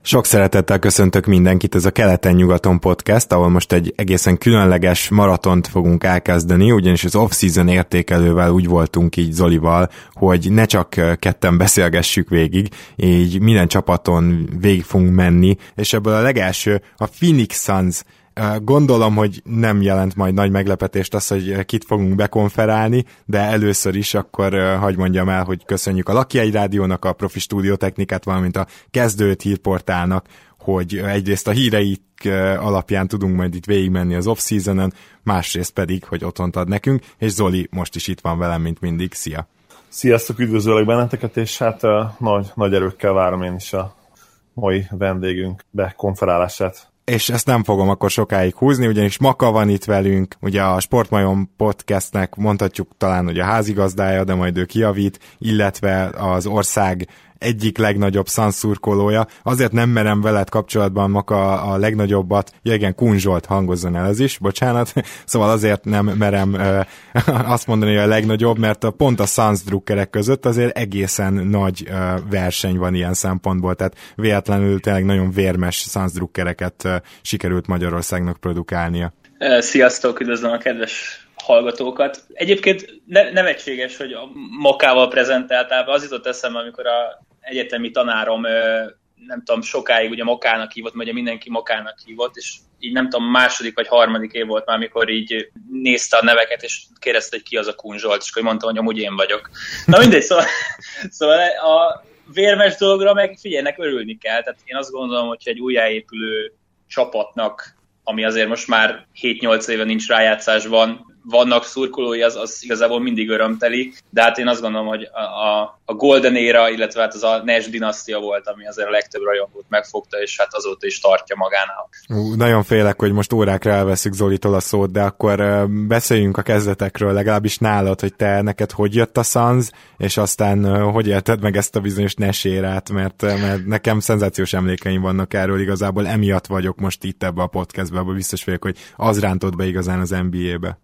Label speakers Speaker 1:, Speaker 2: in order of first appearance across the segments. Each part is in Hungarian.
Speaker 1: Sok szeretettel köszöntök mindenkit, ez a Keleten-nyugaton podcast, ahol most egy egészen különleges maratont fogunk elkezdeni, ugyanis az off-season értékelővel úgy voltunk így Zolival, hogy ne csak ketten beszélgessük végig, így minden csapaton végig fogunk menni, és ebből a legelső a Phoenix Suns. Gondolom, hogy nem jelent majd nagy meglepetést az, hogy kit fogunk bekonferálni, de először is akkor hadd mondjam el, hogy köszönjük a Lucky 1 Rádiónak, a Profi Stúdiótechnikát, valamint a Kezdőt hírportálnak, hogy egyrészt a híreik alapján tudunk majd itt végigmenni az off-seasonen, másrészt pedig, hogy otthont ad nekünk, és Zoli most is itt van velem, mint mindig. Szia!
Speaker 2: Sziasztok, üdvözöllek benneteket, és hát nagy erőkkel várom én is a mai vendégünk bekonferálását.
Speaker 1: És ezt nem fogom akkor sokáig húzni, ugyanis Maka van itt velünk, ugye a Sportmajom podcastnek mondhatjuk talán, hogy a házigazdája, de majd ő kijavít, illetve az ország egyik legnagyobb Suns szurkolója. Azért nem merem veled kapcsolatban, Maka, a legnagyobbat, igen, Kun Zsolt, hangozzon el ez is, bocsánat, szóval azért nem merem azt mondani, hogy a legnagyobb, mert pont a Suns drukkerek között azért egészen nagy verseny van ilyen szempontból, tehát véletlenül tényleg nagyon vérmes Suns drukkereket sikerült Magyarországnak produkálnia.
Speaker 3: Sziasztok, üdvözlöm a kedves hallgatókat. Egyébként nevetséges, hogy a Makával prezentáltál, az jutott eszembe, amikor a egyetemi tanárom, nem tudom, sokáig ugye Makának hívott, ugye mindenki Makának hívott, és így nem tudom, második vagy harmadik év volt már, amikor így nézte a neveket, és kérdezte, hogy ki az a Kun Zsolt, és akkor mondtam, hogy amúgy én vagyok. Na mindegy, szóval a vérmes dologra meg figyelnek, örülni kell. Tehát én azt gondolom, hogy egy újjáépülő csapatnak, ami azért most már 7-8 éve nincs rájátszásban, vannak szurkolói, az igazából mindig örömteli, de hát én azt gondolom, hogy a Golden Era, illetve hát az a Nash dinasztia volt, ami azért a legtöbb rajongót megfogta, és hát azóta is tartja magánál.
Speaker 1: Nagyon félek, hogy most órákra elveszük Zolitól a szót, de akkor beszéljünk a kezdetekről, legalábbis nálad, hogy neked hogy jött a Suns, és aztán hogy élted meg ezt a bizonyos Nash érát, mert nekem szenzációs emlékeim vannak erről, igazából emiatt vagyok most itt ebbe a podcastbe, abban biztos vagyok, hogy az rántott be igazán az NBA-be.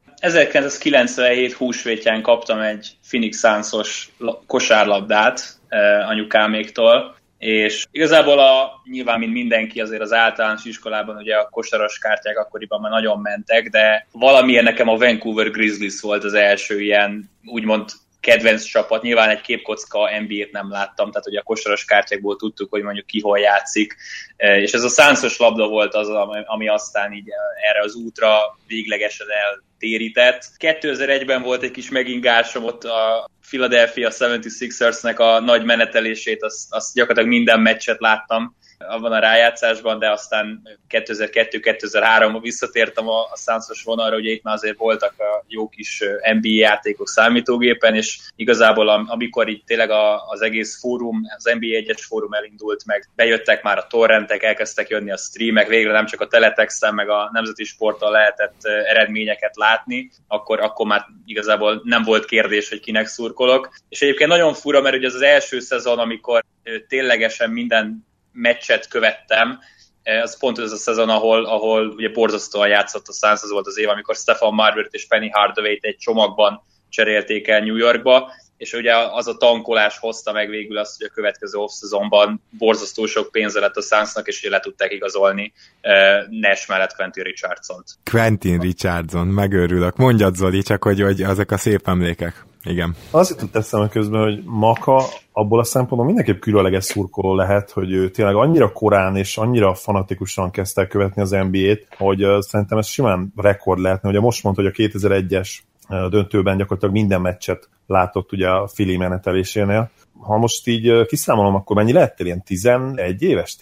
Speaker 3: 1997 húsvétján kaptam egy Phoenix Suns-os kosárlabdát anyukáméktól, és igazából nyilván, mint mindenki, azért az általános iskolában ugye a kosaras kártyák akkoriban már nagyon mentek, de valamiért nekem a Vancouver Grizzlies volt az első ilyen, úgymond kedvenc csapat. Nyilván egy képkocka NBA-t nem láttam, tehát ugye a kosaras kártyákból tudtuk, hogy mondjuk ki hol játszik, és ez a Suns-os labda volt az, ami aztán így erre az útra véglegesen eltérített. 2001-ben volt egy kis megingásom, ott a Philadelphia 76ersnek a nagy menetelését, azt gyakorlatilag minden meccset láttam abban a rájátszásban, de aztán 2002-2003-ban visszatértem a Suns-os vonalra, ugye itt már azért voltak a jó kis NBA játékok számítógépen, és igazából amikor itt tényleg az egész fórum, az NBA 1-es fórum elindult meg, bejöttek már a torrentek, elkezdtek jönni a streamek, végre nem csak a Teletexen, meg a Nemzeti Sporton lehetett eredményeket látni, akkor már igazából nem volt kérdés, hogy kinek szurkolok. És egyébként nagyon fura, mert ugye ez az első szezon, amikor ténylegesen minden meccset követtem, az pont ez a szezon, ahol ugye borzasztóan játszott a Suns, az volt az év, amikor Stephon Marburyt és Penny Hardaway-t egy csomagban cserélték el New Yorkba, és ugye az a tankolás hozta meg végül azt, hogy a következő off-szezonban borzasztó sok pénze lett a Sunsnak, és ugye le tudták igazolni Nash mellett Quentin Richardsont.
Speaker 1: Quentin Richardson, megőrülök. Mondjad, Zoli, csak hogy ezek a szép emlékek. Igen.
Speaker 2: Azt jutott eszembe közben, hogy Maka abból a szempontból mindenképp különleges szurkoló lehet, hogy ő tényleg annyira korán és annyira fanatikusan kezdte el követni az NBA-t, hogy szerintem ez simán rekord lehetne. Ugye most mondta, hogy a 2001-es döntőben gyakorlatilag minden meccset látott ugye a Philly menetelésénél. Ha most így kiszámolom, akkor mennyi lettél? Ilyen 11 éves?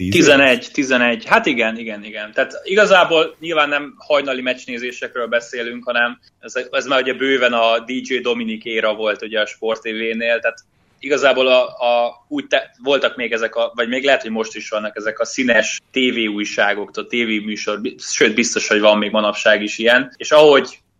Speaker 3: 11. Hát igen. Tehát igazából nyilván nem hajnali meccsnézésekről beszélünk, hanem ez már ugye bőven a DJ Dominik éra volt ugye a Sport TV-nél, tehát igazából voltak még ezek vagy még lehet, hogy most is vannak ezek a színes tévéújságok, a tévéműsor, sőt biztos, hogy van még manapság is ilyen, és ahogy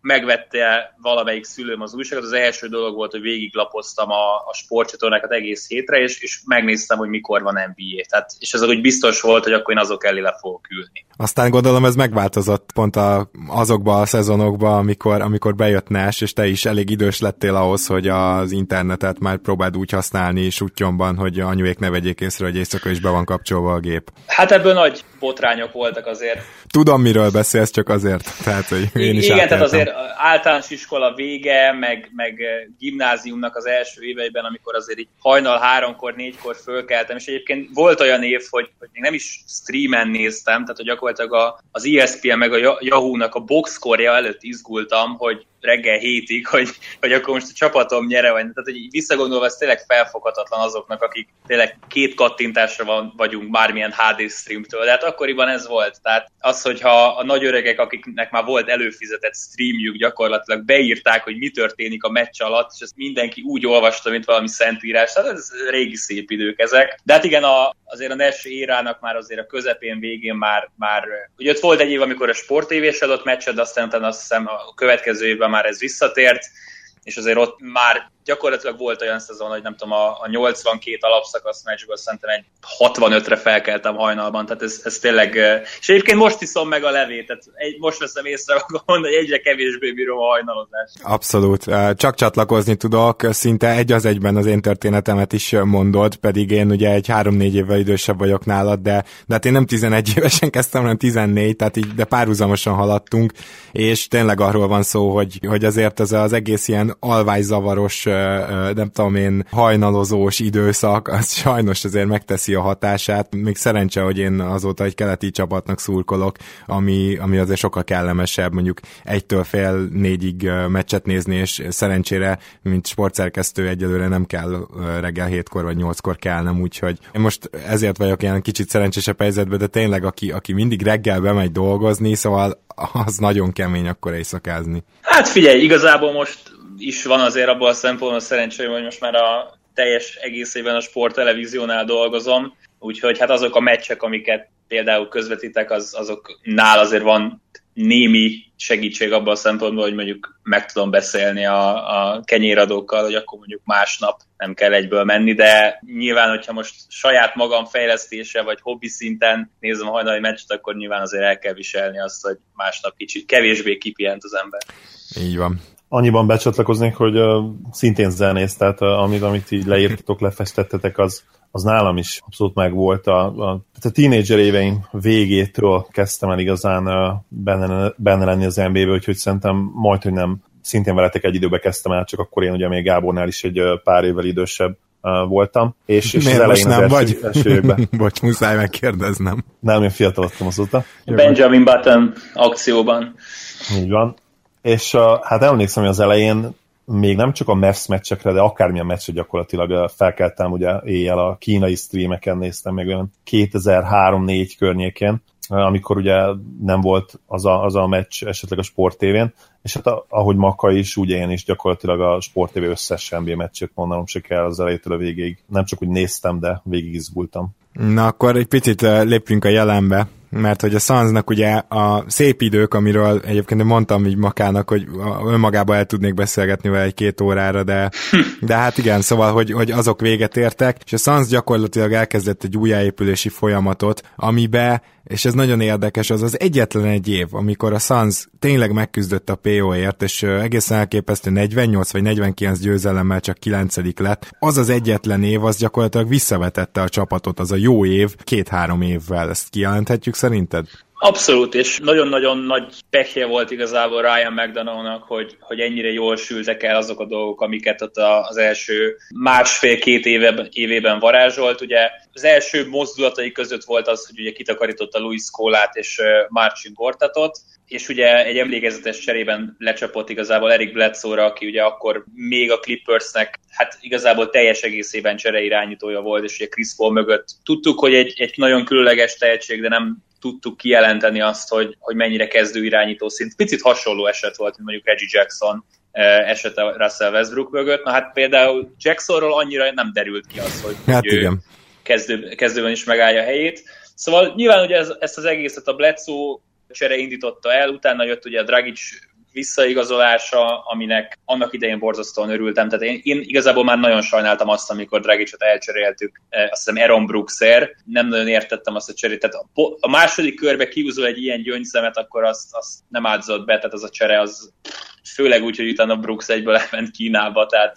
Speaker 3: megvette valamelyik szülőm az újságot, az első dolog volt, hogy végiglapoztam a sportcsatornákat egész hétre, és megnéztem, hogy mikor van NBA. Tehát, és ez úgy biztos volt, hogy akkor én azok elé le fogok ülni.
Speaker 1: Aztán gondolom ez megváltozott pont azokban a szezonokban, amikor bejött Nash, és te is elég idős lettél ahhoz, hogy az internetet már próbáld úgy használni sutyomban, hogy anyuék ne vegyék észre, hogy éjszaka is be van kapcsolva a gép.
Speaker 3: Hát ebből nagy botrányok voltak azért.
Speaker 1: Tudom, miről beszélsz, csak azért. Tehát, hogy én is
Speaker 3: igen, tehát azért általános iskola vége, meg gimnáziumnak az első éveiben, amikor azért így hajnal 3-kor, 4-kor fölkeltem, és egyébként volt olyan év, hogy még nem is streamen néztem, tehát hogy gyakorlatilag az ESPN meg a Yahoo-nak a boxkorja előtt izgultam, hogy reggel 7-ig, hogy akkor most a csapatom nyere, vagy tehát hogy visszagondolva ez tényleg felfoghatatlan azoknak, akik tényleg 2 kattintásra vagyunk bármilyen HD streamtől, de hát akkoriban ez volt. Tehát az, hogyha a nagy öregek, akiknek már volt előfizetett streamjük, gyakorlatilag beírták, hogy mi történik a meccs alatt, és ezt mindenki úgy olvasta, mint valami szentírás, tehát ez régi szép idők ezek. De hát igen, azért a Nash érának már azért a közepén, végén már ugye ott volt egy év, amikor a Sport TV-s adott meccset, de aztán azt hiszem a következő évben már ez visszatért, és azért ott már gyakorlatilag volt olyan szezon, hogy nem tudom, a 82 alapszakasz meccsből szerintem egy 65-re felkeltem hajnalban, tehát ez tényleg, és egyébként most iszom meg a levét, tehát most veszem észre magam, hogy egyre kevésbé bírom a hajnalozást.
Speaker 1: Abszolút, csak csatlakozni tudok, szinte egy az egyben az én történetemet is mondod, pedig én ugye egy 3-4 évvel idősebb vagyok nálad, de hát én nem 11 évesen kezdtem, hanem 14, tehát így, de párhuzamosan haladtunk, és tényleg arról van szó, hogy azért ez az egész ilyen alvályzavaros, nem tudom én, hajnalozós időszak, az sajnos azért megteszi a hatását. Még szerencse, hogy én azóta egy keleti csapatnak szurkolok, ami azért sokkal kellemesebb, mondjuk 1-től fél 4-ig meccset nézni, és szerencsére, mint sportszerkesztő egyelőre nem kell reggel 7-kor vagy 8-kor kelnem, úgyhogy én most ezért vagyok ilyen kicsit szerencsésebb helyzetben, de tényleg aki mindig reggel bemegy dolgozni, szóval az nagyon kemény akkor éjszakázni.
Speaker 3: Hát figyelj, igazából most is van azért abban a szempontból szerencsém, hogy most már a teljes egészében a sporttelevíziónál dolgozom, úgyhogy hát azok a meccsek, amiket például közvetítek, azoknál azért van némi segítség abban a szempontból, hogy mondjuk meg tudom beszélni a kenyéradókkal, hogy akkor mondjuk másnap nem kell egyből menni, de nyilván, hogyha most saját magam fejlesztése vagy hobbi szinten nézem a hajnali meccset, akkor nyilván azért el kell viselni azt, hogy másnap kicsit kevésbé kipihent az ember.
Speaker 1: Így van.
Speaker 2: Annyiban becsatlakoznék, hogy szintén zenész, tehát amit így leírtatok, lefestettetek, az nálam is abszolút megvolt. A tínédzser éveim végétől kezdtem el igazán benne lenni az NBA-be, úgyhogy szerintem majdhogy nem szintén veletek egy időbe kezdtem el, csak akkor én ugye még Gábornál is egy pár évvel idősebb voltam. És
Speaker 1: miért
Speaker 2: az elején
Speaker 1: most nem
Speaker 2: az első évben.
Speaker 1: Bocs, muszáj megkérdeznem.
Speaker 2: Nem, én fiatalodtam azóta.
Speaker 3: Benjamin Button akcióban.
Speaker 2: Így van. És hát emlékszem, hogy az elején még nem csak a Mavs meccsekre, de akármilyen meccsre gyakorlatilag felkeltem, ugye éjjel a kínai streameken néztem, még olyan 2003-4 környékén, amikor ugye nem volt az a meccs esetleg a Sport TV-n, és hát ahogy Maka is, ugye én is gyakorlatilag a Sport TV összes NBA meccsét mondanom se kell az elejétől a végéig. Nem csak úgy néztem, de végig izgultam.
Speaker 1: Na akkor egy picit lépjünk a jelenbe, mert hogy a Sunsnak ugye a szép idők, amiről egyébként mondtam így Makának, hogy önmagában el tudnék beszélgetni vele 1-2 órára, de hát igen, szóval, hogy azok véget értek, és a Suns gyakorlatilag elkezdett egy újjáépülési folyamatot, amibe, és ez nagyon érdekes, az egyetlen egy év, amikor a Suns tényleg megküzdött a PO-ért, és egészen elképesztő 48 vagy 49 győzelemmel csak 9. lett. Az egyetlen év, az gyakorlatilag visszavetette a csapatot, az a jó év 2-3 évvel. Ezt kijelenthetjük szerinted?
Speaker 3: Abszolút, és nagyon-nagyon nagy pekje volt igazából Ryan McDonoughnak, hogy ennyire jól sültek el azok a dolgok, amiket ott az első 1,5-2 évében varázsolt. Ugye az első mozdulatai között volt az, hogy ugye kitakarította Luis Scólát és Marcin Gortatot, és ugye egy emlékezetes cserében lecsapott igazából Eric Bledsoe-ra, aki ugye akkor még a Clippersnek hát igazából teljes egészében csereirányítója volt, és ugye Chris Paul mögött tudtuk, hogy egy nagyon különleges tehetség, de nem tudtuk kijelenteni azt, hogy mennyire kezdő irányító szint. Picit hasonló eset volt, mint mondjuk Reggie Jackson esete Russell Westbrook mögött. Na hát például Jacksonról annyira nem derült ki az, hogy
Speaker 1: hát
Speaker 3: ő kezdőben is megállja a helyét. Szóval nyilván ugye ezt az egészet a Bledsoe csere indította el, utána jött ugye a Dragic visszaigazolása, aminek annak idején borzasztóan örültem. Tehát én igazából már nagyon sajnáltam azt, amikor Dragicot elcseréltük, azt hiszem Aaron Brooksért. Nem nagyon értettem azt a cserét. Tehát a második körbe kiúzol egy ilyen gyöngyszemet, akkor azt nem áldozott be, tehát az a csere az főleg úgy, hogy utána Brooks egyből elment Kínába, tehát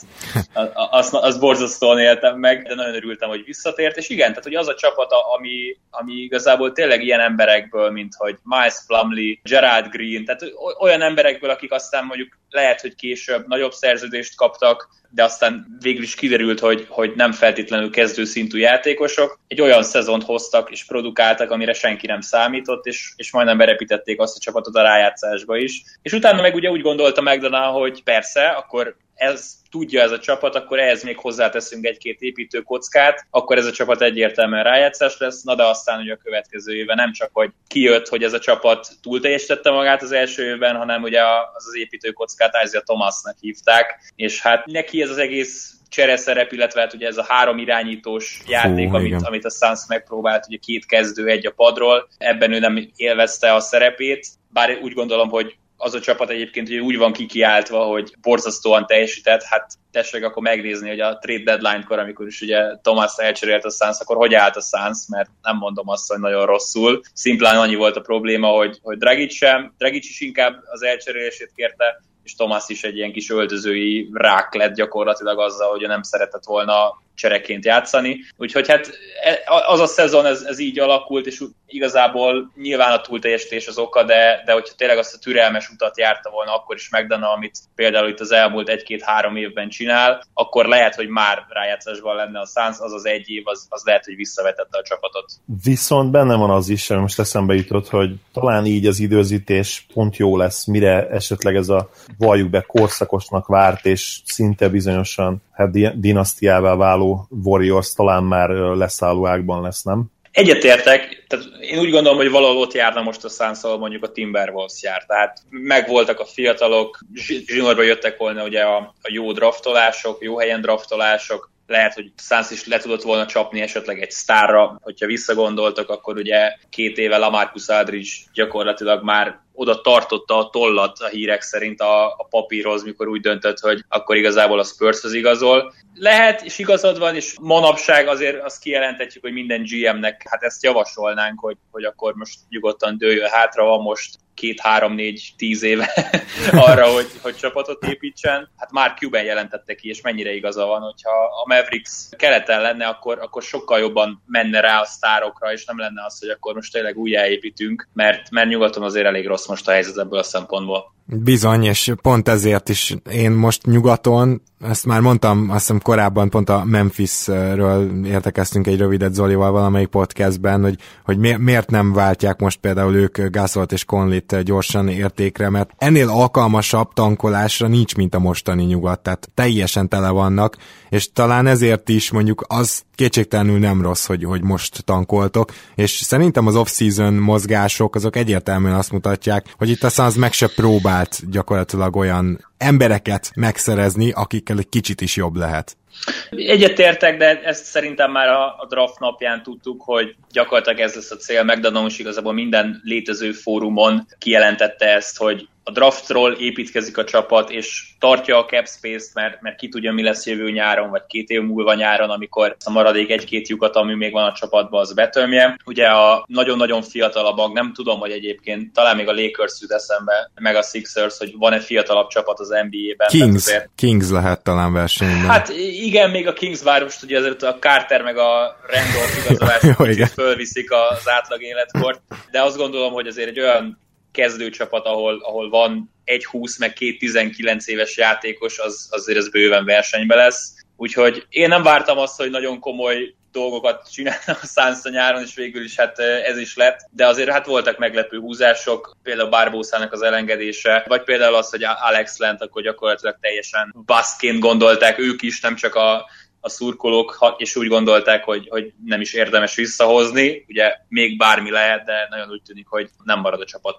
Speaker 3: azt borzasztóan éltem meg, de nagyon örültem, hogy visszatért, és igen, tehát hogy az a csapata, ami igazából tényleg ilyen emberekből, mint hogy Miles Plumlee, Gerald Green, tehát olyan emberekből, akik aztán mondjuk lehet, hogy később nagyobb szerződést kaptak, de aztán végül is kiderült, hogy nem feltétlenül kezdőszintű játékosok. Egy olyan szezont hoztak és produkáltak, amire senki nem számított, és majdnem berepítették azt a csapatot a rájátszásba is. És utána meg ugye úgy gondolta McDonough, hogy persze, akkor tudja ez a csapat, akkor ehhez még hozzáteszünk egy-két építő kockát, akkor ez a csapat egyértelműen rájátszás lesz, na de aztán ugye a következő évben nem csak, hogy kijött, hogy ez a csapat túlteljesítette magát az első évben, hanem ugye az építő kockát Isaiah Thomasnak hívták, és hát neki ez az egész csereszerep, illetve hát ugye ez a 3 irányítós játék, amit a Suns megpróbált, ugye 2 kezdő, 1 a padról, ebben ő nem élvezte a szerepét, bár úgy gondolom, hogy az a csapat egyébként ugye úgy van kikiáltva, hogy borzasztóan teljesített, hát tessék akkor megnézni, hogy a trade deadline-kor, amikor is ugye Thomas elcserélt a Suns, akkor hogy állt a Suns, mert nem mondom azt, hogy nagyon rosszul. Szimplán annyi volt a probléma, hogy Dragic is inkább az elcserélését kérte, és Thomas is egy ilyen kis öltözői rák lett gyakorlatilag azzal, hogy nem szeretett volna csereként játszani. Úgyhogy hát az a szezon ez így alakult, és igazából nyilván a túlteljesítés az oka, de hogyha tényleg azt a türelmes utat járta volna akkor is McDonough, amit például itt az elmúlt 1-2-3 évben csinál, akkor lehet, hogy már rájátszásban lenne a Suns, az az egy év, az lehet, hogy visszavetette a csapatot.
Speaker 2: Viszont benne van az is, most eszembe jutott, hogy talán így az időzítés pont jó lesz, mire esetleg ez a valljuk be korszakosnak várt, és szinte bizonyosan dinasztiává váló Warriors talán már leszálló ágban lesz, nem?
Speaker 3: Egyetértek, tehát én úgy gondolom, hogy valahol ott járna most a Suns, ahol mondjuk a Timberwolves jár. Tehát megvoltak a fiatalok, zsinórba jöttek volna ugye a jó draftolások, jó helyen draftolások, lehet, hogy Suns is le tudott volna csapni esetleg egy sztárra, hogyha visszagondoltak, akkor ugye 2 éve LaMarcus Aldridge gyakorlatilag már oda tartotta a tollat a hírek szerint a papírhoz, mikor úgy döntött, hogy akkor igazából a Spurshoz igazol. Lehet, és igazad van, és manapság azért azt kijelenthetjük, hogy minden GM-nek hát ezt javasolnánk, hogy akkor most nyugodtan dőljön hátra, van most 2-3-4-10 éve arra, hogy csapatot építsen. Hát már Cuban jelentette ki, és mennyire igaza van, hogyha a Mavericks keleten lenne, akkor sokkal jobban menne rá a sztárokra, és nem lenne az, hogy akkor most tényleg újjáépítünk, mert nyugaton azért elég rossz most a helyzet ebből a szempontból.
Speaker 1: Bizony, és pont ezért is én most nyugaton, ezt már mondtam, azt hiszem korábban pont a Memphisről értekeztünk egy rövidet Zolival valamelyik podcastben, hogy miért nem váltják most például ők Gasolt és Conleyt gyorsan értékre, mert ennél alkalmasabb tankolásra nincs, mint a mostani nyugat, tehát teljesen tele vannak, és talán ezért is mondjuk az kétségtelenül nem rossz, hogy most tankoltok, és szerintem az off-season mozgások azok egyértelműen azt mutatják, hogy itt a Suns meg se próbált gyakorlatilag olyan embereket megszerezni, akikkel egy kicsit is jobb lehet.
Speaker 3: Egyetértek, de ezt szerintem már a draft napján tudtuk, hogy gyakorlatilag ez lesz a cél. McDonough is igazából minden létező fórumon kijelentette ezt, hogy a draftról építkezik a csapat, és tartja a cap space-t, mert ki tudja, mi lesz jövő nyáron, vagy 2 év múlva nyáron, amikor a maradék 1-2 lyukat, ami még van a csapatban, az betömje. Ugye a nagyon-nagyon fiatalabb mag, nem tudom, hogy egyébként talán még a Lakers jut eszembe, meg a Sixers, hogy van-e fiatalabb csapat az NBA-ben.
Speaker 1: Kings lehet talán versenyben.
Speaker 3: Hát igen, még a Kings vár, most ugye azért a Carter meg a Randolph igazolások fölviszik az átlag életkort, de azt gondolom, hogy azért egy olyan kezdőcsapat, ahol van 1-20 meg 2-19 éves játékos, azért ez bőven versenyben lesz. Úgyhogy én nem vártam azt, hogy nagyon komoly dolgokat csinálnak a Suns a nyáron, és végül is hát ez is lett, de azért hát voltak meglepő húzások, például Barbosának az elengedése, vagy például az, hogy Alex Lent akkor gyakorlatilag teljesen baszként gondolták ők is, nem csak a szurkolók, és úgy gondolták, hogy nem is érdemes visszahozni, ugye még bármi lehet, de nagyon úgy tűnik, hogy nem marad a csapatnál.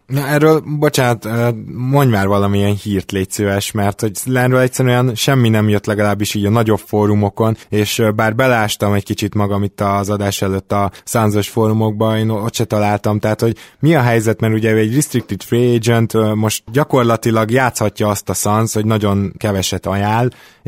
Speaker 1: Na, erről, bocsánat, mondj már valamilyen hírt, légy szíves, mert hogy Lenről egyszerűen semmi nem jött, legalábbis így a nagyobb fórumokon, és bár belástam egy kicsit magam itt az adás előtt a Suns-os fórumokban, én ott se találtam, tehát hogy mi a helyzet, mert ugye egy restricted free agent most gyakorlatilag játszhatja azt a Suns, hogy nagyon keveset ajánl,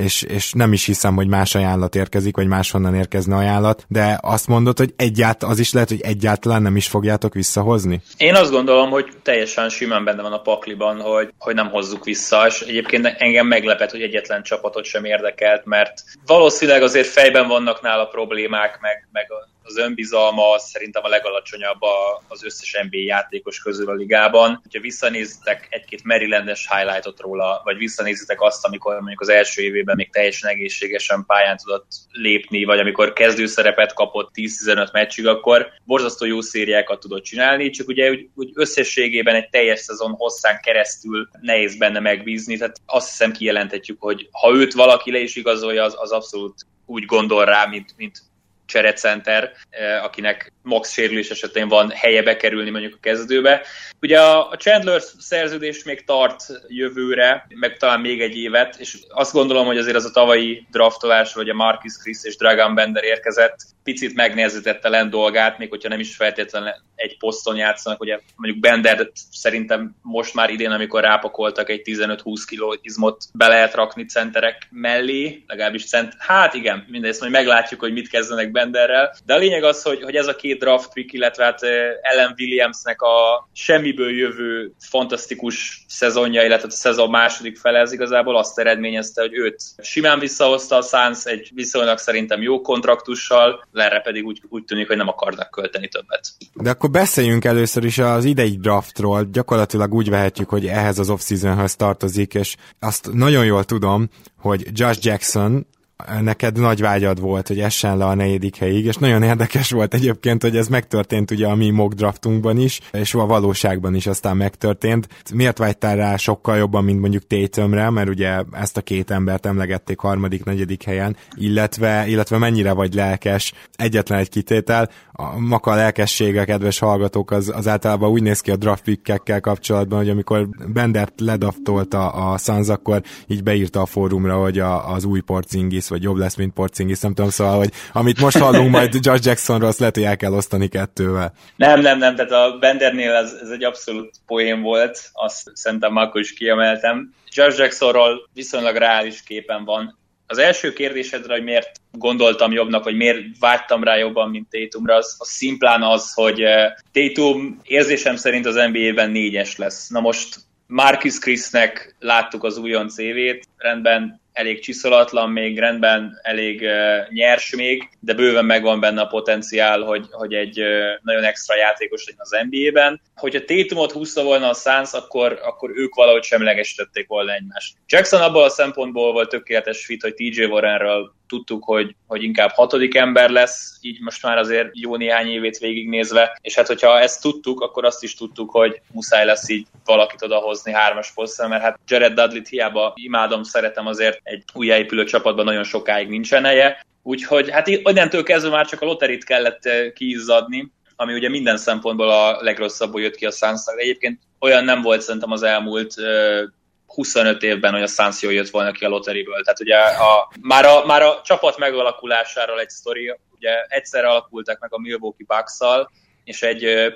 Speaker 1: és nem is hiszem, hogy más ajánlat érkezik, vagy máshonnan érkezne ajánlat, de azt mondod, hogy az is lehet, hogy egyáltalán nem is fogjátok visszahozni?
Speaker 3: Én azt gondolom, hogy teljesen simán benne van a pakliban, hogy nem hozzuk vissza, és egyébként engem meglepett, hogy egyetlen csapatot sem érdekelt, mert valószínűleg azért fejben vannak nála problémák, meg az önbizalma szerintem a legalacsonyabb az összes NBA játékos közül a ligában. Ha visszanézitek egy-két Marylandes highlightot róla, vagy visszanézitek azt, amikor mondjuk az első évében még teljesen egészségesen pályán tudott lépni, vagy amikor kezdőszerepet kapott 10-15 meccsig, akkor borzasztó jó szériákat tudott csinálni, csak ugye úgy összességében egy teljes szezon hosszán keresztül nehéz benne megbízni, tehát azt hiszem kijelenthetjük, hogy ha őt valaki le is igazolja, az abszolút úgy gondol rá, mint cserecenter, akinek max sérülés esetén van helye bekerülni mondjuk a kezdőbe. Ugye a Chandler szerződés még tart jövőre, meg talán még egy évet, és azt gondolom, hogy azért az a tavalyi draftolás, vagy a Marcus Chris és Dragan Bender érkezett, picit megnehezítette Len dolgát, még hogyha nem is feltétlenül egy poszton játszanak, ugye mondjuk Bender szerintem most már idén, amikor rápakoltak egy 15-20 kiló izmot, be lehet rakni centerek mellé, legalábbis hát igen, mindezt majd meglátjuk, hogy mit kezdenek Benderrel, de a lényeg az, hogy ez a két draft pick, illetve hát Allen Williamsnek a semmiből jövő fantasztikus szezonja, illetve a szezon második fele, ez igazából azt eredményezte, hogy őt simán visszahozta a Suns egy viszonylag szerintem jó kontraktussal, Lenre pedig úgy tűnik, hogy nem akarnak költeni többet.
Speaker 1: De akkor beszéljünk először is az idei draftról. Gyakorlatilag úgy vehetjük, hogy ehhez az off-seasonhöz tartozik, és azt nagyon jól tudom, hogy Josh Jackson neked nagy vágyad volt, hogy essen le a 4. helyig, és nagyon érdekes volt egyébként, hogy ez megtörtént ugye a mi mock draftunkban is, és a valóságban is aztán megtörtént. Miért vágytál rá sokkal jobban, mint mondjuk Tatumre, mert ugye ezt a két embert emlegették 3., 4. helyen, illetve mennyire vagy lelkes, egyetlen egy kitétel, a maka lelkessége, kedves hallgatók, az általában úgy néz ki a draft pickekkel kapcsolatban, hogy amikor Bendert ledaftolta a Suns, akkor így beírta a fórumra, hogy az új Porzingis, vagy jobb lesz, mint Porzingis, nem tudom, szóval, hogy amit most hallunk majd Josh Jacksonról, azt lehet, hogy el kell osztani 2-vel.
Speaker 3: Nem, tehát a Bendernél ez egy abszolút poén volt, azt szerintem akkor is kiemeltem. Josh Jacksonról viszonylag reális képen van. Az első kérdésedre, hogy miért gondoltam jobbnak, vagy miért vágytam rá jobban, mint Tatumra, az szimplán az, hogy Tatum érzésem szerint az NBA-ben 4-es lesz. Na most Marcus Chrisnek láttuk az újonc évét, rendben elég csiszolatlan még, rendben elég nyers még, de bőven megvan benne a potenciál, hogy egy nagyon extra játékos legyen az NBA-ben. Hogyha Tatumot húzta volna a Suns, akkor ők valahogy semlegesítették volna egymást. Jackson abból a szempontból volt tökéletes fit, hogy TJ Warrenről tudtuk, hogy inkább 6. ember lesz, így most már azért jó néhány évét végignézve, és hát hogyha ezt tudtuk, akkor azt is tudtuk, hogy muszáj lesz így valakit odahozni 3-as posztra, mert hát Jared Dudley-t hiába imádom, szeretem, azért egy újjáépülő csapatban nagyon sokáig nincsen helye, úgyhogy hát onnantól kezdve már csak a loterit kellett kiizzadni, ami ugye minden szempontból a legrosszabbul jött ki a Sunsnak. Egyébként olyan nem volt szerintem az elmúlt 25 évben, hogy a Suns jól jött volna ki a loteriből. Tehát ugye már a csapat megalakulásáról egy sztori, ugye egyszer alakultak meg a Milwaukee Bucks-szal, és egy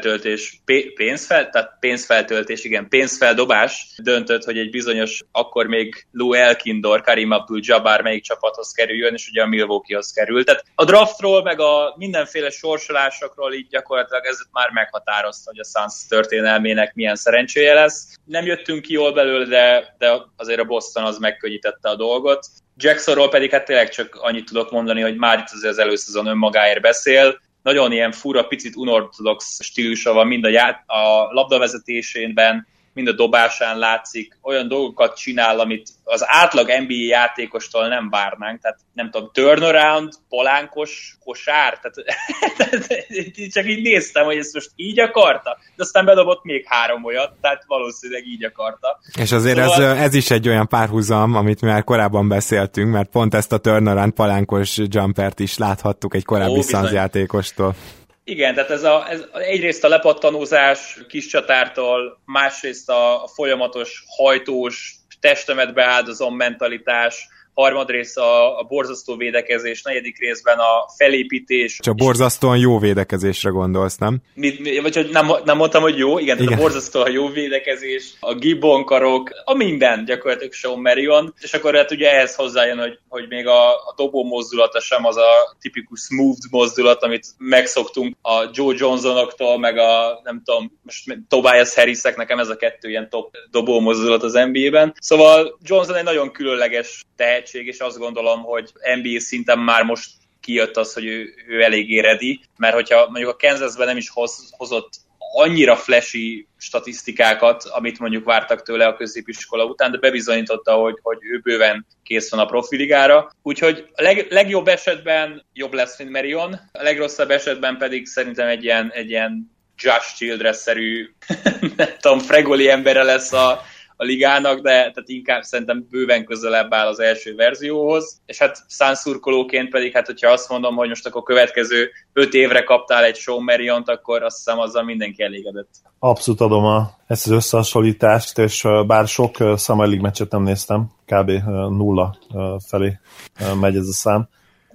Speaker 3: pénzfeldobás döntött, hogy egy bizonyos, akkor még Lou Elkindor, Kareem Abdul-Jabbar melyik csapathoz kerüljön, és ugye a Milwaukeehoz került. Tehát a draftról, meg a mindenféle sorsolásokról így gyakorlatilag ez már meghatározta, hogy a Suns történelmének milyen szerencséje lesz. Nem jöttünk ki jól belőle, de azért a Boston az megkönnyítette a dolgot. Jacksonról pedig hát tényleg csak annyit tudok mondani, hogy már itt azért az előszezon önmagáért beszél. Nagyon ilyen fura, picit unorthodox stílusa van mind a labdavezetésében, mind a dobásán látszik. Olyan dolgokat csinál, amit az átlag NBA játékostól nem várnánk. Tehát nem tudom, turnaround, polánkos, kosár. Tehát csak így néztem, hogy ezt most így akarta. De aztán bedobott még 3 olyat, tehát valószínűleg így akarta.
Speaker 1: És azért szóval... ez is egy olyan párhuzam, amit mi már korábban beszéltünk, mert pont ezt a turnaround, polánkos jumpert is láthattuk egy korábbi Suns játékostól.
Speaker 3: Igen, tehát ez egyrészt a lepattanózás kis csatártól, másrészt a folyamatos hajtós, testemet beáldozom mentalitás, harmadrészt a borzasztó védekezés, negyedik részben a felépítés.
Speaker 1: Csak borzasztóan jó védekezésre gondolsz, nem?
Speaker 3: Vagy hogy nem mondtam, hogy jó, igen. A borzasztóan jó védekezés, a Gibbon karok, a minden gyakorlatilag Sean Marion, és akkor hát ugye ehhez hozzájön, hogy még a dobó mozdulata sem az a tipikus smooth mozdulat, amit megszoktunk a Joe Johnsonoktól, meg a nem tudom, most Tobias Harrisek, nekem ez a kettő ilyen top dobó mozdulat az NBA-ben. Szóval Johnson egy nagyon különleges tehetség, és azt gondolom, hogy NBA szinten már most kijött az, hogy ő eléggé ready, mert hogyha mondjuk a Kansasben nem is hozott annyira flashy statisztikákat, amit mondjuk vártak tőle a középiskola után, de bebizonyította, hogy ő bőven kész van a profiligára. Úgyhogy a legjobb esetben jobb lesz, mint Marion, a legrosszabb esetben pedig szerintem egy ilyen Josh Childress-szerű, nem tudom, Fregoli embere lesz a ligának, de tehát inkább szerintem bőven közelebb áll az első verzióhoz, és hát szánszurkolóként pedig, hát hogyha azt mondom, hogy most akkor következő 5 évre kaptál egy Sean Mariont, akkor azt hiszem azzal mindenki elégedett.
Speaker 2: Abszolút adom ezt az összehasonlítást, és bár sok Summer League meccset nem néztem, kb. 0 felé megy ez a szám.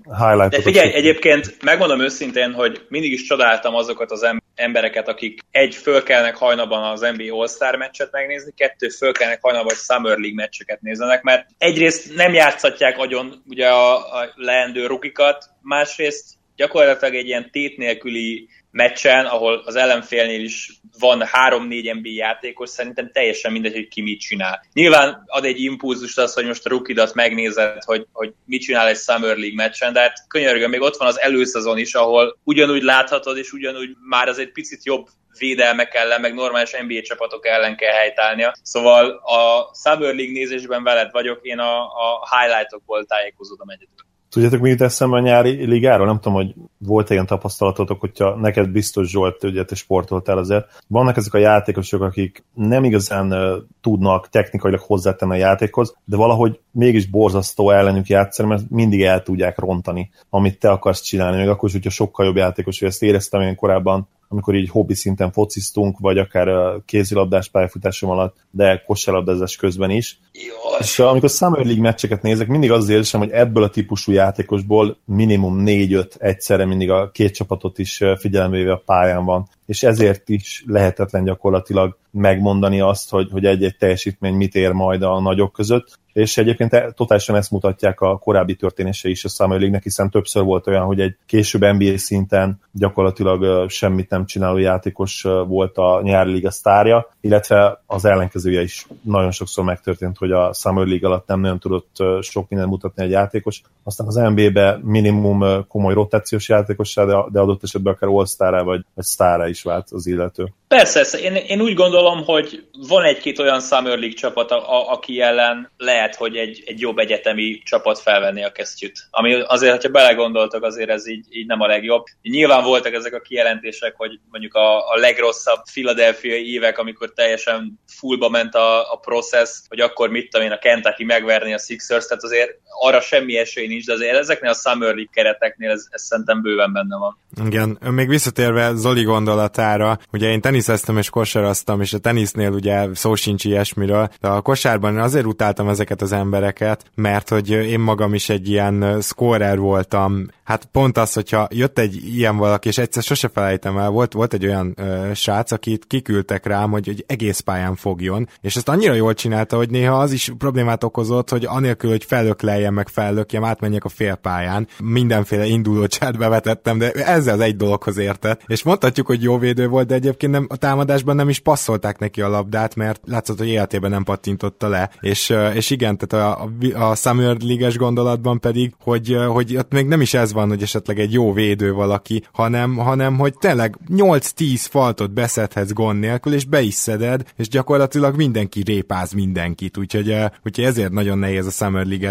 Speaker 3: De figyelj, egyébként megmondom őszintén, hogy mindig is csodáltam azokat az embereket, akik fölkelnek hajnalban az NBA All-Star meccset megnézni, 2 fölkelnek hajnalban, hogy Summer League meccseket nézzenek, mert egyrészt nem játszhatják agyon ugye a leendő rukikat, másrészt gyakorlatilag egy ilyen tét nélküli meccsen, ahol az ellenfélnél is van 3-4 NBA játékos, szerintem teljesen mindegy, hogy ki mit csinál. Nyilván ad egy impulzust az, hogy most a rukidat megnézed, hogy mit csinál egy Summer League meccsen, de hát könyörgöm, még ott van az előszezon is, ahol ugyanúgy láthatod, és ugyanúgy már az egy picit jobb védelmek ellen, meg normális NBA csapatok ellen kell helytállnia. Szóval a Summer League nézésben veled vagyok, én a highlightokból tájékozódom egyedül.
Speaker 2: Tudjátok, mi jut eszembe a nyári ligáról? Nem tudom, hogy volt ilyen tapasztalatotok, hogyha neked biztos, Zsolt, ugye te sportoltál azért. Vannak ezek a játékosok, akik nem igazán tudnak technikailag hozzátenni a játékhoz, de valahogy mégis borzasztó ellenük játszani, mert mindig el tudják rontani, amit te akarsz csinálni. Még akkor is, hogyha sokkal jobb játékos, hogy ezt éreztem én korábban, amikor így hobbi szinten fociztunk, vagy akár kézilabdás pályafutásom alatt, de kosárlabdázás közben is. Jó. És amikor Summer League meccseket nézek, mindig az érzem, hogy ebből a típusú játékosból minimum 4-5 egyszerre mindig a két csapatot is figyelembe véve a pályán van. És ezért is lehetetlen gyakorlatilag megmondani azt, hogy egy-egy teljesítmény mit ér majd a nagyok között. És egyébként totálisan ezt mutatják a korábbi történései is a Summer League-nek, hiszen többször volt olyan, hogy egy később NBA szinten gyakorlatilag semmit nem csináló játékos volt a nyári liga sztárja, illetve az ellenkezője is nagyon sokszor megtörtént, hogy a Summer League alatt nem nagyon tudott sok mindent mutatni egy játékos. Aztán az NBA-be minimum komoly rotációs játékossá, de adott esetben akár all-sztárrá vagy sztárrá is vált az illető.
Speaker 3: Persze, én úgy gondolom, hogy van egy-két olyan Summer League csapat, aki ellen lehet, hogy egy jobb egyetemi csapat felvenni a kesztyűt. Ami azért, hogyha belegondoltak, azért ez így nem a legjobb. Nyilván voltak ezek a kijelentések, hogy mondjuk a legrosszabb Philadelphia évek, amikor teljesen fullba ment a process, hogy akkor mit tudom én, a Kentucky megverni a Sixers, tehát azért arra semmi esély nincs, de azért ezeknél a Summer League kereteknél ez szerintem bőven benne van.
Speaker 1: Igen, még visszatérve Zoli gondolatára, ugye én teniszeztem és kosaraztam, és a tenisznél ugye szó sincs ilyesmiről, de a kosárban azért utáltam ezeket az embereket, mert hogy én magam is egy ilyen scorer voltam. Hát pont az, hogyha jött egy ilyen valaki, és egyszer sose felejtem el, volt egy olyan srác, akit kiküldtek rám, hogy egész pályán fogjon, és ezt annyira jól csinálta, hogy néha az is problémát okozott, hogy anélkül, hogy fellökleljem, meg fellökjem, átmenjek a félpályán. Mindenféle indulócsát bevetettem, de ezzel az egy dologhoz értett. És mondhatjuk, hogy jó védő volt, de egyébként a támadásban nem is passzolták neki a labdát, mert látszott, hogy életében nem pattintotta le. És igen, tehát a Summer League-es gondolatban pedig, hogy ott még nem is ez van, hogy esetleg egy jó védő valaki, hanem hogy tényleg 8-10 faltot beszedhetsz gond nélkül, és be is szeded, és gyakorlatilag mindenki répáz mindenkit, úgyhogy ezért nagyon nehéz a Summer League-et nézni.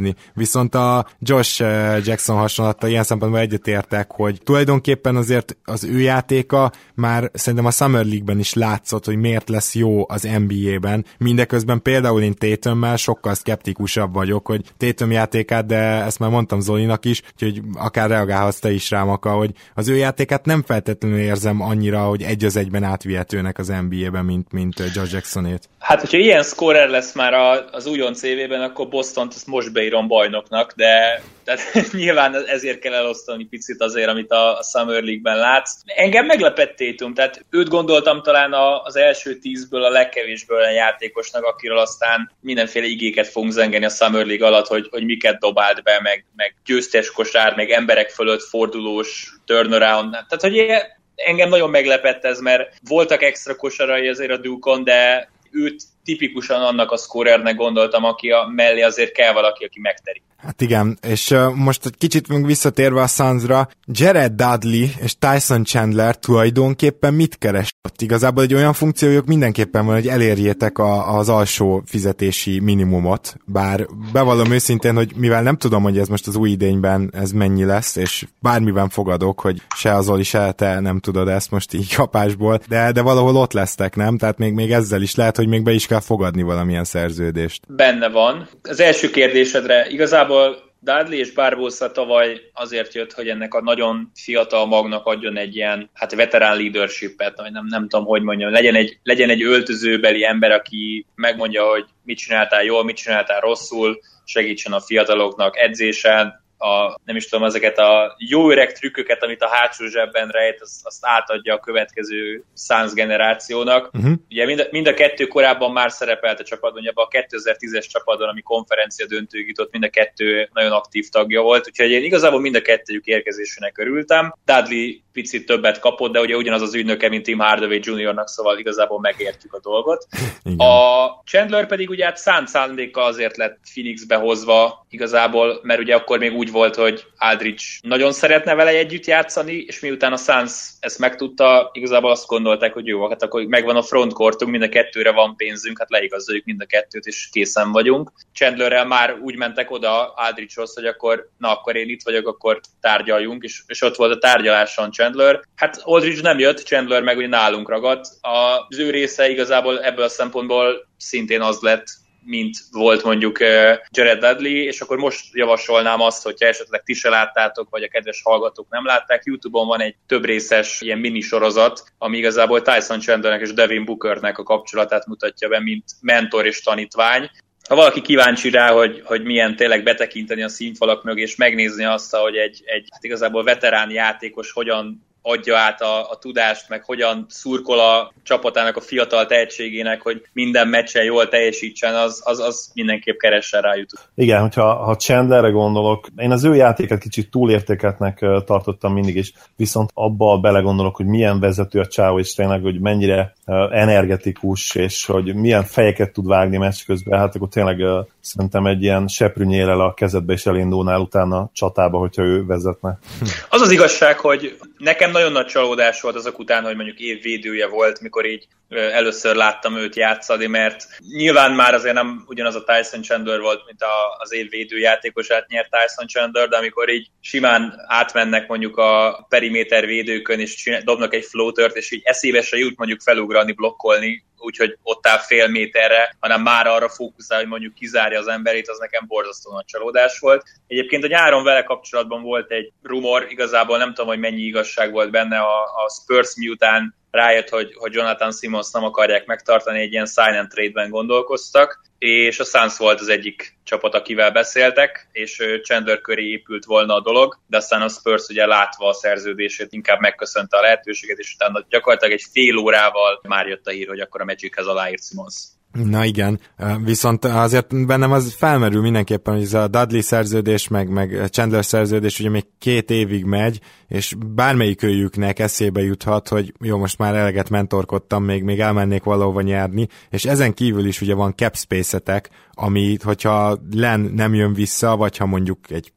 Speaker 1: húzni. Viszont a Josh Jackson hasonlata ilyen szempontból egyetértek, hogy tulajdonképpen azért az ő játéka már szerintem a Summer League-ben is látszott, hogy miért lesz jó az NBA-ben. Mindeközben például én Tatummal sokkal szkeptikusabb vagyok, hogy Tatum játékát, de ezt már mondtam Zolinak is, úgyhogy akár reagálhatsz te is rám, hogy az ő játékát nem feltétlenül érzem annyira, hogy egy az egyben átvihetőnek az NBA-ben, mint Josh Jacksonét.
Speaker 3: Hát, hogyha ilyen scorer lesz már az újonc évében, akkor Bostont azt most beírom bajnoknak, de tehát nyilván ezért kell elosztani picit azért, amit a Summer League-ben látsz. Engem meglepett Tatum, tehát őt gondoltam talán az első 10-ből a legkevésből olyan játékosnak, akiről aztán mindenféle igéket fogunk zengeni a Summer League alatt, hogy miket dobált be, meg győztes kosár, meg emberek fölött fordulós turnaround. Tehát, hogy engem nagyon meglepett ez, mert voltak extra kosarai azért a Duke-on, de őt tipikusan annak a scorernek gondoltam, aki mellé azért kell valaki, aki megteri.
Speaker 1: Hát igen, és most egy kicsit visszatérve a Sunsra, Jared Dudley és Tyson Chandler tulajdonképpen mit keres? Igazából egy olyan funkciójuk mindenképpen van, hogy elérjétek az alsó fizetési minimumot, bár bevallom őszintén, hogy mivel nem tudom, hogy ez most az új idényben ez mennyi lesz, és bármiben fogadok, hogy se az Oli, se te nem tudod ezt most így kapásból, de valahol ott lesztek, nem? Tehát még ezzel is lehet, hogy még be is kell fogadni valamilyen szerződést.
Speaker 3: Benne van. Az első kérdésedre igazából Dudley és Barbosa tavaly azért jött, hogy ennek a nagyon fiatal magnak adjon egy ilyen veterán leadership-et, vagy nem tudom, hogy mondjam, legyen egy öltözőbeli ember, aki megmondja, hogy mit csináltál jól, mit csináltál rosszul, segítsen a fiataloknak edzésen, nem is tudom, ezeket a jó öreg trükköket, amit a hátsó zsebben rejt, azt átadja a következő Suns generációnak. Ugye mind a kettő korábban már szerepelt a csapatban, ugye a 2010-es csapatban, ami konferencia döntőig jutott, mind a kettő nagyon aktív tagja volt, úgyhogy én igazából mind a kettőjük érkezésének örültem. Dudley picit többet kapott, de ugye ugyanaz az ügynöke, mint Tim Hardaway Jr.-nak, szóval igazából megértjük a dolgot. Igen. A Chandler pedig ugye szánt szándékkal azért lett Phoenixbe hozva igazából, mert ugye akkor még úgy volt, hogy Aldridge nagyon szeretne vele együtt játszani, és miután a Suns ezt megtudta, igazából azt gondolták, hogy jó, hát akkor megvan a frontcourtunk, mind a kettőre van pénzünk, hát leigazoljuk mind a kettőt, és készen vagyunk. Chandlerrel már úgy mentek oda Aldridgehoz, hogy akkor én itt vagyok, akkor tárgyaljunk, és ott volt a tárgyaláson Chandler. Hát Aldridge nem jött, Chandler meg ugye nálunk ragadt. Az ő része igazából ebből a szempontból szintén az lett, mint volt mondjuk Jared Dudley, és akkor most javasolnám azt, hogyha esetleg ti se láttátok, vagy a kedves hallgatók nem látták, YouTube-on van egy több részes ilyen minisorozat, ami igazából Tyson Chandlernek és Devin Bookernek a kapcsolatát mutatja be, mint mentor és tanítvány. Ha valaki kíváncsi rá, hogy milyen tényleg betekinteni a színfalak mögé, és megnézni azt, hogy egy igazából veterán játékos hogyan adja át a tudást, meg hogyan szurkol a csapatának a fiatal tehetségének, hogy minden meccsen jól teljesítsen, az mindenképp keressen rá YouTube.
Speaker 2: Igen, hogyha Chandlerre gondolok, én az ő játékát kicsit túlértékeltnek tartottam mindig is, viszont abba belegondolok, hogy milyen vezető a csávó, és tényleg, hogy mennyire energetikus, és hogy milyen fejeket tud vágni meccs közben, hát akkor tényleg szerintem egy ilyen seprűnyélel a kezedbe is elindulnál utána csatába, hogyha ő vezetne.
Speaker 3: Az az igazság, hogy nekem nagyon nagy csalódás volt azok után, hogy mondjuk évvédője volt, mikor így először láttam őt játszani, mert nyilván már azért nem ugyanaz a Tyson Chandler volt, mint az évvédő játékosát nyert Tyson Chandler, de amikor így simán átmennek mondjuk a periméter védőkön, és dobnak egy floatert, és így eszébe se jut mondjuk felugrani, blokkolni, úgyhogy ott áll fél méterre, hanem már arra fókuszál, hogy mondjuk kizárja az emberét, az nekem borzasztó nagy csalódás volt. Egyébként a nyáron vele kapcsolatban volt egy rumor, igazából nem tudom, hogy mennyi igazság volt benne, a Spurs miután rájött, hogy Jonathan Simmons nem akarják megtartani, egy ilyen sign and trade-ben gondolkoztak, és a Suns volt az egyik csapat, akivel beszéltek, és Chandler köré épült volna a dolog, de aztán a Spurs ugye látva a szerződését inkább megköszönte a lehetőséget, és utána gyakorlatilag egy fél órával már jött a hír, hogy akkor a Magichez aláírt Simmons.
Speaker 1: Na igen, viszont azért bennem az felmerül mindenképpen, hogy ez a Dudley szerződés, meg Chandler szerződés ugye még 2 évig megy, és bármelyik őjüknek eszébe juthat, hogy jó, most már eleget mentorkodtam, még elmennék valahova nyerni, és ezen kívül is ugye van cap space-etek, amit, hogyha Len nem jön vissza, vagy ha mondjuk egy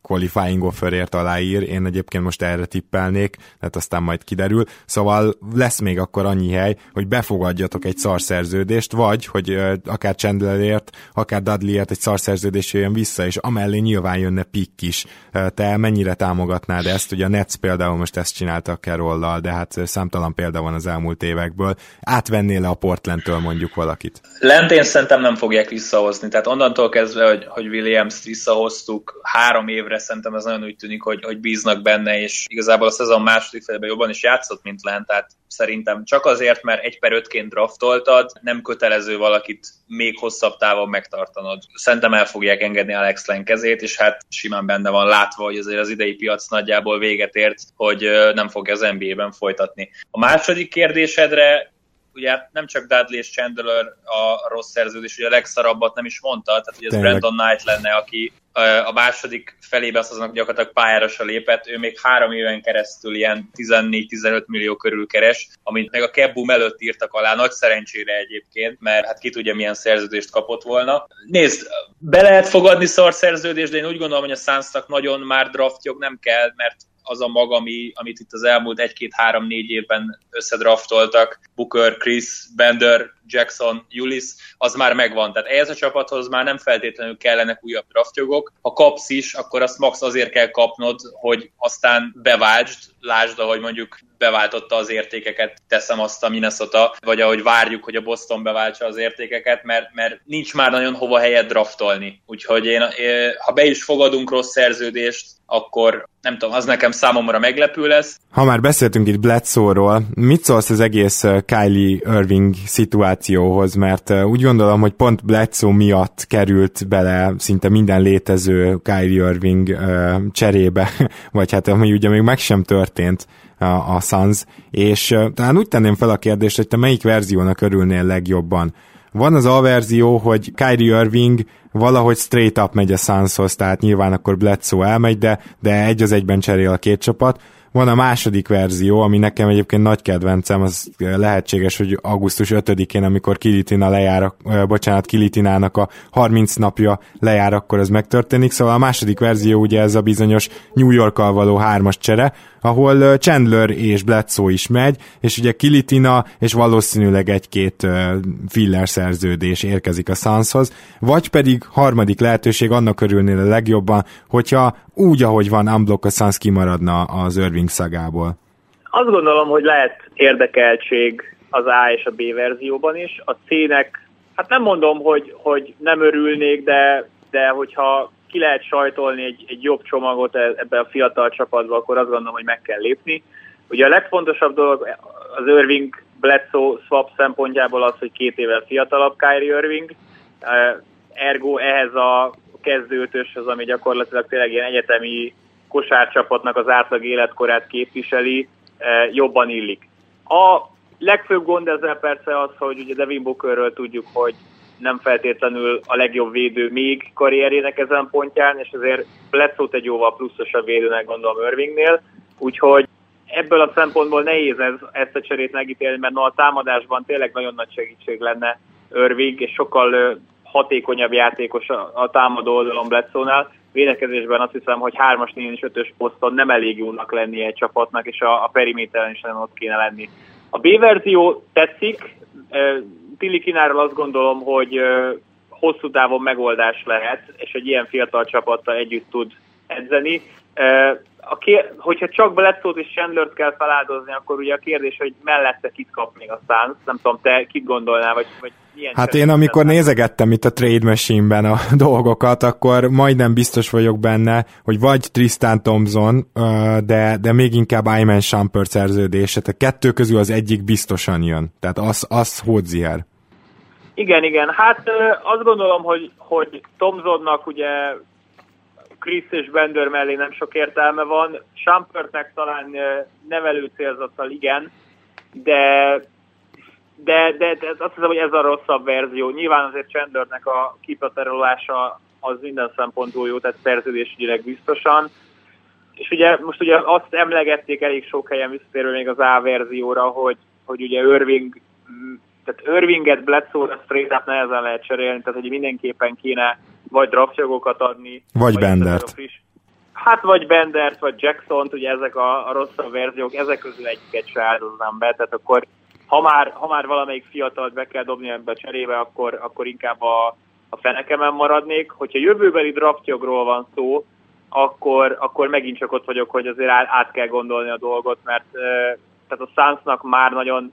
Speaker 1: qualifying offerért aláír, én egyébként most erre tippelnék, tehát aztán majd kiderül, szóval lesz még akkor annyi hely, hogy befogadjatok egy szarszerződést, vagy, hogy akár Chandlerért, akár Dudleyért egy szarszerződés jöjjön vissza, és amellé nyilván jönne pick is. Te mennyire támogatnád ezt? Ugye a Nets például most ezt csinálta a Carroll-lal, de hát számtalan példa van az elmúlt évekből. Átvennél le a Portlandtől mondjuk valakit?
Speaker 3: Lentén szerintem nem fogják visszahozni, tehát onnantól kezdve, hogy Williams-t visszahoztuk 3 évre, szerintem ez nagyon úgy tűnik, hogy bíznak benne, és igazából a szezon második felében jobban is játszott, mint Lent, tehát szerintem csak azért, mert 1/5-ként draftoltad, nem kötelező valakit még hosszabb távon megtartanod. Szerintem el fogják engedni Alex Len kezét, és hát simán benne van látva, hogy azért az idei piac nagyjából véget ért, hogy nem fogja az NBA-ben folytatni. A második kérdésedre ugye nem csak Dudley és Chandler a rossz szerződés, ugye a legszarabbat nem is mondta, tehát ugye ez Brandon Knight lenne, aki a második felébe azon gyakorlatilag pályára se lépett, ő még 3 éven keresztül ilyen 14-15 millió körül keres, amit meg a cap boom előtt írtak alá, nagy szerencsére egyébként, mert hát ki tudja milyen szerződést kapott volna. Nézd, be lehet fogadni szar szerződést, de én úgy gondolom, hogy a Sunsnak nagyon már draftjog nem kell, mert az a mag, amit itt az elmúlt 1-2-3-4 évben összedraftoltak, Booker, Chris, Bender, Jackson, Ulis, az már megvan. Tehát ehhez a csapathoz már nem feltétlenül kellenek újabb draftjogok. Ha kapsz is, akkor azt max azért kell kapnod, hogy aztán beváltsd, lásd, ahogy mondjuk beváltotta az értékeket, teszem azt a Minnesota, vagy ahogy várjuk, hogy a Boston beváltsa az értékeket, mert nincs már nagyon hova helyet draftolni. Úgyhogy én, ha be is fogadunk rossz szerződést, akkor nem tudom, az nekem számomra meglepő lesz.
Speaker 1: Ha már beszéltünk itt Bledsoe-ról, mit szólsz az egész Kyrie Irving szituációhoz, mert úgy gondolom, hogy pont Bledsoe miatt került bele szinte minden létező Kyrie Irving cserébe, vagy hát ami ugye még meg sem történt a Suns, és talán úgy tenném fel a kérdést, hogy te melyik verziónak örülnél legjobban. Van az A verzió, hogy Kyrie Irving valahogy straight up megy a Sunshoz, tehát nyilván akkor Bledsoe elmegy, de egy az egyben cserél a két csapat. Van a második verzió, ami nekem egyébként nagy kedvencem, az lehetséges, hogy augusztus 5-én, amikor Kilitinának a 30 napja lejár, akkor ez megtörténik. Szóval a második verzió ugye ez a bizonyos New Yorkkal való 3-as csere, ahol Chandler és Bledsoe is megy, és ugye Kilitina és valószínűleg egy-két filler szerződés érkezik a Sunshoz, vagy pedig harmadik lehetőség, annak örülnél a legjobban, hogyha úgy, ahogy van, unblock a Suns kimaradna az Irving szagából.
Speaker 4: Azt gondolom, hogy lehet érdekeltség az A és a B verzióban is. A C-nek, hát nem mondom, hogy nem örülnék, de hogyha ki lehet sajtolni egy jobb csomagot ebbe a fiatal csapatba, akkor azt gondolom, hogy meg kell lépni. Ugye a legfontosabb dolog az Irving-Bledsoe swap szempontjából az, hogy 2 évvel fiatalabb Kyrie Irving, ergo ehhez a kezdőtöshöz, ami gyakorlatilag tényleg ilyen egyetemi kosárcsapatnak az átlag életkorát képviseli, jobban illik. A legfőbb gond ezzel persze az, hogy ugye Devin Bookerről tudjuk, hogy nem feltétlenül a legjobb védő még karrierjének ezen pontján, és azért Bledsoe-t egy jóval pluszosabb védőnek gondolom Irvingnél, úgyhogy ebből a szempontból nehéz ezt a cserét megítélni, mert a támadásban tényleg nagyon nagy segítség lenne Irving, és sokkal hatékonyabb játékos a támadó oldalon Bledsoe-nál. Védekezésben azt hiszem, hogy 3-as, 4-es és 5-ös poszton nem elég jónak lennie egy csapatnak, és a periméteren is ott kéne lenni. A B verzió tetszik, Tilikináról azt gondolom, hogy hosszú távon megoldás lehet, és egy ilyen fiatal csapattal együtt tud edzeni. Hogyha csak Bledsoe-t és Chandlert kell feláldozni, akkor ugye a kérdés, hogy mellette kit kap még a Suns. Nem tudom, te kit gondolnál, vagy milyen...
Speaker 1: Hát én amikor nézegettem itt a Trade Machine-ben a dolgokat, akkor majdnem biztos vagyok benne, hogy vagy Tristan Thompson, de még inkább Iman Shumpert szerződése. Tehát 2 közül az egyik biztosan jön. Tehát az Hodzier.
Speaker 4: Igen. Hát azt gondolom, hogy Thompsonnak ugye Chris és Bender mellé nem sok értelme van. Shumpertnek talán nevelő célzattal igen, de azt hiszem, hogy ez a rosszabb verzió. Nyilván azért Chandlernek a kipaterolása az minden szempontból jó, tehát szerződésügyileg biztosan. És ugye most ugye azt emlegették elég sok helyen visszatérve még az A verzióra, hogy ugye Irvinget Bledsoe-ra straight up nehezen lehet cserélni, tehát hogy mindenképpen kéne vagy draftjogokat adni,
Speaker 1: vagy Bendert.
Speaker 4: Hát vagy Bendert, vagy Jacksont, ugye ezek a rosszabb verziók, ezek közül egyiket se áldoznám be, tehát akkor ha már valamelyik fiatalt be kell dobni ebbe a cserébe, akkor inkább a fenekemen maradnék. Hogyha jövőbeli draftjogról van szó, akkor megint csak ott vagyok, hogy azért át kell gondolni a dolgot, mert tehát a Sunsnak már nagyon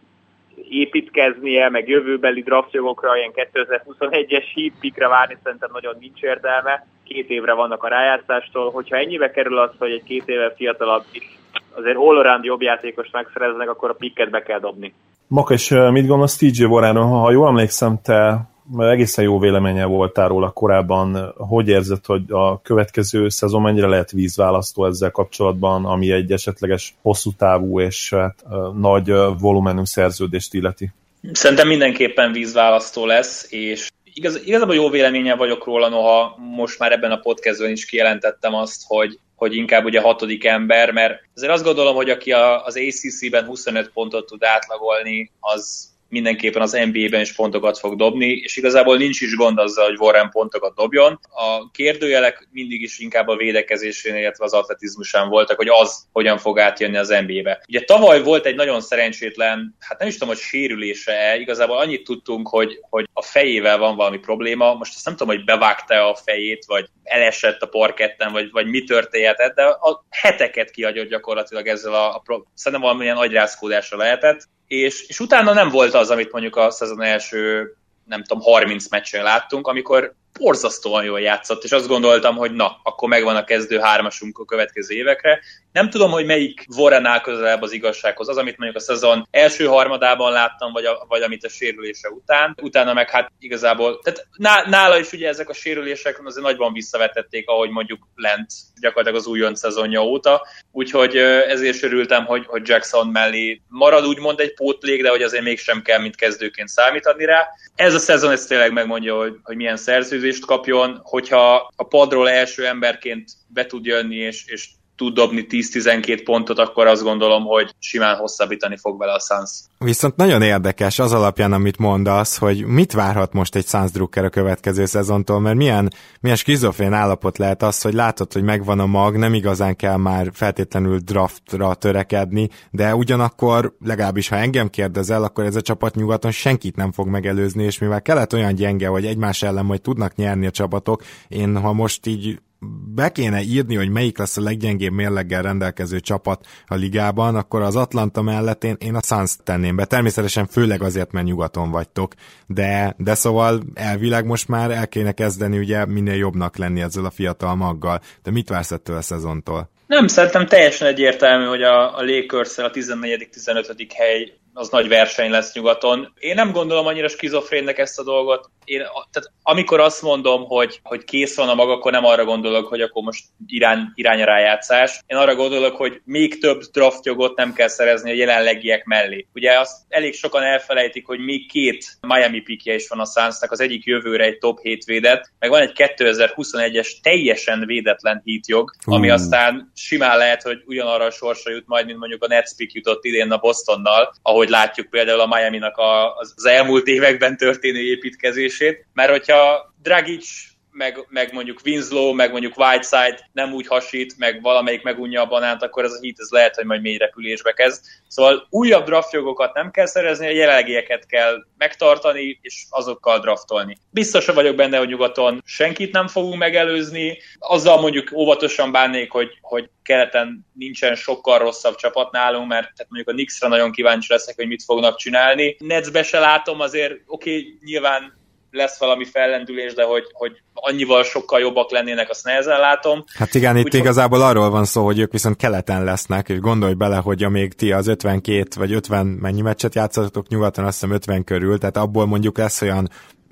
Speaker 4: építkeznie, meg jövőbeli draftjogokra, ilyen 2021-es heat pickre várni szerintem nagyon nincs értelme. 2 évre vannak a rájátszástól. Hogyha ennyibe kerül az, hogy egy 2 éve fiatalabb is azért all-around jobb játékost megszereznek, akkor a picket be kell dobni.
Speaker 2: Maka, és mit gondolsz TJ Warrenről? Ha jól emlékszem, te egészen jó véleménye voltál róla korábban. Hogy érzed, hogy a következő szezon mennyire lehet vízválasztó ezzel kapcsolatban, ami egy esetleges hosszú távú és nagy volumenű szerződést illeti?
Speaker 3: Szerintem mindenképpen vízválasztó lesz, és igazából jó véleménye vagyok róla, noha most már ebben a podcastben is kijelentettem azt, hogy inkább ugye 6. ember, mert azért azt gondolom, hogy aki az ACC-ben 25 pontot tud átlagolni, az mindenképpen az NBA-ben is pontokat fog dobni, és igazából nincs is gond azzal, hogy Warren pontokat dobjon. A kérdőjelek mindig is inkább a védekezésén, illetve az atletizmusán voltak, hogy az hogyan fog átjönni az NBA-be. Ugye tavaly volt egy nagyon szerencsétlen, hát nem is tudom, hogy sérülése-e, igazából annyit tudtunk, hogy a fejével van valami probléma, most azt nem tudom, hogy bevágta a fejét, vagy elesett a parketten, vagy mi történhetett, de a heteket kihagyott gyakorlatilag ezzel szerintem valamilyen agyrázkódásra lehetett, és utána nem volt az, amit mondjuk a szezon első, nem tudom, 30 meccsen láttunk, amikor borzasztóan jól játszott, és azt gondoltam, hogy na, akkor megvan a kezdő 3-asunk a következő évekre. Nem tudom, hogy melyik Warren áll közelebb az igazsághoz, az, amit mondjuk a szezon első harmadában láttam, vagy amit a sérülése után. Utána meg hát igazából, tehát nála is ugye ezek a sérülések azért nagyban visszavetették, ahogy mondjuk lent gyakorlatilag az újonc szezonja óta, úgyhogy ezért örültem, hogy Jackson mellé marad úgymond egy pótlék, de hogy azért mégsem kell mint kezdőként számítani rá. Ez a szezon ez tényleg megmondja, hogy milyen szerződést kapjon, hogyha a padról első emberként be tud jönni és tud dobni 10-12 pontot, akkor azt gondolom, hogy simán hosszabbítani fog vele a Suns.
Speaker 1: Viszont nagyon érdekes az alapján, amit mondasz, hogy mit várhat most egy Suns Drucker a következő szezontól, mert milyen skizofrén állapot lehet az, hogy látod, hogy megvan a mag, nem igazán kell már feltétlenül draftra törekedni, de ugyanakkor legalábbis, ha engem kérdezel, akkor ez a csapat nyugaton senkit nem fog megelőzni, és mivel kelet olyan gyenge, hogy egymás ellen majd tudnak nyerni a csapatok, én ha most így be kéne írni, hogy melyik lesz a leggyengébb mérleggel rendelkező csapat a ligában, akkor az Atlanta mellett én a Suns tenném be. Természetesen főleg azért, mert nyugaton vagytok, de szóval elvileg most már el kéne kezdeni ugye minél jobbnak lenni ezzel a fiatal maggal. De mit vársz ettől a szezontól?
Speaker 3: Nem, szerintem teljesen egyértelmű, hogy a Lakers-szel a 14.-15. hely az nagy verseny lesz nyugaton. Én nem gondolom annyira skizofrénnek ezt a dolgot. Tehát amikor azt mondom, hogy kész van a maga, akkor nem arra gondolok, hogy akkor most irány a rájátszás. Én arra gondolok, hogy még több draftjogot nem kell szerezni a jelenlegiek mellé. Ugye azt elég sokan elfelejtik, hogy még 2 Miami pickje is van a Sunsnak, az egyik jövőre egy top 7 védett, meg van egy 2021-es teljesen védetlen heatjog, ami aztán simán lehet, hogy ugyanarra a sorsra jut majd, mint mondjuk a Nets pick jutott idén a Bostonnal, ahogy látjuk például a Miami-nak az elmúlt években történő építkezését, mert hogyha Dragic, meg mondjuk Winslow, meg mondjuk Whiteside nem úgy hasít, meg valamelyik megunja a banánt, akkor ez a Heat ez lehet, hogy majd mély repülésbe kezd. Szóval újabb draftjogokat nem kell szerezni, a jelenlegieket kell megtartani, és azokkal draftolni. Biztosan vagyok benne, hogy nyugaton senkit nem fogunk megelőzni. Azzal mondjuk óvatosan bánnék, hogy keleten nincsen sokkal rosszabb csapat nálunk, mert tehát mondjuk a Knicksre nagyon kíváncsi leszek, hogy mit fognak csinálni. Netsbe se látom, azért oké, nyilván lesz valami fellendülés, de hogy annyival sokkal jobbak lennének, azt nehezen látom.
Speaker 1: Hát igen, itt igazából arról van szó, hogy ők viszont keleten lesznek, és gondolj bele, hogy amíg ti az 52 vagy 50 mennyi meccset játszatok nyugaton, azt hiszem 50 körül, tehát abból mondjuk lesz olyan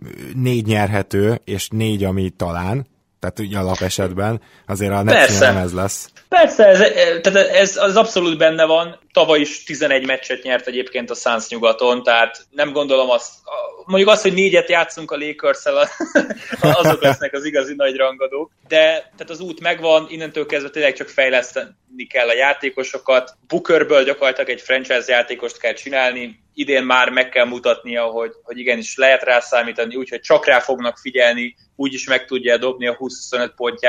Speaker 1: 4 nyerhető, és 4, ami talán, tehát ugye alapesetben azért a Netsnél nem ez lesz.
Speaker 3: Persze, ez az abszolút benne van. Tavaly is 11 meccset nyert egyébként a Suns nyugaton, tehát nem gondolom mondjuk azt, hogy 4-et játszunk a Lakers-szel, azok lesznek az igazi nagy rangadók, de tehát az út megvan, innentől kezdve tényleg csak fejleszteni kell a játékosokat. Bookerből gyakorlatilag egy franchise játékost kell csinálni, idén már meg kell mutatnia, hogy igenis lehet rá számítani, úgyhogy csak rá fognak figyelni, úgyis meg tudja dobni a 20-25 pontját,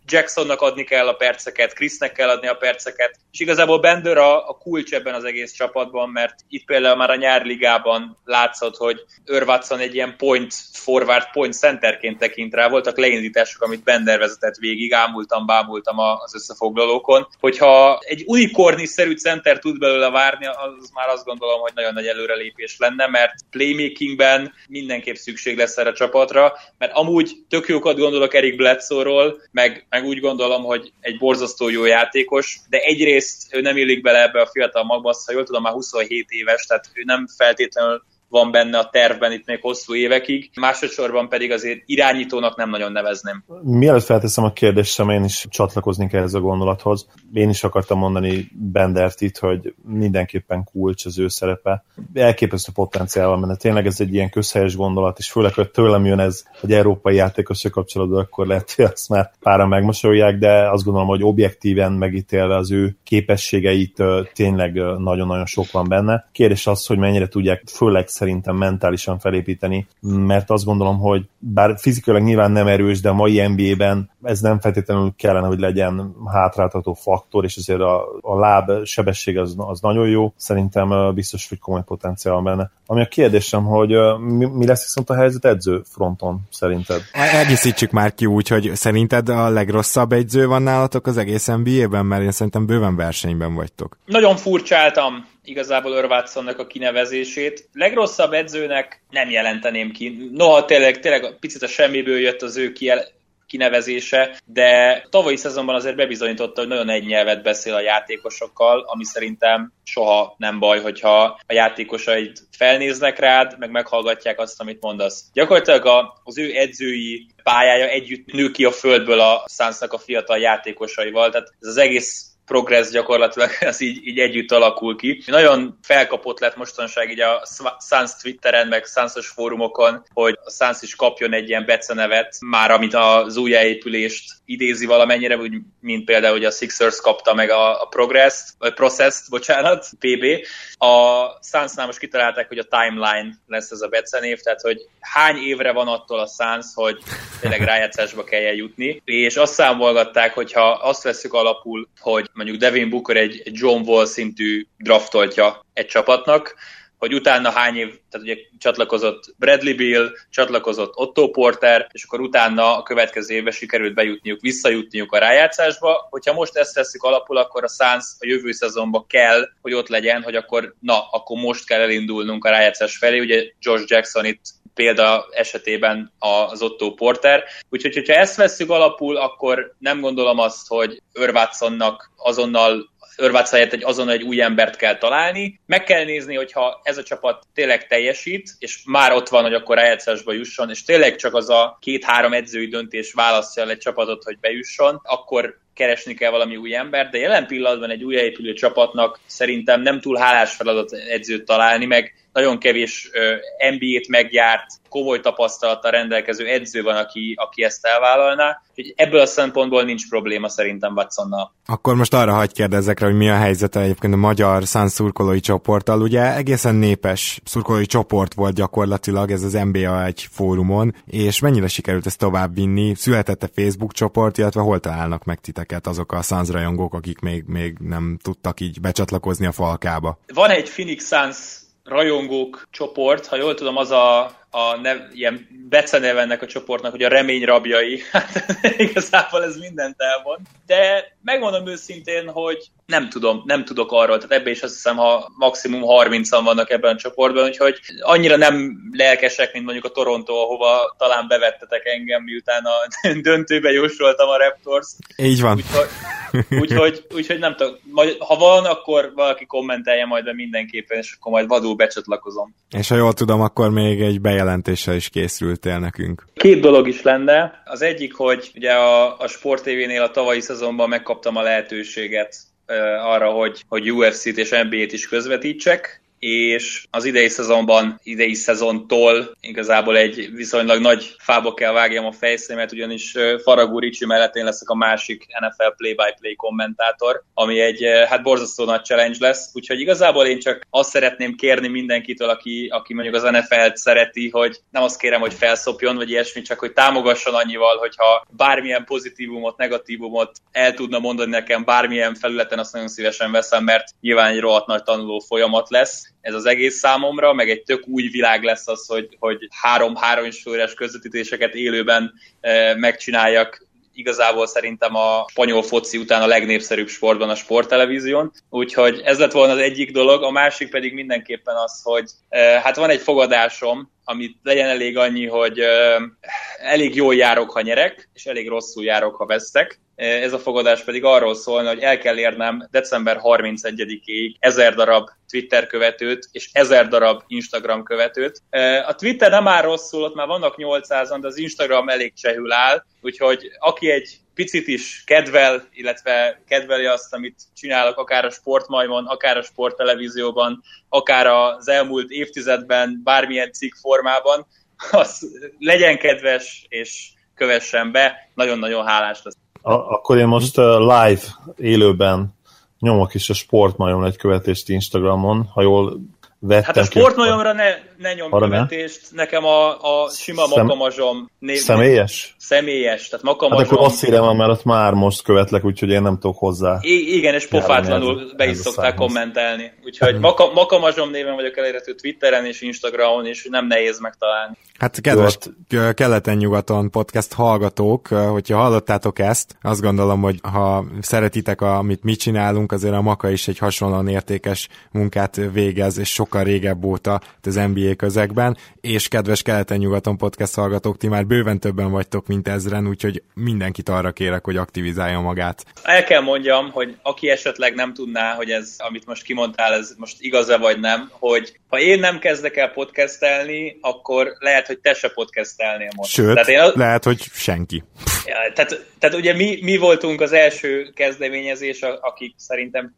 Speaker 3: Jacksonnak adni kell a perceket, Chrisnek kell adni a perceket, és igazából Bender a kulcs ebben az egész csapatban, mert itt például már a nyári ligában látszott, hogy Earl Watson egy ilyen point forward, point centerként tekint rá, voltak leindítások, amit Bender vezetett végig, bámultam az összefoglalókon. Hogyha egy unikorni-szerű center tud belőle várni, az már azt gondolom, hogy nagyon nagy előrelépés lenne, mert playmakingben mindenképp szükség lesz erre a csapatra, mert amúgy tök jókat gondolok Eric Bledsoe-ról, meg úgy gondolom, hogy egy borzasztó jó játékos, de egyrészt ő nem illik bele ebbe a fiatal magba, ha jól tudom, már 27 éves, tehát ő nem feltétlenül van benne a tervben itt még hosszú évekig, másodszorban pedig azért irányítónak nem nagyon nevezném.
Speaker 2: Mielőtt felteszem a kérdésem, én is csatlakozni kell ehhez a gondolathoz. Én is akartam mondani Bendert itt, hogy mindenképpen kulcs az ő szerepe. Elképesztő potenciál van benne. Tényleg ez egy ilyen közhelyes gondolat, és főleg, hogy tőlem jön ez, hogy európai játékosra kapcsolatban, akkor lehet, hogy azt már páran megmosolják, de azt gondolom, hogy objektíven megítélve az ő képességeit tényleg nagyon-nagyon sok van benne. Kérdés az, hogy mennyire tudják főleg szerintem mentálisan felépíteni, mert azt gondolom, hogy bár fizikailag nyilván nem erős, de a mai NBA-ben ez nem feltétlenül kellene, hogy legyen hátráltató faktor, és azért a láb sebesség az nagyon jó. Szerintem biztos, hogy komoly potenciál van benne. Ami a kérdésem, hogy mi lesz viszont a helyzet edző fronton szerinted?
Speaker 1: Egészítsük már ki úgy, hogy szerinted a legrosszabb edző van nálatok az egész NBA-ben, mert én szerintem bőven versenyben vagytok.
Speaker 3: Nagyon furcsáltam igazából Earl Watsonnak a kinevezését. Legrosszabb edzőnek nem jelenteném ki. Noha tényleg picit a semmiből jött az ő kinevezése, de tavalyi szezonban azért bebizonyította, hogy nagyon egy nyelvet beszél a játékosokkal, ami szerintem soha nem baj, hogyha a játékosaid felnéznek rád, meg meghallgatják azt, amit mondasz. Gyakorlatilag az ő edzői pályája együtt nő ki a földből a Sunsnak a fiatal játékosaival, tehát ez az egész progress gyakorlatilag az így együtt alakul ki. Nagyon felkapott lett mostanság így a Suns Twitteren, meg Sunsos fórumokon, hogy a Suns is kapjon egy ilyen becenevet, már amit az újjáépülést idézi valamennyire, úgy, mint például hogy a Sixers kapta meg a Process-t, PB. A Sunsnál most kitalálták, hogy a Timeline lesz ez a becenév, tehát hogy hány évre van attól a Suns, hogy tényleg rájátszásba kelljen jutni, és azt számolgatták, hogyha azt vesszük alapul, hogy mondjuk Devin Booker egy John Wall szintű draftoltja egy csapatnak, hogy utána hány év, tehát ugye csatlakozott Bradley Beal, csatlakozott Otto Porter, és akkor utána a következő évben sikerült visszajutniuk a rájátszásba. Hogyha most ezt veszik alapul, akkor a Suns a jövő szezonban kell, hogy ott legyen, hogy akkor most kell elindulnunk a rájátszás felé. Ugye Josh Jackson itt példa esetében az Otto Porter. Úgyhogy, hogyha ezt vesszük alapul, akkor nem gondolom azt, hogy Earl Watsonnak azonnal egy új embert kell találni. Meg kell nézni, hogyha ez a csapat tényleg teljesít, és már ott van, hogy akkor rájátszásba jusson, és tényleg csak az a 2-3 edzői döntés választja el egy csapatot, hogy bejusson, akkor keresni kell valami új ember, de jelen pillanatban egy újjáépülő csapatnak szerintem nem túl hálás feladat edzőt találni, meg nagyon kevés NBA-t megjárt, komoly tapasztalattal rendelkező edző van, aki ezt elvállalná. Úgyhogy ebből a szempontból nincs probléma szerintem Watsonnal.
Speaker 1: Akkor most arra hagyj kérdezzek rá, hogy mi a helyzete egyébként a magyar Suns szurkolói csoporttal. Ugye egészen népes szurkolói csoport volt gyakorlatilag ez az NBA egy fórumon, és mennyire sikerült ezt továbbvinni? Született-e Facebook csoport, illetve hol találnak meg titeket azok a Suns rajongók, akik még nem tudtak így becsatlakozni a falkába?
Speaker 3: Van egy Phoenix Suns rajongók csoport, ha jól tudom, az ilyen beceneve ennek a csoportnak, hogy a remény rabjai. Hát igazából ez mindent elmond. De megmondom őszintén, hogy nem tudok arról, tehát ebben is azt hiszem, ha maximum 30-an vannak ebben a csoportban, úgyhogy annyira nem lelkesek, mint mondjuk a Toronto, ahova talán bevettetek engem, miután a döntőbe jósoltam a Raptors.
Speaker 1: Így van.
Speaker 3: Úgyhogy nem tudom, majd, ha van, akkor valaki kommentelje majd be mindenképpen, és akkor majd vadul becsatlakozom.
Speaker 1: És ha jól tudom, akkor még egy bejelentéssel is készültél nekünk.
Speaker 3: 2 dolog is lenne. Az egyik, hogy ugye a Sport TV-nél a tavalyi szezonban megkaptam a lehetőséget arra, hogy UFC-t és NBA-t is közvetítsek, és az idei szezontól igazából egy viszonylag nagy fába kell vágjam a fejszémet, ugyanis Faragó Ricsi mellett én leszek a másik NFL play-by-play kommentátor, ami egy hát borzasztó nagy challenge lesz, úgyhogy igazából én csak azt szeretném kérni mindenkitől, aki mondjuk az NFL-t szereti, hogy nem azt kérem, hogy felszopjon, vagy ilyesmi, csak hogy támogasson annyival, hogyha bármilyen pozitívumot, negatívumot el tudna mondani nekem bármilyen felületen, azt nagyon szívesen veszem, mert nyilván egy rohadt nagy tanuló folyamat lesz ez az egész számomra, meg egy tök új világ lesz az, hogy 3-3,5 órás közvetítéseket élőben megcsináljak. Igazából szerintem a spanyol foci után a legnépszerűbb sportban a sporttelevízión. Úgyhogy ez lett volna az egyik dolog, a másik pedig mindenképpen az, hogy hát van egy fogadásom, amit legyen elég annyi, hogy elég jól járok, ha nyerek, és elég rosszul járok, ha vesztek. Ez a fogadás pedig arról szólna, hogy el kell érnem december 31-ig 1000 darab Twitter követőt és 1000 darab Instagram követőt. A Twitter nem áll rosszul, ott már vannak 800-an, de az Instagram elég csehül áll, úgyhogy aki egy picit is kedvel, illetve kedveli azt, amit csinálok, akár a Sportmajmon, akár a Sporttelevízióban, akár az elmúlt évtizedben, bármilyen cikk formában, az legyen kedves és kövessen be, nagyon-nagyon hálás lesz.
Speaker 2: Akkor én most live, élőben nyomok is a Sportmajomra egy követést Instagramon, ha jól vettem.
Speaker 3: Hát a Sportmajomra ne nyom követést, nekem a sima Makamazsom név.
Speaker 2: Személyes?
Speaker 3: Személyes, tehát Makamazsom.
Speaker 2: Hát akkor azt írem, mert ott már most követlek, úgyhogy én nem tudok hozzá.
Speaker 3: Igen, és pofátlanul be is szokták kommentelni. Úgyhogy Makamazsom néven vagyok elérhető Twitteren és Instagramon, és nem nehéz megtalálni.
Speaker 1: Hát kedves Keleten-nyugaton podcast hallgatók, hogyha hallottátok ezt, azt gondolom, hogy ha szeretitek, amit mi csinálunk, azért a Maka is egy hasonlóan értékes munkát végez, és sokkal régebb óta az NBA közegben, és kedves Keleten-nyugaton podcast hallgatók, ti már bőven többen vagytok, mint 1000-en, úgyhogy mindenkit arra kérek, hogy aktivizálja magát.
Speaker 3: El kell mondjam, hogy aki esetleg nem tudná, hogy ez, amit most kimondtál, ez most igaz-e vagy nem, hogy ha én nem kezdek el podcastelni, akkor lehet, hogy te se podcastelnél most.
Speaker 1: Sőt, lehet, hogy senki.
Speaker 3: Tehát ugye mi voltunk az első kezdeményezés, akik szerintem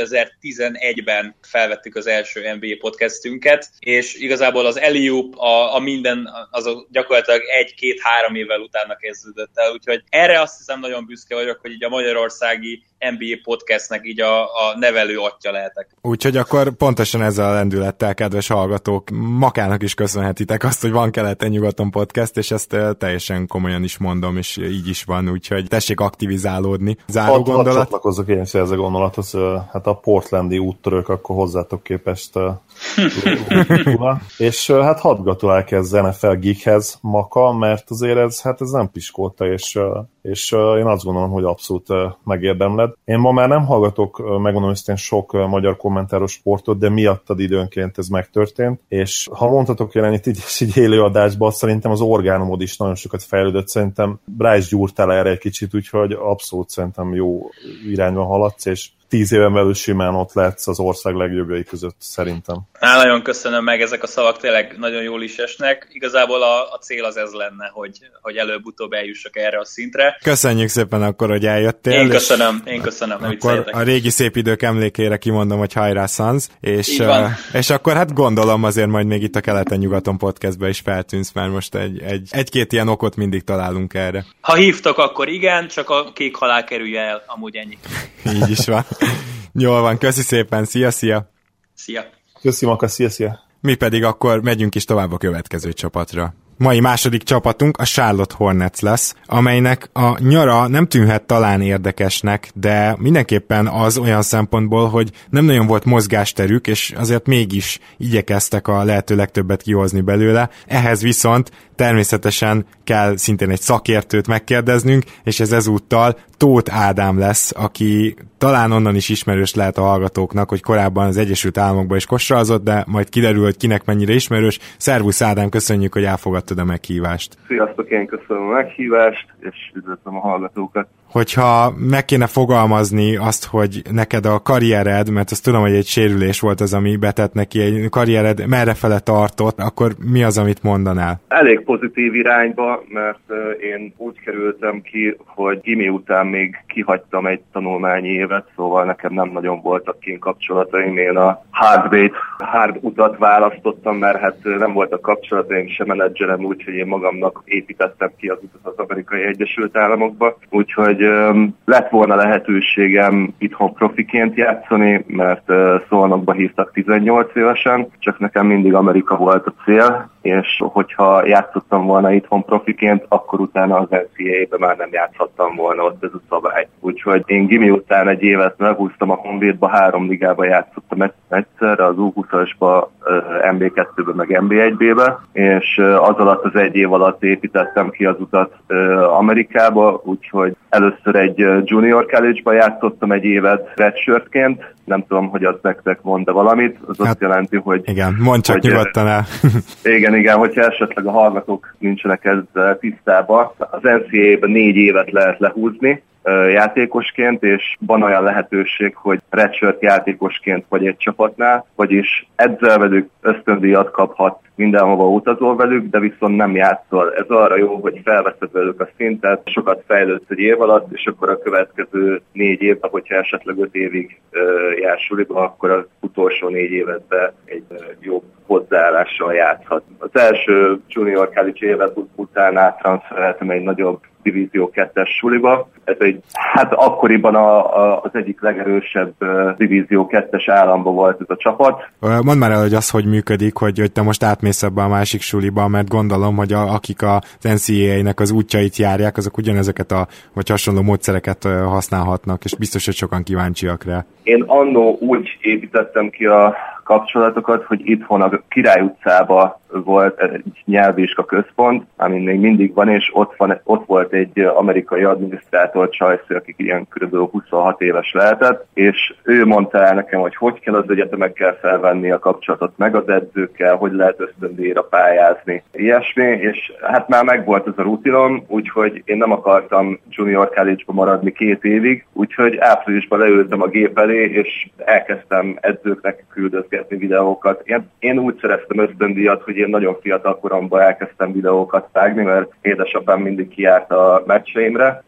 Speaker 3: 2011-ben felvettük az első NBA podcastünket, és igazából az Eliup, a minden, az gyakorlatilag 1-2-3 évvel utána kezdődött el, úgyhogy erre azt hiszem nagyon büszke vagyok, hogy így a magyarországi NBA podcastnek így a nevelő atya lehetek.
Speaker 1: Úgyhogy akkor pontosan ezzel a lendülettel, kedves hallgatók, Makának is köszönhetitek azt, hogy van Keleten-nyugaton podcast, és ezt teljesen komolyan is mondom, és így is van, úgyhogy tessék aktivizálódni. Záró gondolat?
Speaker 2: Hadd csatlakozzak én is ez a gondolathoz, hát a portlandi úttörők akkor hozzátok képest és hát hadd gratulálok ez NFL Geekhez, Maka, mert azért ez nem piskolta, és én azt gondolom, hogy abszolút megérdemled. Én ma már nem hallgatok, megmondom őszintén, sok magyar kommentáros sportot, de miattad időnként ez megtörtént, és ha mondhatok jelenít így élőadásban, szerintem az orgánumod is nagyon sokat fejlődött, szerintem rá is gyúrtál erre egy kicsit, úgyhogy abszolút szerintem jó irányba haladsz, és 10 éven belül simán ott lehetsz az ország legjobbjai között, szerintem.
Speaker 3: Nagyon köszönöm meg, ezek a szavak tényleg nagyon jól is esnek. Igazából a cél az ez lenne, hogy előbb-utóbb eljussak erre a szintre.
Speaker 1: Köszönjük szépen akkor, hogy eljöttél.
Speaker 3: Én köszönöm.
Speaker 1: Akkor a régi szép idők emlékére kimondom, hogy hajrá Suns, és akkor hát gondolom azért majd még itt a Keleten-nyugaton podcastben is feltűnsz, mert most egy-két ilyen okot mindig találunk erre.
Speaker 3: Ha hívtok, akkor igen, csak a kék halál kerülje el, amúgy ennyi.
Speaker 1: Így is van. Jól van, köszi szépen, szia!
Speaker 3: Szia!
Speaker 2: Köszi Maka, szia!
Speaker 1: Mi pedig akkor megyünk is tovább a következő csapatra. Mai második csapatunk a Charlotte Hornets lesz, amelynek a nyara nem tűnhet talán érdekesnek, de mindenképpen az olyan szempontból, hogy nem nagyon volt mozgásterük, és azért mégis igyekeztek a lehető legtöbbet kihozni belőle. Ehhez viszont természetesen kell szintén egy szakértőt megkérdeznünk, és ez ezúttal Tóth Ádám lesz, aki talán onnan is ismerős lehet a hallgatóknak, hogy korábban az Egyesült Államokban is kosarazott, de majd kiderül, hogy kinek mennyire ismerős. Szervusz Ádám, köszönjük, hogy elfogadtad a meghívást.
Speaker 5: Sziasztok, én köszönöm a meghívást, és üdvözlöm a hallgatókat.
Speaker 1: hogyha meg kéne fogalmazni azt, hogy neked a karriered, mert azt tudom, hogy egy sérülés volt az, ami betett neki, egy karriered merrefele tartott, akkor mi az, amit mondanál?
Speaker 5: Elég pozitív irányba, mert én úgy kerültem ki, hogy gimi után még kihagytam egy tanulmányi évet, szóval nekem nem nagyon voltak kint kapcsolataim. Én a hard utat választottam, mert hát nem voltak kapcsolataim, sem menedzserem, úgyhogy én magamnak építettem ki az utat az Amerikai Egyesült Államokba. Úgyhogy lett volna lehetőségem itthon profiként játszani, mert Szolnokba hívtak 18 évesen, csak nekem mindig Amerika volt a cél, és hogyha játszottam volna itthon profiként, akkor utána az NCAA-be már nem játszhattam volna, ott ez a szabály. Úgyhogy én gimi után egy évet meghúztam a Honvédba, 3 ligába játszottam egyszerre, az U20-asba, NB2-be meg NB1-be, és az alatt az egy év alatt építettem ki az utat Amerikába, úgyhogy először egy junior college-ba játszottam egy évet redshirtként, nem tudom, hogy az nektek mond-e valamit, az azt jelenti, hogy...
Speaker 1: Igen, mondd csak nyugodtan el.
Speaker 5: Igen, hogyha esetleg a hallgatók nincsenek ezzel tisztában, az NCAA-ben 4 évet lehet lehúzni játékosként, és van olyan lehetőség, hogy redshirt játékosként vagy egy csapatnál, vagyis edzel velük, ösztöndíjat kaphat, mindenhova utazol velük, de viszont nem játszol. Ez arra jó, hogy felveszed velük a szintet, sokat fejlődsz egy év alatt, és akkor a következő 4 évben, hogyha esetleg 5 évig jár suliba, akkor az utolsó 4 évedben egy jobb hozzáállással játszhat. Az első junior college évet után áttranszfereltem egy nagyobb Divízió 2-es suliba. Ez akkoriban az egyik legerősebb Divízió 2-es államban volt ez a csapat.
Speaker 1: Mondd már el, hogy az hogy működik, hogy te most átmész ebbe a másik suliba, mert gondolom, hogy akik az NCAA-nek az útjait járják, azok ugyanezeket vagy hasonló módszereket használhatnak, és biztos, hogy sokan kíváncsiak rá.
Speaker 5: Én annó úgy építettem ki a kapcsolatokat, hogy itthon a Király utcában volt egy nyelvvizsga központ, ami még mindig van, és ott volt egy amerikai adminisztrátor Csajci, aki ilyen kb. 26 éves lehetett, és ő mondta el nekem, hogy kell az egyetemekkel felvenni a kapcsolatot, meg az edzőkkel, hogy lehet ösztöndíjra pályázni, ilyesmi, és hát már megvolt ez a rutinom, úgyhogy én nem akartam junior college-ba maradni 2 évig, úgyhogy áprilisban leültem a gép elé, és elkezdtem edzőknek küldözgetni videókat. Én úgy szereztem ösztöndíjat, hogy én nagyon fiatal koromban elkezdtem videókat vágni, mert édesapám mindig kijárt a meccseimre,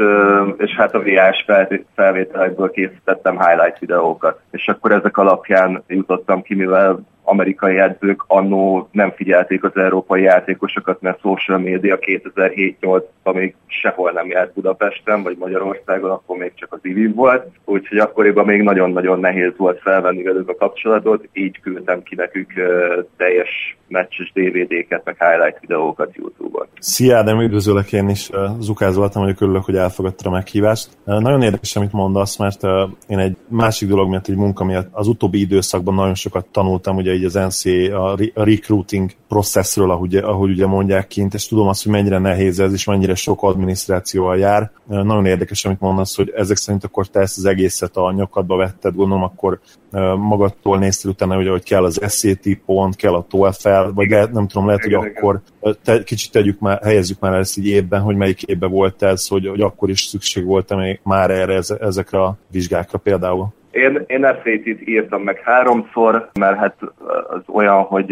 Speaker 5: és hát a VHS felvételekből készítettem highlight videókat. És akkor ezek alapján jutottam ki, mivel amerikai edzők annó nem figyelték az európai játékosokat, mert social media 2007-8-ban még sehol nem járt Budapesten, vagy Magyarországon, akkor még csak az IVIV volt, úgyhogy akkoriban még nagyon-nagyon nehéz volt felvenni velük a kapcsolatot, így küldtem ki nekük teljes meccses DVD-ket, meg highlight videókat YouTube-on.
Speaker 2: Szia Ádám, üdvözöllek én is, Zukáz voltam, vagyok, örülök, hogy elfogadtad a meghívást. Nagyon érdekes, amit mondasz, mert én egy másik dolog miatt, egy munka miatt az utóbbi időszakban nagyon sokat tanultam, ugye így az NCAA, a recruiting processről, ahogy ugye mondják kint, és tudom azt, hogy mennyire nehéz ez, és mennyire sok adminisztrációval jár. Nagyon érdekes, amit mondasz, hogy ezek szerint akkor te ezt az egészet a nyakadba vetted, gondolom, akkor magadtól néztél utána, hogy kell az SAT pont, kell a TOEFL, vagy nem tudom, lehet, hogy akkor kicsit helyezzük már ezt így évben, hogy melyik évben volt ez, hogy akkor is szükség volt már erre, ezekre a vizsgákra például.
Speaker 5: Én SAT-t írtam meg 3-szor, mert hát az olyan, hogy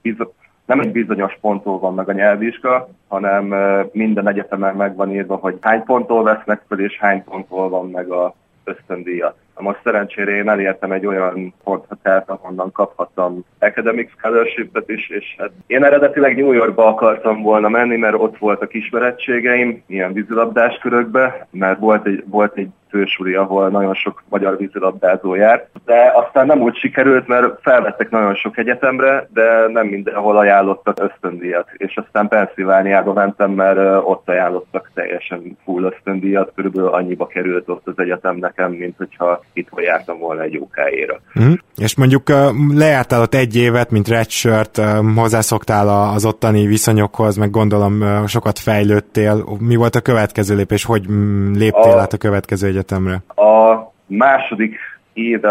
Speaker 5: nem egy bizonyos ponttól van meg a nyelvvizsga, hanem minden egyetemen meg van írva, hogy hány ponttól vesznek fel, és hány ponttól van meg a ösztöndíjat. Most szerencsére én elértem egy olyan ponthatárt, ahonnan kaphattam academic scholarship-et is, és hát én eredetileg New Yorkba akartam volna menni, mert ott voltak ismerettségeim, ilyen vízilabdás körökbe, mert volt egy fősuli, ahol nagyon sok magyar vízilabdázó járt, de aztán nem úgy sikerült, mert felvettek nagyon sok egyetemre, de nem mindenhol ajánlottak ösztöndíjat, és aztán Pennsylvániába mentem, mert ott ajánlottak teljesen full ösztöndíjat, körülbelül annyiba került ott az egyetem nekem, mint hogyha itt jártam volna egy OK-ra.
Speaker 1: És mondjuk lejártál ott 1 évet, mint redshirt, hozzászoktál az ottani viszonyokhoz, meg gondolom sokat fejlődtél. Mi volt a következő lépés? Hogy léptél át a következő egyetemre?
Speaker 5: A második évem az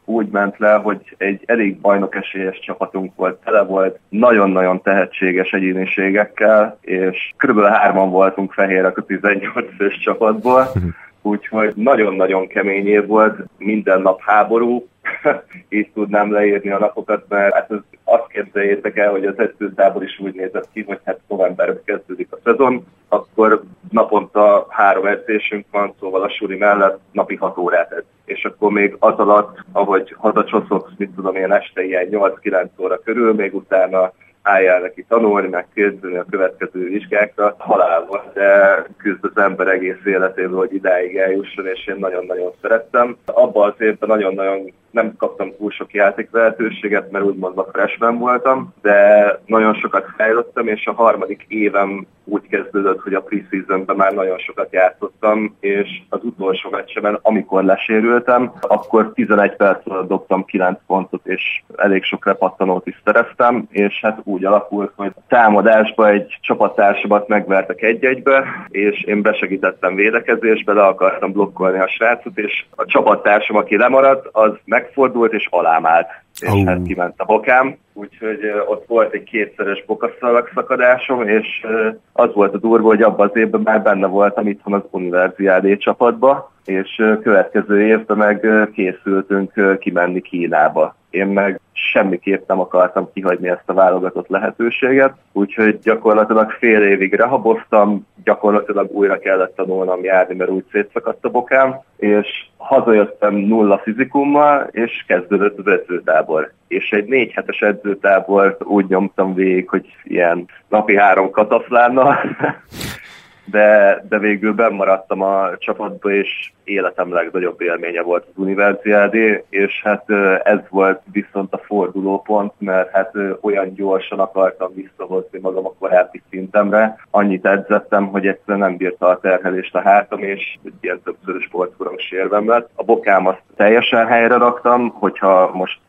Speaker 5: úgy ment le, hogy egy elég bajnokesélyes csapatunk volt, tele volt nagyon-nagyon tehetséges egyéniségekkel, és körülbelül 3-an voltunk fehérak a 18 fős csapatból, úgyhogy nagyon-nagyon kemény év volt, minden nap háború, így tudnám leírni a napokat, mert hát azt képzeljétek el, hogy az edzőtábor is úgy nézett ki, hogy hát novemberben kezdődik a szezon, akkor naponta 3 edzésünk van, szóval a suli mellett napi 6 órát edz. És akkor még az alatt, ahogy hazacsoszogsz, mit tudom én, este ilyen 8-9 óra körül, még utána álljál neki tanulni, meg készülni a következő vizsgákra, halál volt, de küzd az ember egész életéből, hogy idáig eljusson, és én nagyon-nagyon szerettem. Abban az évben nagyon-nagyon nem kaptam túl sok játék lehetőséget, mert úgymond a freshman voltam, de nagyon sokat fejlődtem, és a harmadik évem úgy kezdődött, hogy a preseasonben már nagyon sokat játszottam, és az utolsó meccsemen, amikor lesérültem, akkor 11 perc alatt dobtam 9 pontot, és elég sok repattanót is szereztem, és hát úgy alakult, hogy támadásba egy csapattársamat megvertek 1-1-be, és én besegítettem védekezésbe, le akartam blokkolni a srácot, és a csapattársam, aki lemaradt, az megfordult és alám állt, és hát kiment a bokám, úgyhogy ott volt egy 2-szeres bokaszalag szakadásom, és az volt a durva, hogy abban az évben már benne voltam itthon az Universiade csapatba, és következő évben meg készültünk kimenni Kínába. Én meg semmiképp nem akartam kihagyni ezt a válogatott lehetőséget, úgyhogy gyakorlatilag fél évig rehaboztam, gyakorlatilag újra kellett tanulnom járni, mert úgy szétszakadt a bokám, és hazajöttem 0 fizikummal, és kezdődött az edzőtábor. És egy 4 hetes edzőtábort úgy nyomtam végig, hogy ilyen napi 3 kataflánnal, de végül bennmaradtam a csapatba, és életem legnagyobb élménye volt az Universiade, és hát ez volt viszont a fordulópont, mert hát olyan gyorsan akartam visszahozni magam a korábbi szintemre. Annyit edzettem, hogy egyszerűen nem bírta a terhelést a hátam, és ilyen többszörös sportkorong sérvem lett. A bokám azt teljesen helyre raktam, hogyha most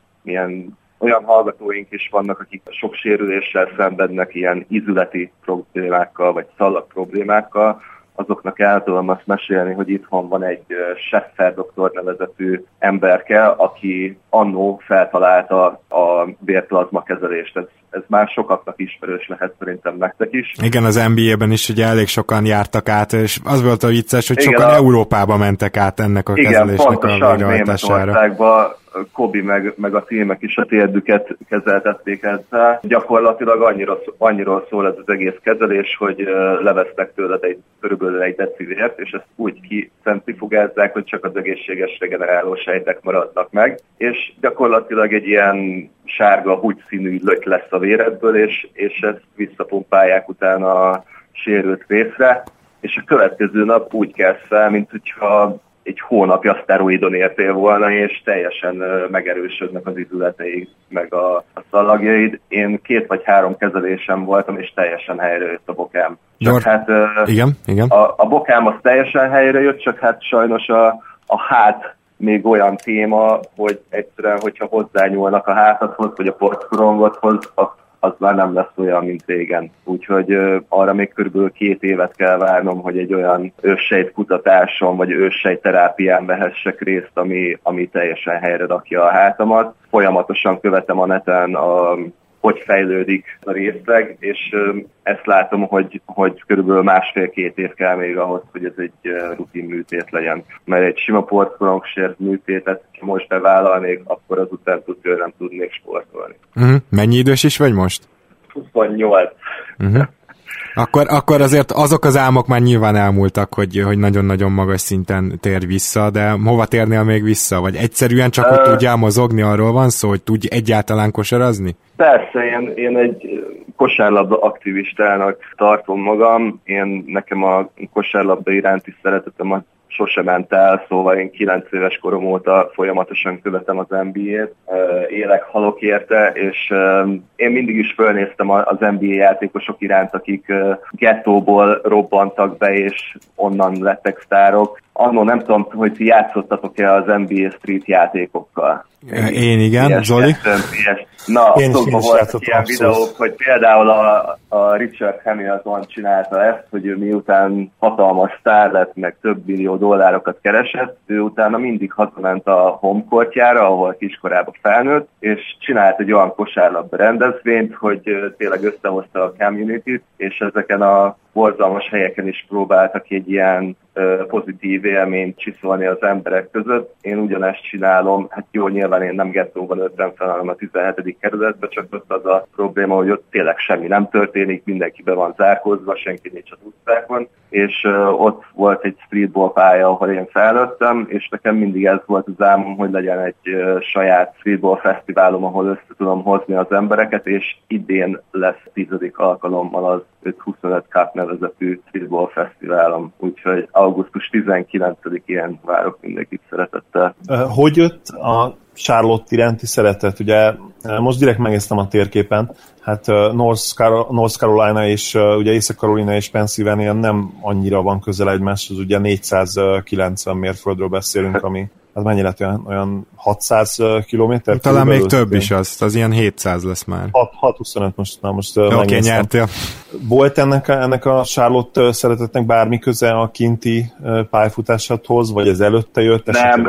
Speaker 5: olyan hallgatóink is vannak, akik sok sérüléssel szenvednek, ilyen izületi problémákkal, vagy szallag problémákkal, azoknak el tudom azt mesélni, hogy itthon van egy Scheffer doktor nevezetű emberke, aki annó feltalálta a vérplazma kezelést. Ez már sokaknak ismerős lehet szerintem nektek is.
Speaker 1: Igen, az NBA-ben is ugye elég sokan jártak át, és az volt a vicces, hogy sokan Európába mentek át ennek a kezelésnek a végrehajtására.
Speaker 5: Németországban Kobi meg a tímek is a térdüket kezeltették ezzel. Gyakorlatilag annyiról szól ez az egész kezelés, hogy levesznek tőled körülbelül egy decivért, és ezt úgy kicentrifugázzák, hogy csak az egészséges regeneráló sejtek maradnak meg, és gyakorlatilag egy ilyen sárga húgyszínű löty lesz a véredből, és ezt visszapumpálják utána a sérült részre, és a következő nap úgy kezd fel, mint hogyha egy hónapja szteroidon értél volna, és teljesen megerősödnek az izületeid, meg a szallagjaid. Én 2 vagy 3 kezelésem voltam, és teljesen helyre jött a bokám. Csak hát
Speaker 1: igen.
Speaker 5: A bokám az teljesen helyre jött, csak hát sajnos a hát még olyan téma, hogy egyszerűen, hogyha hozzányúlnak a hátadhoz, vagy a portkorongodhoz, az már nem lesz olyan, mint régen. Úgyhogy arra még körülbelül 2 évet kell várnom, hogy egy olyan őssejt kutatáson, vagy őssejt terápián vehessek részt, ami teljesen helyre rakja a hátamat. Folyamatosan követem a neten hogy fejlődik a részleg, és ezt látom, hogy körülbelül 1,5-2 év kell még ahhoz, hogy ez egy rutin műtét legyen. Mert egy sima portkorongsért műtétet, ha most bevállalnék, akkor azután nem tudnék sportolni.
Speaker 1: Mennyi idős is vagy most?
Speaker 5: 28.
Speaker 1: Akkor azért azok az álmok már nyilván elmúltak, hogy nagyon-nagyon magas szinten tér vissza, de hova térnél még vissza? Vagy egyszerűen csak hogy tudjál mozogni, arról van szó, hogy tudj egyáltalán kosarazni?
Speaker 5: Persze, én egy kosárlabda aktivistának tartom magam. Nekem a kosárlabda iránti szeretetem sose ment el, szóval én 9 éves korom óta folyamatosan követem az NBA-t, élek, halok érte, és én mindig is fölnéztem az NBA játékosok iránt, akik gettóból robbantak be, és onnan lettek sztárok. Annól nem tudom, hogy ti játszottatok-e az NBA Street játékokkal.
Speaker 1: Én igen, Zoli?
Speaker 5: Na, azokban voltak ilyen videók, hogy például a Richard Hamilton csinálta ezt, hogy ő miután hatalmas sztár lett, meg több millió dollárokat keresett, ő utána mindig hazament a homecourtjára, ahol kiskorában felnőtt, és csinált egy olyan kosárlabda rendezvényt, hogy tényleg összehozta a community-t, és ezeken a borzalmas helyeken is próbáltak egy ilyen pozitív élményt csiszolni az emberek között. Én ugyanezt csinálom, hát jó, nyilván én nem gettóban nőttem fel, hanem a 17. kerületben, csak ott az a probléma, hogy ott tényleg semmi nem történik, mindenki be van zárkózva, senki nincs az utcákon, és ott volt egy streetball pálya, ahol én felnőttem, és nekem mindig ez volt az álmom, hogy legyen egy saját streetball fesztiválom, ahol össze tudom hozni az embereket, és idén lesz 10. alkalommal az 525 Cup nevezetű streetball fesztiválom, úgyhogy augusztus 19-én várok mindenkit szeretettel.
Speaker 2: Hogy jött a Charlotte iránti szeretet? Ugye most direkt megnéztem a térképen, hát North Carolina és ugye Észak-Carolina és Pennsylvania nem annyira van közel egymáshoz, ugye 490 mérföldről beszélünk, ami az mennyi lett, olyan 600 kilométer?
Speaker 1: Talán még több is az ilyen 700 lesz már.
Speaker 2: 625 most
Speaker 1: Oké, nyertél.
Speaker 2: Volt ennek a Charlotte szeretetnek bármi köze a kinti pályafutásodhoz, vagy ez előtte jött?
Speaker 5: Nem,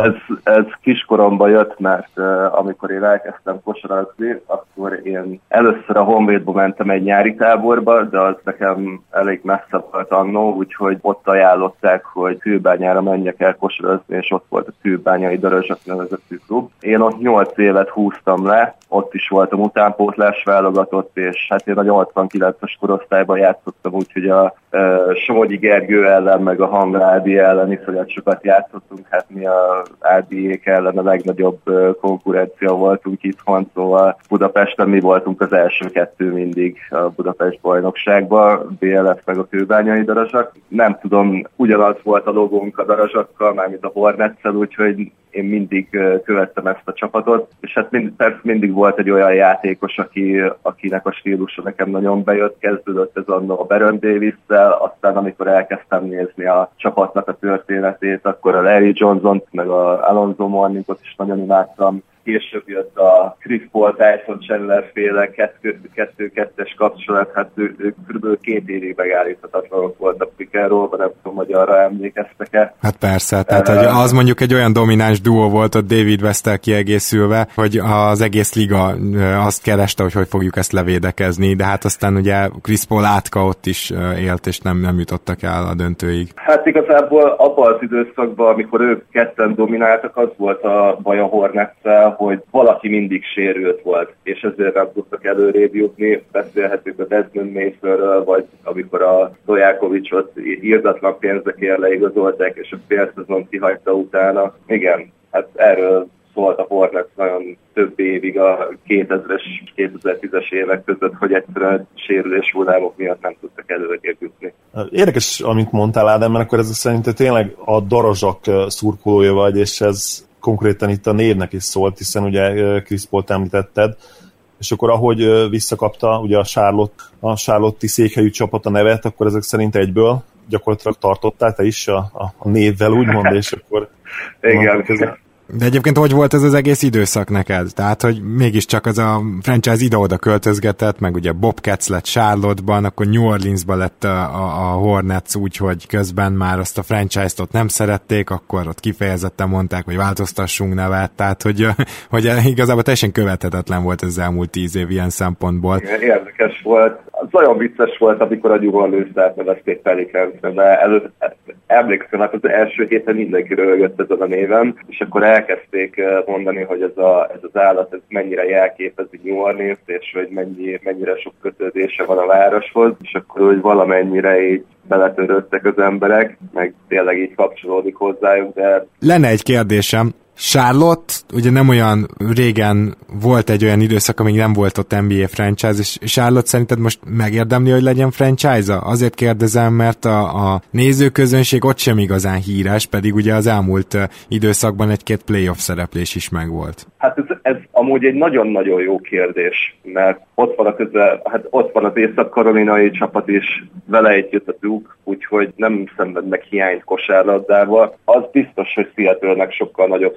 Speaker 5: ez kiskoromban jött, mert amikor én elkezdtem kosarazni, akkor én először a Honvédba mentem egy nyári táborba, de az nekem elég messze volt annó, úgyhogy ott ajánlották, hogy Kőbányára menjek el kosarazni, és ott volt a Kőbányai Darazsak nevezetű klub. Én ott 8 évet húztam le, ott is voltam utánpótlás válogatott, és hát én a 89-es korosztályban játszottam, úgyhogy a Somogyi Gergő ellen, meg a Hangrádi ellen iszonyat sokat játszottunk, hát mi a Ádiék ellen a legnagyobb konkurencia voltunk itthon, szóval Budapesten mi voltunk az első kettő mindig a Budapest bajnokságban, BLF meg a Kőbányai Darazsak. Nem tudom, ugyanaz volt a logónk a Darazsakkal, mármint a Hornetszel, úgyhogy én mindig követtem ezt a csapatot, és hát persze mindig volt egy olyan játékos, akinek a stílusa nekem nagyon bejött, kezdődött ez annól a Baron Davis-szel, aztán amikor elkezdtem nézni a csapatnak a történetét, akkor a Larry Johnson-t, meg a Alonzo Mourningot is nagyon imádtam. Később jött a Chris Paul, Tyson Chandler féle 2-2-es kapcsolat, hát ők kb. 2 évig megállíthatatlanok voltak pick-and-rollban, nem tudom, hogy arra emlékeztek-e.
Speaker 1: Hát persze, tehát hogy az mondjuk egy olyan domináns duó volt ott David Westtel kiegészülve, hogy az egész liga azt kereste, hogy fogjuk ezt levédekezni, de hát aztán ugye Chris Paul átka ott is élt, és nem jutottak el a döntőig.
Speaker 5: Hát igazából abban az időszakban, amikor ők ketten domináltak, az volt a baj a Hornetszel, hogy valaki mindig sérült volt, és ezért nem tudtak előrébb jutni. Beszélhetünk a Desmond Mayfieldről, vagy amikor a Stojakovicsot irdatlan pénzekért leigazolták, és a félszezon kihagyta utána. Igen, hát erről szólt a Hornets nagyon több évig a 2000-es, 2010-es évek között, hogy egyszerűen sérülés hullámok miatt nem tudtak előrébb jutni.
Speaker 2: Érdekes, amit mondtál, Ádám, mert akkor ez szerint tényleg a Darazsak szurkolója vagy, és ez konkrétan itt a névnek is szólt, hiszen ugye Chris Paul-t említetted, és akkor ahogy visszakapta ugye a Charlotte-i székhelyű csapat a nevet, akkor ezek szerint egyből gyakorlatilag tartottál te is a névvel, úgymond, és akkor...
Speaker 5: Igen.
Speaker 1: De egyébként hogy volt ez az egész időszak neked? Tehát, hogy mégiscsak az a franchise ide-oda költözgetett, meg ugye Bobcats lett Charlotte-ban, akkor New Orleans-ban lett a Hornets úgy, hogy közben már azt a franchise-t ott nem szerették, akkor ott kifejezetten mondták, hogy változtassunk nevet, tehát, hogy igazából teljesen követhetetlen volt ez az elmúlt 10 év ilyen szempontból.
Speaker 5: Igen, érdekes volt. Az nagyon vicces volt, amikor a New Orleans-t átnevezték Pelicans-re, de emlékszem, hát az első héten mindenki röhögött ezen a néven, és akkor elkezdték mondani, hogy ez az állat ez mennyire jelképezi New Orleans-t, és hogy mennyire sok kötődése van a városhoz, és akkor hogy valamennyire így beletörődtek az emberek, meg tényleg így kapcsolódik hozzájuk, de...
Speaker 1: Lenne egy kérdésem. Charlotte, ugye nem olyan régen volt egy olyan időszak, amíg nem volt ott NBA franchise, és Charlotte szerinted most megérdemli, hogy legyen franchise-a? Azért kérdezem, mert a nézőközönség ott sem igazán híres, pedig ugye az elmúlt időszakban egy-két playoff szereplés is megvolt.
Speaker 5: Hát ez amúgy egy nagyon-nagyon jó kérdés, mert ott van az észak-karolinai csapat is, vele együtt a Duke, úgyhogy nem szenvednek hiányt kosárlabdával. Az biztos, hogy Seattle-nek sokkal nagyobb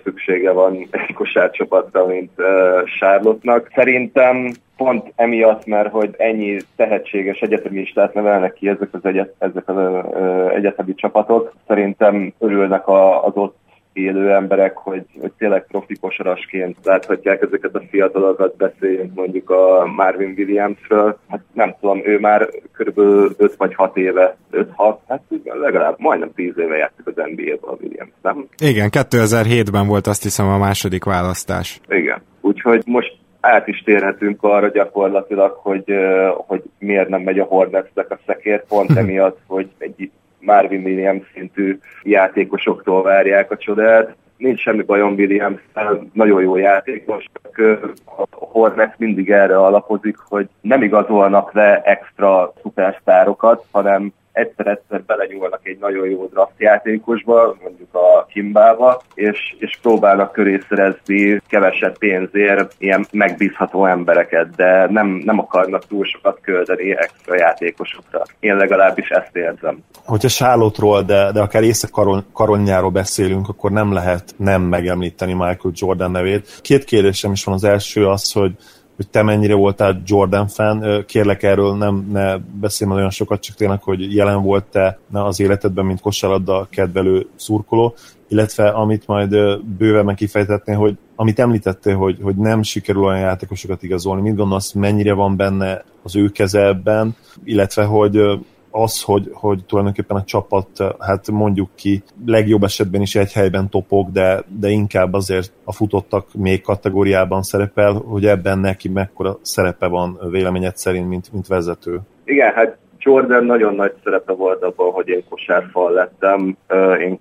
Speaker 5: szüksége van egy kosárcsapatra, mint Charlotte-nak. Szerintem pont emiatt, mert hogy ennyi tehetséges egyetemistát nevelnek ki ezek az egyetemi csapatok, szerintem örülnek az ott élő emberek, hogy tényleg profi kosarasként láthatják ezeket a fiatalokat, beszéljünk mondjuk a Marvin Williamsről. Hát nem tudom, ő már körülbelül 5 vagy 6 éve, 5-6, hát legalább majdnem 10 éve játszik az NBA-ban a Williams, nem?
Speaker 1: Igen, 2007-ben volt azt hiszem a második választás.
Speaker 5: Igen, úgyhogy most át is térhetünk arra gyakorlatilag, hogy miért nem megy a Hornetsnek a szekér, pont emiatt, hogy egy Marvin Williams szintű játékosoktól várják a csodát. Nincs semmi bajom Williams-tel, nagyon jó játékos. A Hornets mindig erre alapozik, hogy nem igazolnak le extra szupersztárokat, hanem egyszer-egyszer belenyúlnak egy nagyon jó draft játékosba, mondjuk a Kimbába, és próbálnak köré szerezni kevesebb pénzért ilyen megbízható embereket, de nem akarnak túl sokat költeni extra játékosokra. Én legalábbis ezt érzem.
Speaker 2: Hogyha Charlotte-ról, de akár Észak-Karolínáról beszélünk, akkor nem lehet nem megemlíteni Michael Jordan nevét. 2 kérdésem is van. Az első az, hogy te mennyire voltál Jordan fan, kérlek erről ne beszélj olyan sokat, csak tényleg, hogy jelen volt te az életedben, mint kosárlabda kedvelő szurkoló, illetve amit majd bővebben kifejtetnél, hogy amit említettél, hogy nem sikerül olyan játékosokat igazolni, mit gondolsz, mennyire van benne az ő keze ebben, illetve hogy az, hogy tulajdonképpen a csapat, hát mondjuk ki, legjobb esetben is egy helyben topog, de inkább azért a futottak még kategóriában szerepel, hogy ebben neki mekkora szerepe van véleményed szerint, mint vezető.
Speaker 5: Igen, hát Jordan nagyon nagy szerepe volt abban, hogy én kosárfal lettem. Én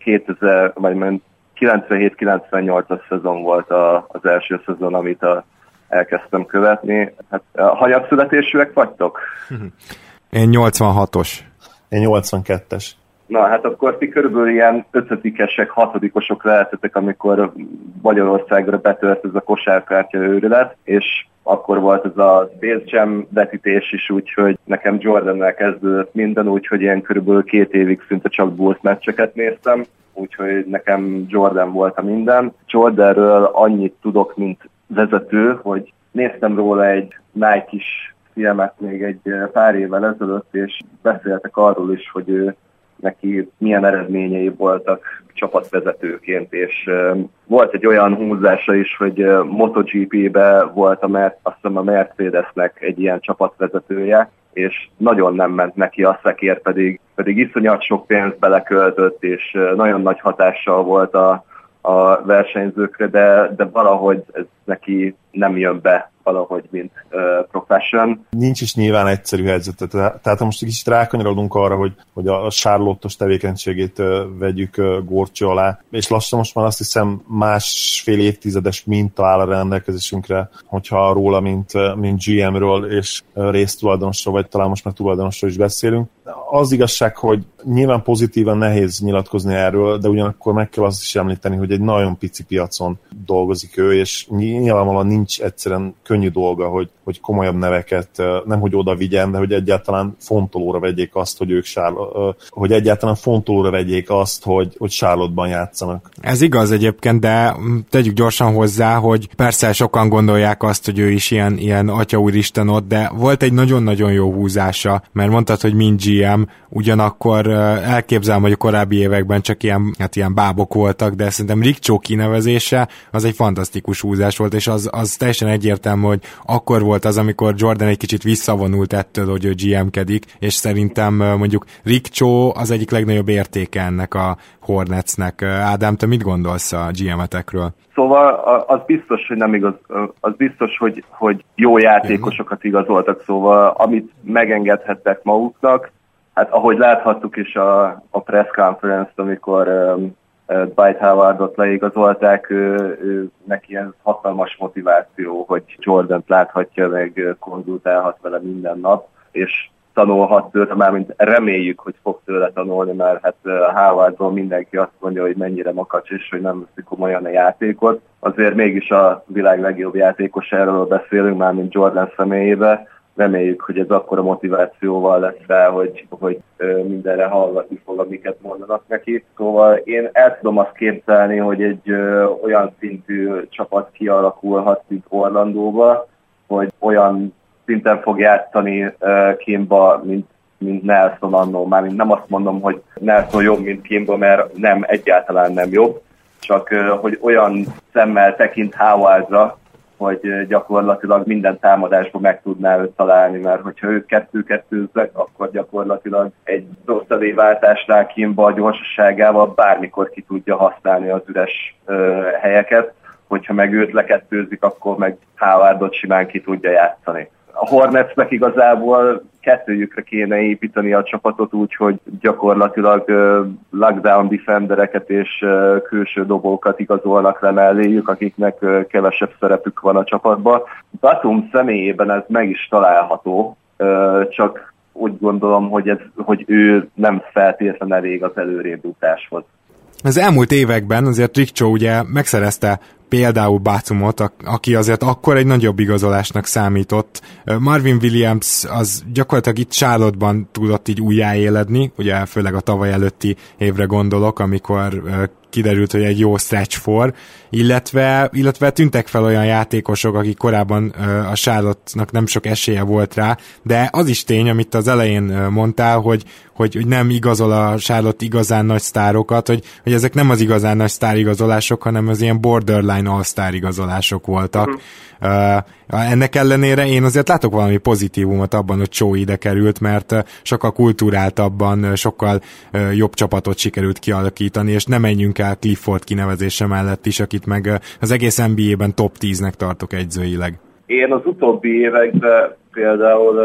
Speaker 5: 97-98-as szezon volt az első szezon, amit elkezdtem követni. Hát hanyag születésűek vagytok?
Speaker 1: Én 86-os.
Speaker 2: Én 82-es.
Speaker 5: Na, hát akkor ti körülbelül ilyen 5-esek, 6-osok lehetetek, amikor Magyarországra betört ez a kosárkártya őrület, és akkor volt ez a Space Jam vetítés is, úgyhogy nekem Jordannel kezdődött minden, úgyhogy én körülbelül 2 évig szinte csak Bulls meccseket néztem, úgyhogy nekem Jordan volt a minden. Jordanről annyit tudok, mint vezető, hogy néztem róla egy Nike-is filmet még egy pár évvel ezelőtt, és beszéltek arról is, hogy neki milyen eredményei voltak csapatvezetőként, és volt egy olyan húzása is, hogy MotoGP-be volt azt hiszem a Mercedesnek egy ilyen csapatvezetője, és nagyon nem ment neki a szekér, pedig iszonyat sok pénzt beleköltött, és nagyon nagy hatással volt a versenyzőkre, de valahogy ez neki nem jön be valahogy, mint profession.
Speaker 2: Nincs is nyilván egyszerű helyzet. Tehát most kicsit rákanyarodunk arra, hogy a Charlotte-os tevékenységét vegyük górcső alá, és lassan most már azt hiszem 1,5 évtizedes minta áll a rendelkezésünkre, hogyha róla, mint GM-ről és résztulajdonosról, vagy talán most már tulajdonosról is beszélünk. Az igazság, hogy nyilván pozitívan nehéz nyilatkozni erről, de ugyanakkor meg kell azt is említeni, hogy egy nagyon pici piacon dolgozik ő, és nyilvánvalóan nincs egyszerűen könnyű dolga, hogy komolyabb neveket nemhogy oda vigyen, de hogy egyáltalán fontolóra vegyék azt, hogy hogy Charlotte-ban játszanak.
Speaker 1: Ez igaz egyébként, de tegyük gyorsan hozzá, hogy persze sokan gondolják azt, hogy ő is ilyen atya úristen ott, de volt egy nagyon-nagyon jó húzása, mert mondtad, hogy mind GM, ugyanakkor elképzelem, hogy a korábbi években csak ilyen bábok voltak, de szerintem Rick Cho kinevezése az egy fantasztikus húzás volt, és az teljesen egyértelmű, hogy akkor volt az, amikor Jordan egy kicsit visszavonult ettől, hogy ő GM-kedik, és szerintem mondjuk Rick Cho az egyik legnagyobb értéke ennek a Hornetsnek. Ádám, te mit gondolsz a GM-etekről?
Speaker 5: Szóval az biztos, hogy nem igaz, az biztos, hogy jó játékosokat igazoltak, szóval amit megengedhettek maguknak, hát ahogy láthattuk is a press conference-t, amikor Dwight Howardot leigazolták, neki ez hatalmas motiváció, hogy Jordant láthatja, meg konzultálhat vele minden nap, és tanulhat tőle, mármint reméljük, hogy fog tőle tanulni, mert hát Howardról mindenki azt mondja, hogy mennyire makacs, és hogy nem veszik komolyan a játékot. Azért mégis a világ legjobb játékosáról beszélünk, mármint Jordan személyébe, reméljük, hogy ez akkora motivációval lesz rá, hogy mindenre hallgatni fog, amiket mondanak neki. Szóval én el tudom azt képzelni, hogy egy olyan szintű csapat kialakulhat, mint Orlandóba, hogy olyan szinten fog játszani Kemba, mint Nelson annó. Mármint nem azt mondom, hogy Nelson jobb, mint Kemba, mert nem, egyáltalán nem jobb, csak hogy olyan szemmel tekint Howardra, hogy gyakorlatilag minden támadásban meg tudná őt találni, mert hogyha ők kettő-kettőzzek, akkor gyakorlatilag egy váltásnál Kemba a gyorsaságával bármikor ki tudja használni az üres helyeket, hogyha meg őt lekettőzik, akkor meg Howardot simán ki tudja játszani. A Hornetsnek igazából kettőjükre kéne építeni a csapatot úgy, hogy gyakorlatilag lockdown defendereket és külső dobókat igazolnak le melléjük, akiknek kevesebb szerepük van a csapatban. Batum személyében ez meg is található, csak úgy gondolom, hogy ő nem feltétlenül elég az előrébb jutáshoz.
Speaker 1: Az elmúlt években azért Rick Chow ugye megszerezte például Batumot, aki azért akkor egy nagyobb igazolásnak számított. Marvin Williams az gyakorlatilag itt Charlotte-ban tudott így újjáéledni, ugye főleg a tavaly előtti évre gondolok, amikor kiderült, hogy egy jó stretch for, illetve tűntek fel olyan játékosok, akik korábban a Charlotte-nak nem sok esélye volt rá, de az is tény, amit az elején mondtál, hogy nem igazol a Charlotte igazán nagy sztárokat, hogy ezek nem az igazán nagy sztárigazolások, hanem az ilyen borderline all-star igazolások voltak. Ennek ellenére én azért látok valami pozitívumot abban, hogy Chow ide került, mert sokkal kulturáltabban, sokkal jobb csapatot sikerült kialakítani, és nem menjünk el Clifford kinevezése mellett is, akit meg az egész NBA-ben top 10-nek tartok egyzőileg.
Speaker 5: Én az utóbbi években például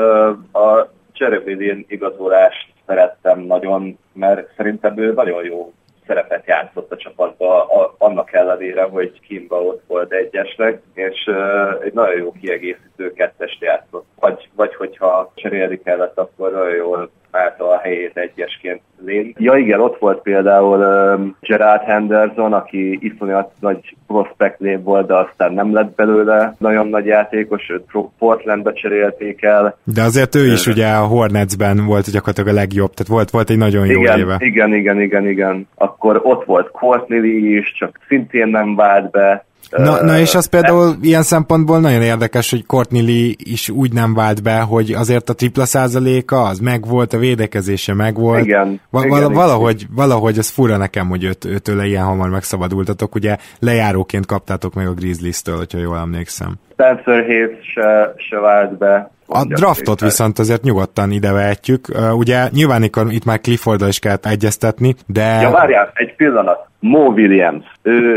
Speaker 5: a Jeremy Lin igazolást szerettem nagyon, mert szerintem ő nagyon jó szerepet játszott a csapatban, annak ellenére, hogy Kemba ott volt egyesnek, és egy nagyon jó kiegészítő kettest játszott. Vagy hogyha cserélni kellett, akkor nagyon jól állta a helyét egyesként Lin. Ja igen, ott volt például Gerard Henderson, aki iszonyat nagy prospect nép volt, de aztán nem lett belőle nagyon nagy játékos, őt Portlandbe cserélték el.
Speaker 1: De azért ő is ugye a Hornetsben volt gyakorlatilag a legjobb, tehát volt egy nagyon jó éve.
Speaker 5: Igen. Akkor ott volt Courtney Lee is, csak szintén nem vált be.
Speaker 1: Na és az például ilyen szempontból nagyon érdekes, hogy Courtney Lee is úgy nem vált be, hogy azért a tripla százaléka az megvolt, a védekezése megvolt.
Speaker 5: Igen.
Speaker 1: Valahogy az fura nekem, hogy őtőle ilyen hamar megszabadultatok, ugye lejáróként kaptátok meg a Grizzlies-től, hogyha jól emlékszem.
Speaker 5: Spencer Hayes se vált be.
Speaker 1: A draftot viszont azért nyugodtan idevehetjük. Ugye nyilván itt már Clifforddal is kellett egyeztetni, de...
Speaker 5: Ja, várjál, egy pillanat. Mo Williams.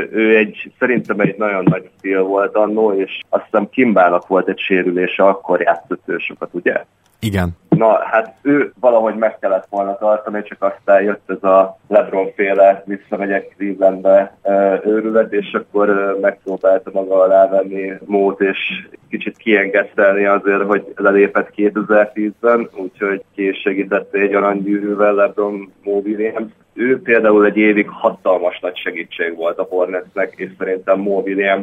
Speaker 5: Ő szerintem egy nagyon nagy stíl volt annó, és azt hiszem Kimbának volt egy sérülése, akkor játszott ő sokat, ugye?
Speaker 1: Igen.
Speaker 5: Na, hát ő valahogy meg kellett volna tartani, csak aztán jött ez a LeBron-féle visszamegyek Clevelandbe őrület, és akkor megpróbálta maga alá venni Mót, és kicsit kiengesztelni azért, hogy lelépett 2010-ben, úgyhogy ki is segítette egy aranygyűrűvel LeBron Mo Williams. Ő például egy évig hatalmas nagy segítség volt a Hornetsnek, és szerintem Mo Williams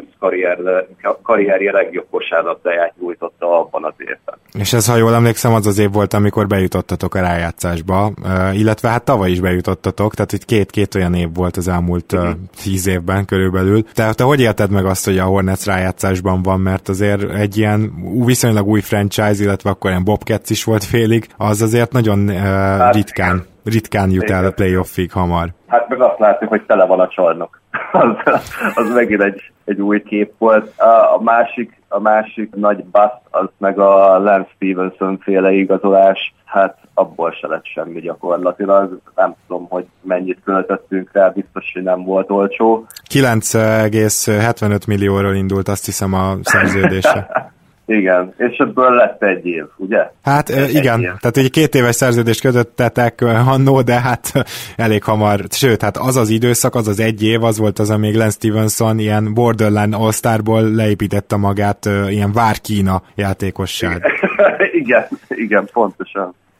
Speaker 5: karrierje legjobb kosárlabdáját nyújtotta abban az évben.
Speaker 1: És ez, ha jól emlékszem, az év volt, amikor bejutottatok a rájátszásba, illetve hát tavaly is bejutottatok, tehát itt két olyan év volt az elmúlt 10 évben körülbelül. Tehát te hogy élted meg azt, hogy a Hornets rájátszásban van, mert azért egy ilyen viszonylag új franchise, illetve akkor ilyen Bobcats is volt félig, az azért nagyon ritkán jut el a playoffig hamar.
Speaker 5: Hát meg azt látjuk, hogy tele van a csarnok. az megint egy új kép volt. A másik nagy bust, az meg a Lance Stevenson féle igazolás. Hát abból se lett semmi gyakorlatilag. Nem tudom, hogy mennyit költöttünk rá, biztos, hogy nem volt olcsó.
Speaker 1: 9,75 millióról indult, azt hiszem, a szerződése.
Speaker 5: Igen, és ebből lett egy év, ugye?
Speaker 1: Hát igen, tehát ugye 2 éves szerződést kötöttetek annó, de hát elég hamar, sőt, hát az időszak, az egy év, az volt az, amíg Lance Stevenson ilyen borderline all-starból leépítette magát ilyen várkína játékosság.
Speaker 5: Igen, pontosan.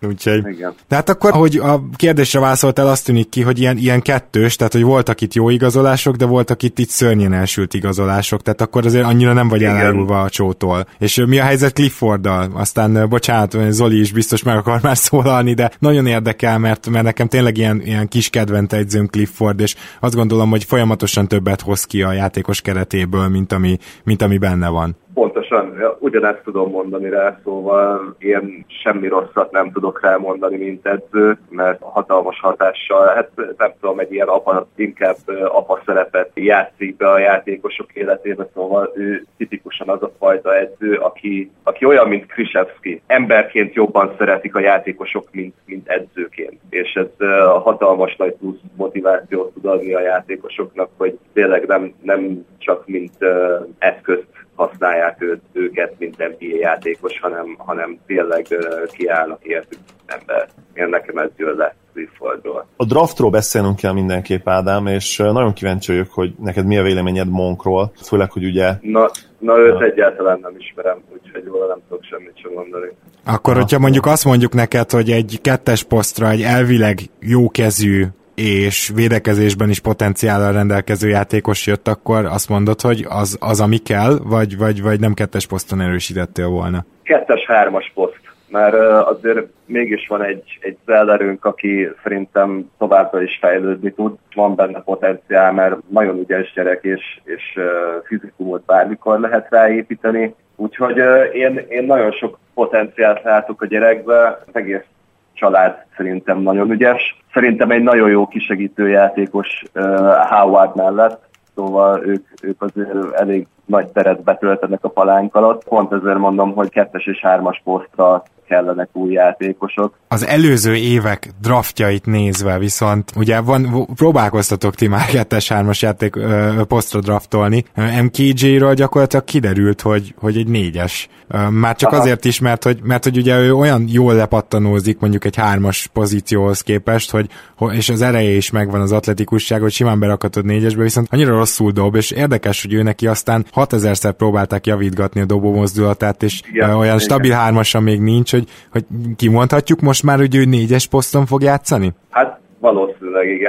Speaker 1: Úgyhogy. Tehát akkor, hogy a kérdésre válaszoltál, azt tűnik ki, hogy ilyen kettős, tehát hogy voltak itt jó igazolások, de voltak itt szörnyen elsült igazolások, tehát akkor azért annyira nem vagy elárulva a csótól. És mi a helyzet Clifforddal? Aztán, bocsánat, Zoli is biztos meg akar már szólalni, de nagyon érdekel, mert nekem tényleg ilyen kis kedvence edzőm Clifford, és azt gondolom, hogy folyamatosan többet hoz ki a játékos keretéből, mint ami benne van.
Speaker 5: Pontosan, ugyanezt tudom mondani rá, szóval én semmi rosszat nem tudok rá mondani, mint edző, mert hatalmas hatással, hát nem tudom, egy ilyen inkább apa szerepet játszik be a játékosok életébe, szóval ő tipikusan az a fajta edző, aki olyan, mint Krzyzewski. Emberként jobban szeretik a játékosok, mint edzőként. És ez hatalmas nagy plusz motivációt tud adni a játékosoknak, hogy tényleg nem csak mint eszközt használják őket, mint NBA játékos, hanem tényleg kiállnak értük ember. Én nekem ez jön le Cliffordról.
Speaker 2: A draftról beszélnünk kell mindenképp, Ádám, és nagyon kíváncsi vagyok, hogy neked mi a véleményed Monkról, főleg, hogy ugye...
Speaker 5: Na őt egyáltalán nem ismerem, úgyhogy róla nem tudok semmit sem mondani.
Speaker 1: Akkor, hogyha mondjuk azt mondjuk neked, hogy egy 2-es posztra egy elvileg jókezű és védekezésben is potenciállal rendelkező játékos jött, akkor azt mondod, hogy az ami kell, vagy nem 2-es poszton erősítettél volna?
Speaker 5: 2-3-as poszt, mert azért mégis van egy zellerünk, aki szerintem továbbra is fejlődni tud, van benne potenciál, mert nagyon ügyes gyerek, és fizikumot bármikor lehet ráépíteni, úgyhogy én nagyon sok potenciált látok a gyerekbe, az egész család szerintem nagyon ügyes. Szerintem egy nagyon jó kisegítő játékos Howard mellett, szóval ők azért elég nagy teret betöltenek a palánk alatt. Pont ezért mondom, hogy 2-es és 3-as posztra kellenek új játékosok.
Speaker 1: Az előző évek draftjait nézve viszont, ugye próbálkoztatok ti már 2-3-as játék posztra draftolni. MKJ-ről gyakorlatilag kiderült, hogy egy 4-es. Már csak azért is, mert hogy ugye ő olyan jól lepattanózik mondjuk egy 3-as pozícióhoz képest, és az ereje is megvan, az atletikusság, hogy simán berakhatod 4-esbe, viszont annyira rosszul dob, és érdekes, hogy ő neki aztán 6000-szer próbálták javítgatni a dobó mozdulatát, és olyan stabil 3-asan még nincs, hogy kimondhatjuk most már, hogy ő 4-es poszton fog játszani?
Speaker 5: Hát valószínűleg igen.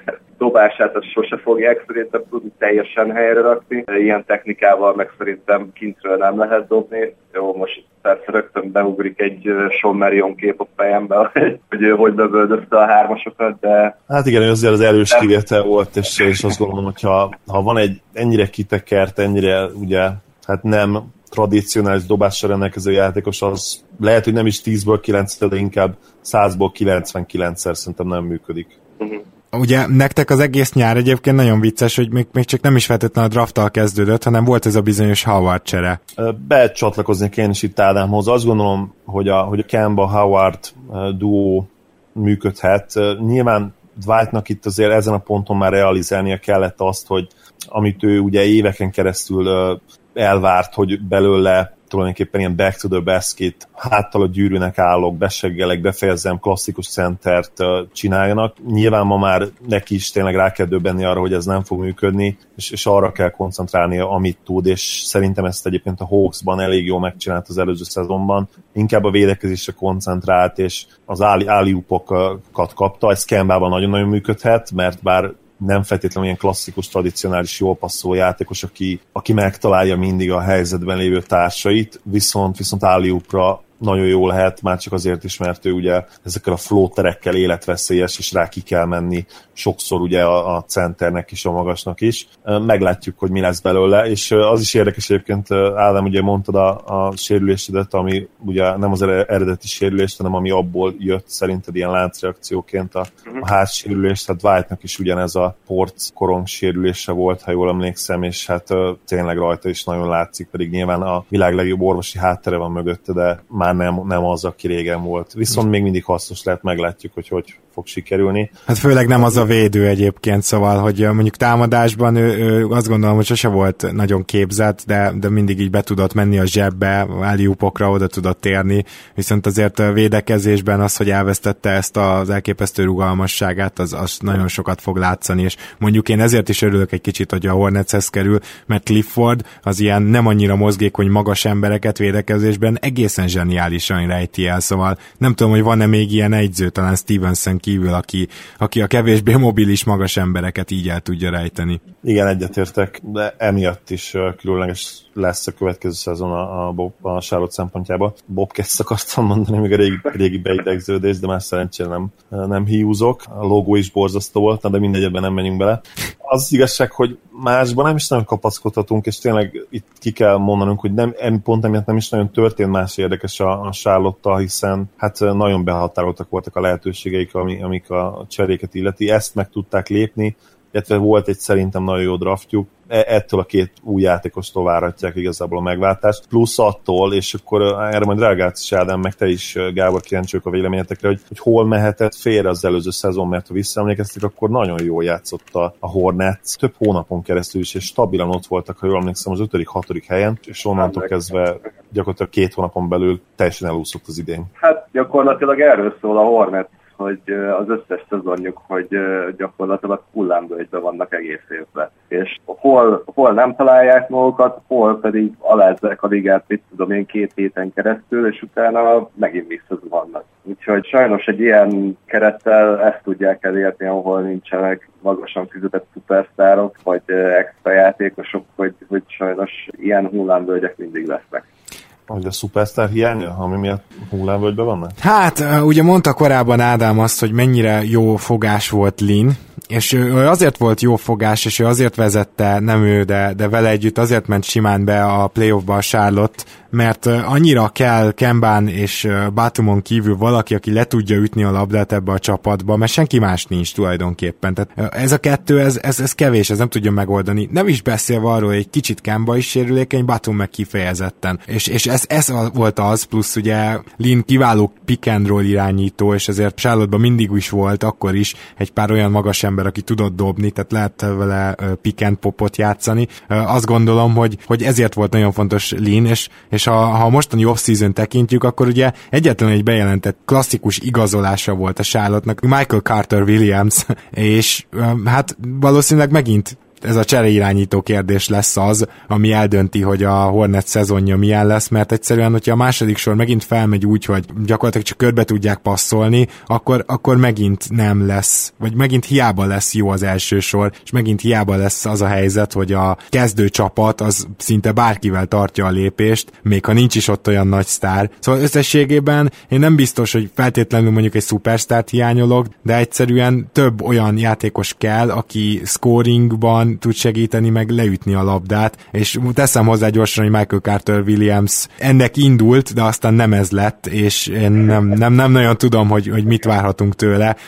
Speaker 5: Dobását azt sose fogják szerintem tudni teljesen helyre rakni. Ilyen technikával meg szerintem kintről nem lehet dobni. Jó, most persze rögtön beugrik egy Sean Marion kép a fejembe, hogy ő hogy lövöldözte a 3-asokat, de...
Speaker 2: Hát igen, azért az erős kivétel volt, és azt gondolom, hogy ha van egy ennyire kitekert, ennyire ugye, hát nem tradicionális dobással rendelkező játékos, az lehet, hogy nem is 10-ből 9, de inkább 100-ból 99-szer szerintem nem működik.
Speaker 1: Ugye nektek az egész nyár egyébként nagyon vicces, hogy még csak nem is feltétlenül a drafttal kezdődött, hanem volt ez a bizonyos Howard csere.
Speaker 2: Becsatlakoznék én is itt Ádámhoz. Azt gondolom, hogy a Kemba-Howard duó működhet. Nyilván Dwightnak itt azért ezen a ponton már realizálnia kellett azt, hogy amit ő ugye éveken keresztül elvárt, hogy belőle tulajdonképpen ilyen back to the basket, háttal a gyűrűnek állok, beseggelek, befejezem, klasszikus centert csináljanak. Nyilván ma már neki is tényleg rá kell döbbenni arra, hogy ez nem fog működni, és arra kell koncentrálnia, amit tud, és szerintem ezt egyébként a Hawksban elég jól megcsinált az előző szezonban. Inkább a védekezésre koncentrált, és az alley-oopokat kapta. Ez Kembában nagyon-nagyon működhet, mert bár nem feltétlenül ilyen klasszikus, tradicionális, jól passzoló játékos, aki megtalálja mindig a helyzetben lévő társait, viszont alley-oopra nagyon jó lehet, már csak azért is, mert ő ugye ezekkel a floaterekkel életveszélyes, és rá ki kell menni sokszor ugye a centernek is, a magasnak is. Meglátjuk, hogy mi lesz belőle, és az is érdekes egyébként, Ádám, ugye mondtad a sérülésedet, ami ugye nem az eredeti sérülés, hanem ami abból jött szerinted ilyen láncreakcióként a hátsérülés, tehát White-nak is ugyanez a porc korong sérülése volt, ha jól emlékszem, és hát tényleg rajta is nagyon látszik, pedig nyilván a világ legjobb orvosi háttere van mögötte, de már nem az, aki régen volt. Viszont még mindig hasznos lehet, meglátjuk, hogy fog sikerülni.
Speaker 1: Hát főleg nem az a védő egyébként, szóval, hogy mondjuk támadásban ő azt gondolom, hogy sose volt nagyon képzett, de mindig így be tudott menni a zsebbe, alley-oopokra oda tudott térni, viszont azért védekezésben az, hogy elvesztette ezt az elképesztő rugalmasságát, az nagyon sokat fog látszani, és mondjuk én ezért is örülök egy kicsit, hogy a Hornetshez kerül, mert Clifford az ilyen nem annyira mozgékony magas embereket védekezésben egészen zseniálisan rejti el, szóval nem tudom, hogy van-e még ilyen egyző, talán Stevenson kívül, aki a kevésbé mobilis magas embereket így el tudja rejteni.
Speaker 2: Igen, egyetértek, de emiatt is különleges lesz a következő szezon a Charlotte szempontjából. Bobcats akartam mondani, még a régi beidegződés, de már szerencsére nem hiúzok. A logó is borzasztó volt, de mindegy, ebben nem menjünk bele. Az igazság, hogy másban nem is nagyon kapaszkodhatunk, és tényleg itt ki kell mondanunk, hogy pont emiatt nem is nagyon történt más érdekes a Charlotte-tal, hiszen hát nagyon behatároltak voltak a lehetőségeik, amik a cseréket illeti. Ezt meg tudták lépni, illetve volt egy szerintem nagyon jó draftjuk, ettől a két új játékostól váratják igazából a megváltást, plusz attól, és akkor erre majd reagálsz is Ádám, meg te is, Gábor, kíváncsiak a véleményetekre, hogy hol mehetett félre az előző szezon, mert ha visszaemlékeztek, akkor nagyon jól játszott a Hornets, több hónapon keresztül is, és stabilan ott voltak, ha jól emlékszem, az 5.-6. helyen, és onnantól kezdve gyakorlatilag 2 hónapon belül teljesen elúszott az idén.
Speaker 5: Hát gyakorlatilag erről szól a Hornets, hogy az összes szezonjuk, hogy gyakorlatilag hullámvölgyben vannak egész évben. És hol nem találják magukat, hol pedig alázzák a ligát, mit tudom én, 2 héten keresztül, és utána megint visszazuhannak. Úgyhogy sajnos egy ilyen kerettel ezt tudják elérni, ahol nincsenek magasan fizetett szupersztárok, vagy extra játékosok, hogy sajnos ilyen hullámvölgyek mindig lesznek.
Speaker 2: Hogy a szupersztár hiánya, ami miatt hullámvölgyben vannak?
Speaker 1: Hát, ugye mondta korábban Ádám azt, hogy mennyire jó fogás volt Lin, és ő azért volt jó fogás, és ő azért vezette, nem ő, de vele együtt azért ment simán be a playoffba a Charlotte, mert annyira kell Kembán és Batumon kívül valaki, aki le tudja ütni a labdát ebbe a csapatba, mert senki más nincs tulajdonképpen. Tehát ez a kettő, ez kevés, ez nem tudja megoldani. Nem is beszélve arról, hogy egy kicsit Kemba is sérülékeny, Batum meg kifejezetten. És ez volt az, plusz ugye Lin kiváló pick and roll irányító, és ezért Charlotte-ban mindig is volt, akkor is egy pár olyan magas ember, aki tudott dobni, tehát lehet vele pick and popot játszani. Azt gondolom, hogy ezért volt nagyon fontos Lin, és ha a mostani off-season tekintjük, akkor ugye egyetlen egy bejelentett klasszikus igazolása volt a Charlotte-nak, Michael Carter Williams, és hát valószínűleg megint ez a csereirányító kérdés lesz az, ami eldönti, hogy a Hornets szezonja milyen lesz, mert egyszerűen, hogyha a második sor megint felmegy úgy, hogy gyakorlatilag csak körbe tudják passzolni, akkor megint nem lesz, vagy megint hiába lesz jó az első sor, és megint hiába lesz az a helyzet, hogy a kezdő csapat az szinte bárkivel tartja a lépést, még ha nincs is ott olyan nagy sztár. Szóval összességében én nem biztos, hogy feltétlenül mondjuk egy szupersztárt hiányolok, de egyszerűen több olyan játékos kell, aki scoringban tud segíteni, meg leütni a labdát, és teszem hozzá gyorsan, hogy Michael Carter Williams ennek indult, de aztán nem ez lett, és én nem nagyon tudom, hogy mit várhatunk tőle,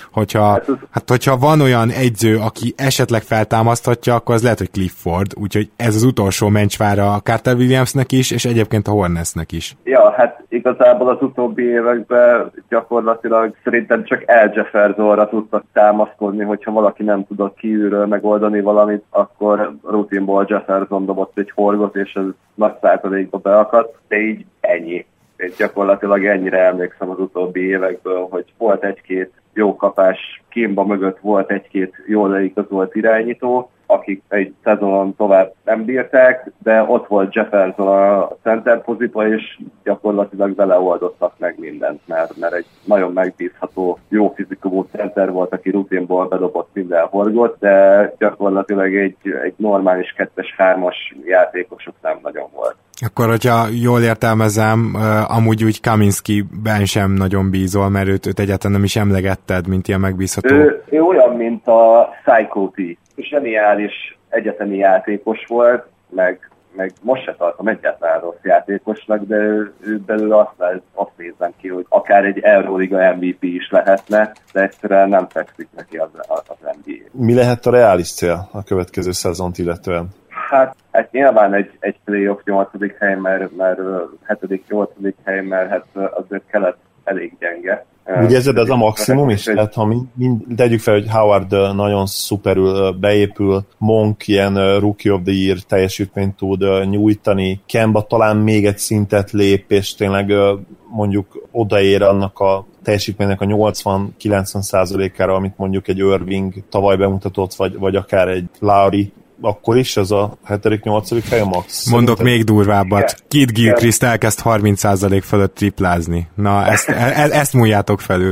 Speaker 1: hogyha van olyan egyző, aki esetleg feltámaszthatja, akkor az lehet, hogy Clifford, úgyhogy ez az utolsó mencsvára a Carter Williamsnek is, és egyébként a Hornetsnek is.
Speaker 5: Ja, hát igazából az utóbbi években gyakorlatilag szerintem csak Al Jeffersonra tudtak támaszkodni, hogyha valaki nem tudott kívülről megoldani valamit, akkor rutinból Jefferson dobott egy horgot, és ez nagy százalékba beakadt, de így ennyi. Én gyakorlatilag ennyire emlékszem az utóbbi évekből, hogy volt egy-két jó kapás, Kemba mögött volt egy-két jól leigazolt irányító, akik egy szezonon tovább nem bírták, de ott volt Jefferson a center poziba, és gyakorlatilag beleoldottak meg mindent, mert egy nagyon megbízható, jó fizikumú center volt, aki rutinból bedobott minden horgot, de gyakorlatilag egy normális 2-3-as játékosok nem nagyon volt.
Speaker 1: Akkor, hogyha jól értelmezem, amúgy úgy Kaminskiben sem nagyon bízol, mert őt egyáltalán nem is emlegetted, mint ilyen megbízható.
Speaker 5: Ő olyan, mint a Psycho T. Zseniális egyetemi játékos volt, meg most se tartom egyáltalán rossz játékosnak, de ő belül azt nézem ki, hogy akár egy Euroliga MVP is lehetne, de egyszerűen nem fekszik neki az NBA.
Speaker 2: Mi lehet a reális cél a következő szezont illetően?
Speaker 5: Hát nyilván egy playoff 8. hely, mert 7.-8. hely, mert hát azért elég gyenge.
Speaker 2: Úgy érzed, ez a maximum is? Tehát ha tegyük fel, hogy Howard nagyon szuperül beépül, Monk ilyen Rookie of the Year teljesítményt tud nyújtani, Kemba talán még egy szintet lép, és tényleg mondjuk odaér annak a teljesítménynek a 80-90%-ára, amit mondjuk egy Irving tavaly bemutatott, vagy akár egy Lowry, akkor is ez a 7.-8. hely a max.
Speaker 1: Mondok szerintem még durvábbat. Kid Gilchrist elkezd 30% fölött triplázni. Na, ezt múljátok felül.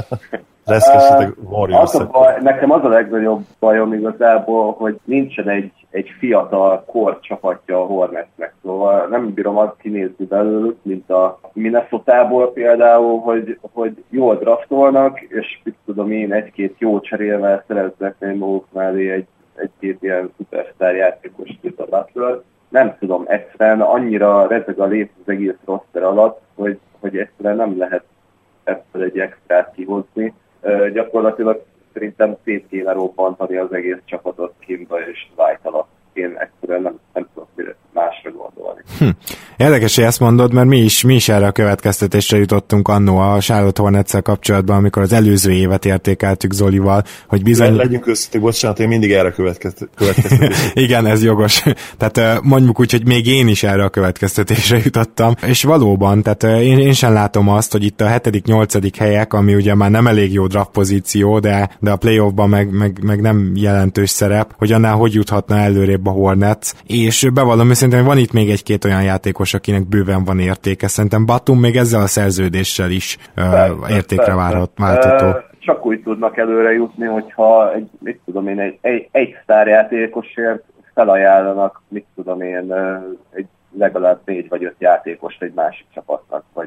Speaker 5: Nekem az a legnagyobb bajom igazából, hogy nincsen egy fiatal korcsapatja a Hornetsnek. Szóval nem bírom azt kinézni belőlük, mint a Minnesotából például, hogy jól draftolnak, és mit tudom én, egy-két jó cserélvel szereznek maguk mellé egy-két ilyen szupersztár játékos, mint a Butler. Nem tudom, egyszerűen annyira rezeg a lép az egész roster alatt, hogy egyszerűen nem lehet ebből egy extrát kihozni. Gyakorlatilag szerintem szét kéne robbantani az egész csapatot Kimba és White alatt. Én egyszerűen nem tudok másra gondolni.
Speaker 1: Érdekes, hogy ezt mondod, mert mi is erre a következtetésre jutottunk annó a Charlotte Hornets-szel kapcsolatban, amikor az előző évet értékeltük Zolival, hogy bizony...
Speaker 2: Legyünk köztetek, bocsánat, én mindig erre következtetés.
Speaker 1: Igen, ez jogos. Tehát mondjuk úgy, hogy még én is erre a következtetésre jutottam, és valóban, tehát én sem látom azt, hogy itt a 7.-8. helyek, ami ugye már nem elég jó draft pozíció, de a playoffban meg nem jelentős szerep, hogy annál hogy juthatna előrébb a Hornets, és bevallom, hogy szerintem van itt még egy-két olyan játékos, akinek bőven van értéke. Szerintem Batum még ezzel a szerződéssel is értékre váltható.
Speaker 5: Csak úgy tudnak előre jutni, hogyha egy sztárjátékosért felajánlanak, egy legalább 4 vagy 5 játékost egy másik csapatnak, vagy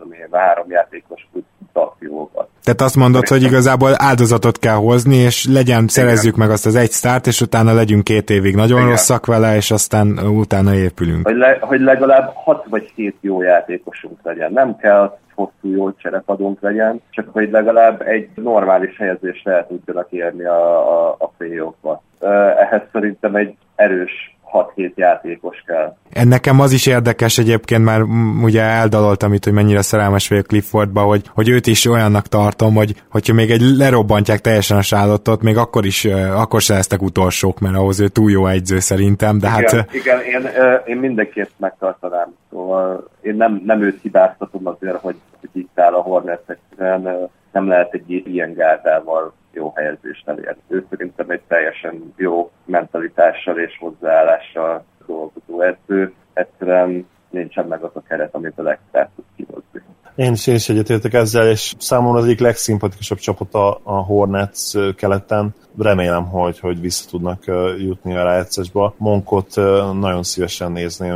Speaker 5: 3 játékos akciókat.
Speaker 1: Tehát azt mondod, hogy igazából áldozatot kell hozni, és szerezzük meg azt az egy sztárt, és utána legyünk 2 évig nagyon rosszak vele, és aztán utána épülünk.
Speaker 5: Hogy legalább 6 vagy 7 jó játékosunk legyen. Nem kell hosszú jó cserepadónk legyen, csak hogy legalább egy normális helyezést el tudjanak érni a play-offba. Ehhez szerintem egy erős 6-7 játékos kell.
Speaker 1: Nekem az is érdekes egyébként, már ugye eldaloltam itt, hogy mennyire szerelmes vagyok Cliffordba, hogy őt is olyannak tartom, hogyha még egy lerobbantják teljesen a Charlotte-ot, még akkor se lesznek utolsók, mert ahhoz ő túl jó egyző szerintem, de
Speaker 5: igen, én mindenképp megtartanám. Szóval én nem őt hibáztatom azért, hogy itt áll a Hornets, nem lehet egy ilyen gárdával jó helyezést elérni. Ő szerintem egy teljesen jó mentalitással és hozzáállással dolgozó edző. Egyszerűen nincsen meg az a keret, amit a legszert tud kihozni.
Speaker 2: Én is egyetértek ezzel, és számomra az egyik legszimpatikusabb csapat a Hornets keleten. Remélem, hogy vissza tudnak jutni a rájátszásba. Monkot nagyon szívesen nézném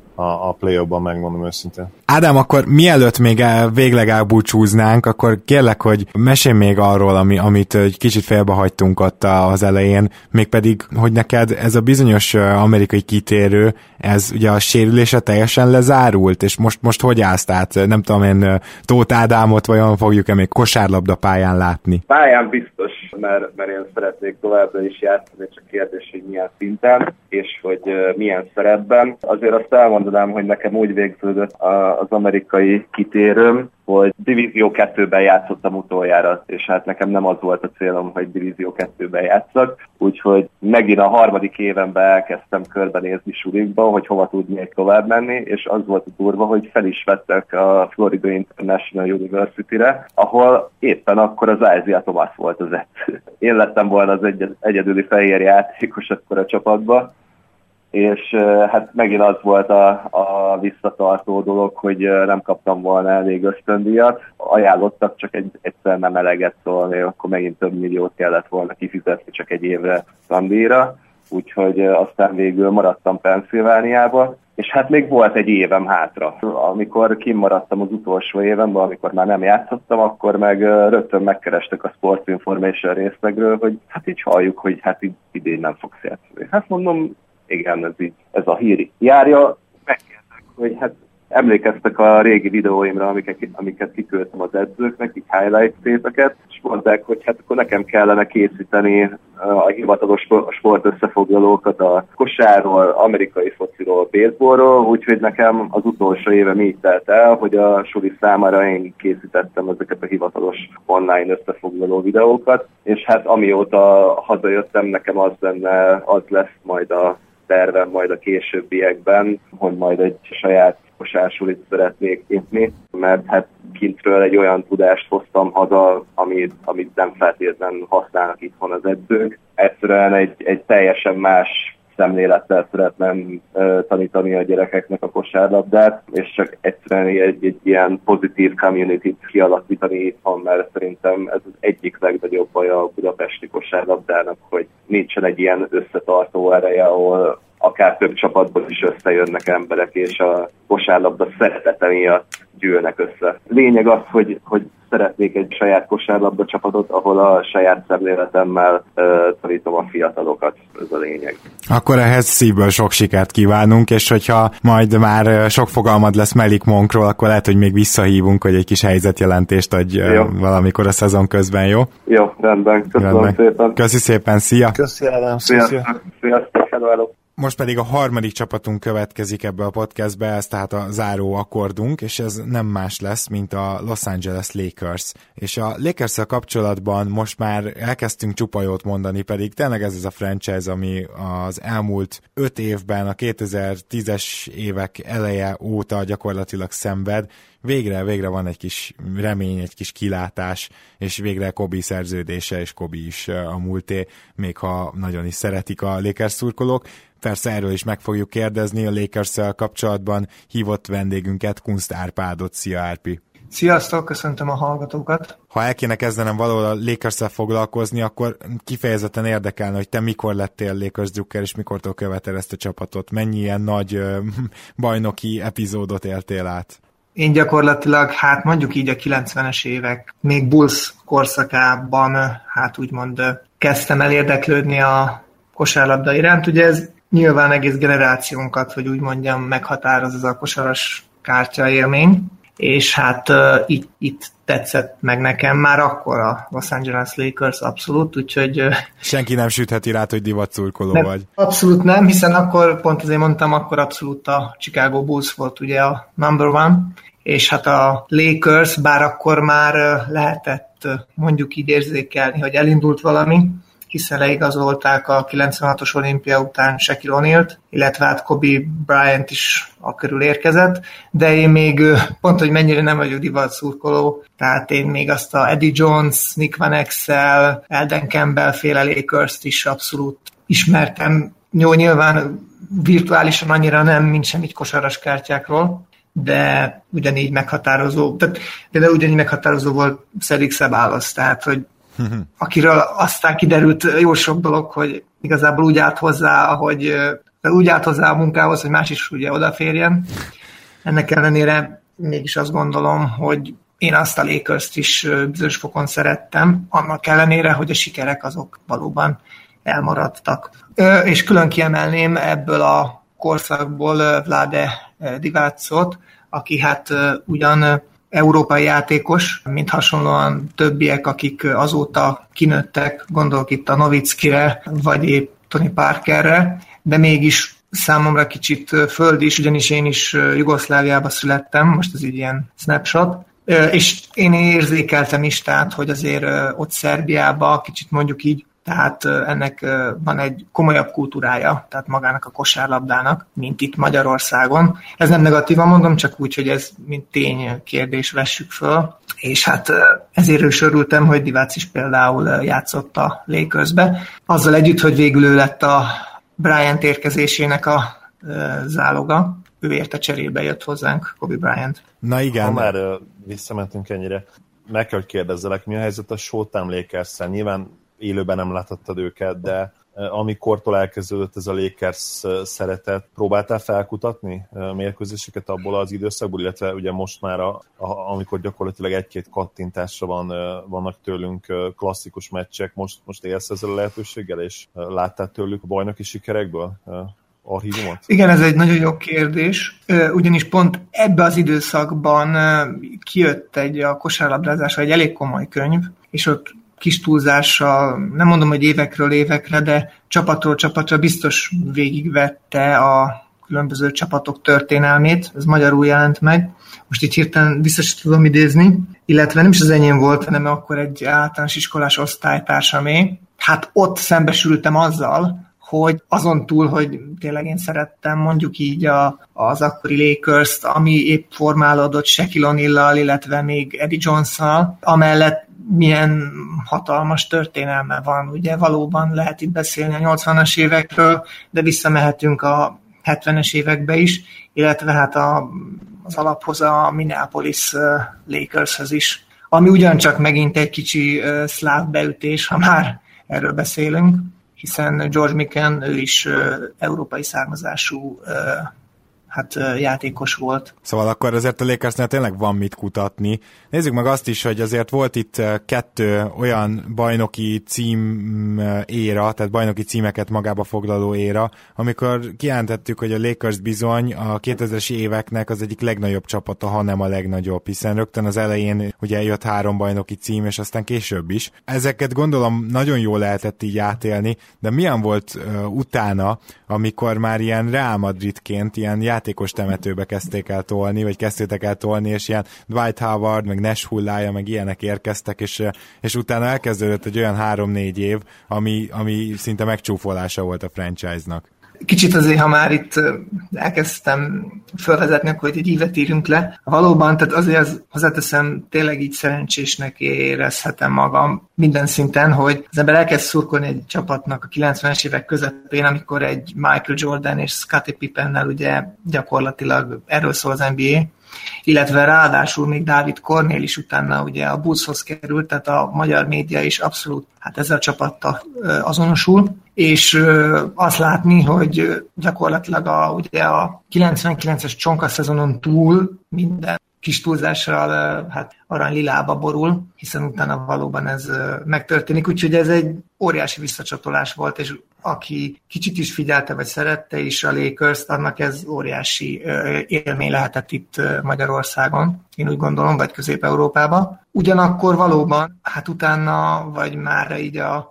Speaker 2: a play-offban, megmondom őszintén.
Speaker 1: Ádám, akkor mielőtt még végleg elbúcsúznánk, akkor kérlek, hogy mesélj még arról, amit egy kicsit félbehagytunk ott az elején, mégpedig, hogy neked ez a bizonyos amerikai kitérő, ez ugye a sérülése teljesen lezárult, és most hogy állsz? Tehát nem tudom én, Tóth Ádámot vajon fogjuk-e még kosárlabda pályán látni?
Speaker 5: Pályán biztos, mert én szeretnék továbbra is játszani, csak kérdés, hogy milyen szinten, és hogy milyen szerepben. Azért azt elmondanám, hogy nekem úgy végződött az amerikai kitérőm, hogy Divízió 2-ben játszottam utoljára, és hát nekem nem az volt a célom, hogy Divízió 2-ben játszak, úgyhogy megint a 3. évenben elkezdtem körbenézni sulikba, hogy hova tudnék tovább menni, és az volt a durva, hogy fel is vettek a Florida International University-re, ahol éppen akkor az Isaiah Thomas volt az edző. Én lettem volna az egyedüli fehér játékos akkor a csapatban, és hát megint az volt a visszatartó dolog, hogy nem kaptam volna elég ösztöndíjat. Ajánlottak, csak egyszer nem eleget szólni, akkor megint több milliót kellett volna kifizetni csak egy évre tandíjra, úgyhogy aztán végül maradtam Pennsylvániába, és hát még volt egy évem hátra. Amikor kimaradtam az utolsó évemben, amikor már nem játszottam, akkor meg rögtön megkerestek a Sports Information részlegről, hogy hát így halljuk, hogy hát idén nem fogsz játszani. Hát mondom, igen, ez a hír járja. Megkérdeztek, hogy hát emlékeztek a régi videóimra, amiket kiküldtem az edzőknek, így highlight képeket, és mondták, hogy hát akkor nekem kellene készíteni a hivatalos sportösszefoglalókat a kosárról, amerikai fociról, baseballról, úgyhogy nekem az utolsó évem így telt el, hogy a suli számára én készítettem ezeket a hivatalos online összefoglaló videókat, és hát amióta hazajöttem, nekem az lesz majd a tervem majd a későbbiekben, hogy majd egy saját kosársulit szeretnék nyitni, mert hát kintről egy olyan tudást hoztam haza, amit nem feltétlenül használnak itthon az edzők. Egyszerűen egy teljesen más szemlélettel szeretném tanítani a gyerekeknek a kosárlabdát, és csak egyszerűen egy ilyen pozitív community-t kialakítani itthon, mert szerintem ez az egyik legnagyobb baj a budapesti kosárlabdának, hogy nincsen egy ilyen összetartó ereje, ahol akár több csapatból is összejönnek emberek, és a kosárlabda szeretete miatt gyűlnek össze. Lényeg az, hogy szeretnék egy saját kosárlabda csapatot, ahol a saját szemléletemmel tanítom a fiatalokat. Ez a lényeg.
Speaker 1: Akkor ehhez szívből sok sikert kívánunk, és hogyha majd már sok fogalmad lesz Melik Monkról, akkor lehet, hogy még visszahívunk, hogy egy kis helyzetjelentést adj valamikor a szezon közben, jó?
Speaker 5: Jó, rendben. Köszönöm szépen.
Speaker 1: Köszi szépen, szia!
Speaker 2: Köszi, Ádám.
Speaker 5: Sziasztok, hello.
Speaker 1: Most pedig a harmadik csapatunk következik ebbe a podcastbe, ez tehát a záró akkordunk, és ez nem más lesz, mint a Los Angeles Lakers. És a Lakers-szel kapcsolatban most már elkezdtünk csupa jót mondani, pedig tényleg ez az a franchise, ami az elmúlt 5 évben, a 2010-es évek eleje óta gyakorlatilag szenved. Végre van egy kis remény, egy kis kilátás, és végre Kobe szerződése, és Kobe is a múlté, még ha nagyon is szeretik a Lakers szurkolók. Persze erről is meg fogjuk kérdezni a Lakers-szel kapcsolatban hívott vendégünket, Kunst Árpádot. Szia, Árpi!
Speaker 6: Sziasztok, köszöntöm a hallgatókat!
Speaker 1: Ha el kéne kezdenem valahol a Lakers-szel foglalkozni, akkor kifejezetten érdekelne, hogy te mikor lettél Lakers drukker, és mikortól követed ezt a csapatot? Mennyi ilyen nagy bajnoki epizódot éltél át?
Speaker 6: Én gyakorlatilag, hát mondjuk így a 90-es évek, még Bulls korszakában, hát úgymond kezdtem el érdeklődni a kosárlabda iránt. Ugye ez nyilván egész generációnkat, hogy úgy mondjam, meghatároz ez a kosaras kártya élmény, és hát itt tetszett meg nekem már akkor a Los Angeles Lakers abszolút, úgyhogy...
Speaker 1: Senki nem sütheti rá, hogy divatszurkoló vagy.
Speaker 6: Abszolút nem, hiszen akkor, pont azért mondtam, akkor abszolút a Chicago Bulls volt ugye a number one, és hát a Lakers, bár akkor már lehetett mondjuk így érzékelni, hogy elindult valami, hiszen leigazolták a 96-os olimpia után Shaquille O'Nealt, illetve hát Kobe Bryant is a körül érkezett, de én még pont, hogy mennyire nem vagyok divatszurkoló, tehát én még azt a Eddie Jones, Nick Van Exel, Elden Campbell féle Lakers-t is abszolút ismertem. Jó, nyilván virtuálisan annyira nem, mint semmit kosaras kártyákról, de ugyanígy meghatározó, tehát például ugyanígy meghatározó volt Cedric Ceballos, tehát hogy akiről aztán kiderült jó sok dolog, hogy igazából úgy állt hozzá a munkához, hogy más is ugye odaférjen. Ennek ellenére mégis azt gondolom, hogy én azt a Lakers-t is bizonyos fokon szerettem, annak ellenére, hogy a sikerek azok valóban elmaradtak. És külön kiemelném ebből a korszakból Vlade Divacot, aki hát ugyan európai játékos, mint hasonlóan többiek, akik azóta kinőttek, gondolok itt a Nowitzkire, vagy épp Tony Parkerre, de mégis számomra kicsit földi is, ugyanis én is Jugoszláviába születtem, most ez így ilyen snapshot, és én érzékeltem is, tehát, hogy azért ott Szerbiában kicsit mondjuk így, tehát ennek van egy komolyabb kultúrája, tehát magának a kosárlabdának, mint itt Magyarországon. Ez nem negatívan mondom, csak úgy, hogy ez mint ténykérdés vessük föl. És hát ezért is örültem, hogy Divac is például játszott a Lakersbe. Azzal együtt, hogy végül ő lett a Bryant érkezésének a záloga. Ő érte cserébe jött hozzánk, Kobe Bryant.
Speaker 1: Na igen.
Speaker 2: Ha már visszamentünk ennyire, meg kell, hogy kérdezzelek, mi a helyzet a Showtime Lakers-szel? Nyilván élőben nem láthattad őket, de amikortól elkezdődött ez a Lakers szeretet, próbáltál felkutatni mérkőzéseket abból az időszakból, illetve ugye most már, amikor gyakorlatilag egy-két kattintásra vannak tőlünk klasszikus meccsek, most élsz ezzel a lehetőséggel, és láttál tőlük a bajnoki sikerekből archívumot?
Speaker 6: Igen, ez egy nagyon jó kérdés, ugyanis pont ebbe az időszakban kijött a kosárlabdázásra egy elég komoly könyv, és ott kis túlzással, nem mondom, hogy évekről évekre, de csapatról csapatra biztos végigvette a különböző csapatok történelmét, ez magyarul jelent meg. Most így hirtelen vissza sem tudom idézni, illetve nem is az enyém volt, hanem akkor egy általános iskolás osztálytársamé. Hát ott szembesültem azzal, hogy azon túl, hogy tényleg én szerettem mondjuk így az akkori Lakers-t, ami épp formálódott Shaquille O'Neal-lal, illetve még Eddie Jones-szal, amellett milyen hatalmas történelme van. Ugye valóban lehet itt beszélni a 80-as évekről, de visszamehetünk a 70-es évekbe is, illetve hát az alaphoz a Minneapolis Lakershez is, ami ugyancsak megint egy kicsi szláv beütés, ha már erről beszélünk, hiszen George Mikan, ő is európai származású játékos volt.
Speaker 1: Szóval akkor azért a Lakersnél tényleg van mit kutatni. Nézzük meg azt is, hogy azért volt itt 2 olyan bajnoki cím éra, tehát bajnoki címeket magába foglaló éra, amikor kijelentettük, hogy a Lakers bizony a 2000-es éveknek az egyik legnagyobb csapata, ha nem a legnagyobb, hiszen rögtön az elején ugye jött 3 bajnoki cím, és aztán később is. Ezeket gondolom nagyon jól lehetett így átélni, de milyen volt utána, amikor már ilyen Real Madridként, ilyen játékos temetőbe kezdtétek el tolni, és ilyen Dwight Howard, meg Nash hullája, meg ilyenek érkeztek, és utána elkezdődött egy olyan 3-4 év, ami szinte megcsúfolása volt a franchise-nak.
Speaker 6: Kicsit azért, ha már itt elkezdtem felvezetni, akkor egy ívet írjunk le. Valóban, tehát azért hozzáteszem, tényleg így szerencsésnek érezhetem magam minden szinten, hogy az ember elkezd szurkolni egy csapatnak a 90-es évek közepén, amikor egy Michael Jordan és Scottie Pippennel ugye gyakorlatilag erről szól az NBA, illetve ráadásul még Dávid Kornél is utána ugye a Bullshoz került, tehát a magyar média is abszolút ezzel a csapattal azonosul, és azt látni, hogy gyakorlatilag ugye a 99-es csonka szezonon túl minden kis túlzással aranylilába borul, hiszen utána valóban ez megtörténik, úgyhogy ez egy óriási visszacsatolás volt, és aki kicsit is figyelte, vagy szerette is a Lakers-t, annak ez óriási élmény lehetett itt Magyarországon, én úgy gondolom, vagy Közép-Európában. Ugyanakkor valóban, utána, vagy már így a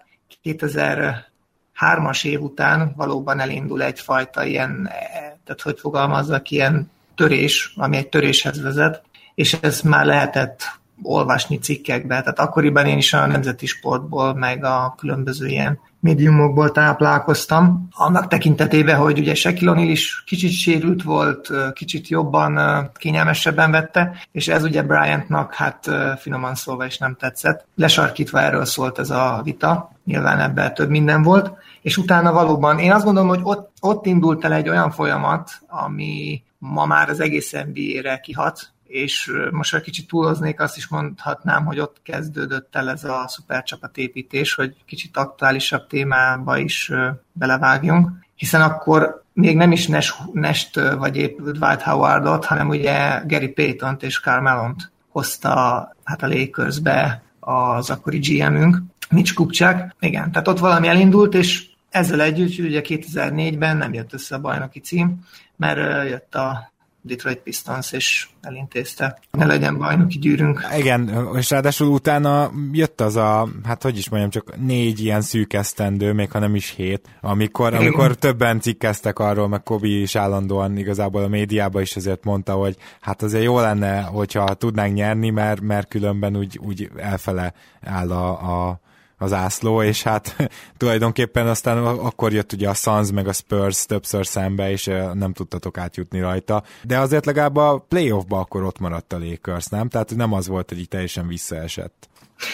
Speaker 6: 2003-as év után valóban elindul egyfajta ilyen, tehát hogy fogalmazzak, ilyen törés, ami egy töréshez vezet, és ezt már lehetett olvasni cikkekbe. Tehát akkoriban én is a nemzeti sportból, meg a különböző ilyen médiumokból táplálkoztam. Annak tekintetében, hogy ugye Shaquille O'Neal is kicsit sérült volt, kicsit jobban, kényelmesebben vette, és ez ugye Bryantnak finoman szólva is nem tetszett. Lesarkítva erről szólt ez a vita, nyilván ebben több minden volt, és utána valóban én azt gondolom, hogy ott indult el egy olyan folyamat, ami ma már az egész NBA-re kihat, és most, ha kicsit túloznék, azt is mondhatnám, hogy ott kezdődött el ez a szupercsapatépítés, hogy kicsit aktuálisabb témába is belevágjunk, hiszen akkor még nem is Nash-t vagy épp Dwight Howardot, hanem ugye Gary Paytont és Karl Malone-t hozta a Lakersbe az akkori GM-ünk, Mitch Kupchak. Igen, tehát ott valami elindult, és ezzel együtt ugye 2004-ben nem jött össze a bajnoki cím, mert jött a Detroit Pistons, és elintézte, ne legyen bajnoki gyűrünk.
Speaker 1: Igen, és ráadásul utána jött az csak 4 ilyen szűk esztendő, még ha nem is 7, amikor többen cikkeztek arról, meg Kobe is állandóan igazából a médiában is azért mondta, hogy azért jó lenne, hogyha tudnánk nyerni, mert különben úgy elfele áll az ászló, és tulajdonképpen aztán akkor jött ugye a Suns meg a Spurs többször szembe, és nem tudtatok átjutni rajta. De azért legalább a playoffba akkor ott maradt a Lakers, nem? Tehát nem az volt, hogy így teljesen visszaesett.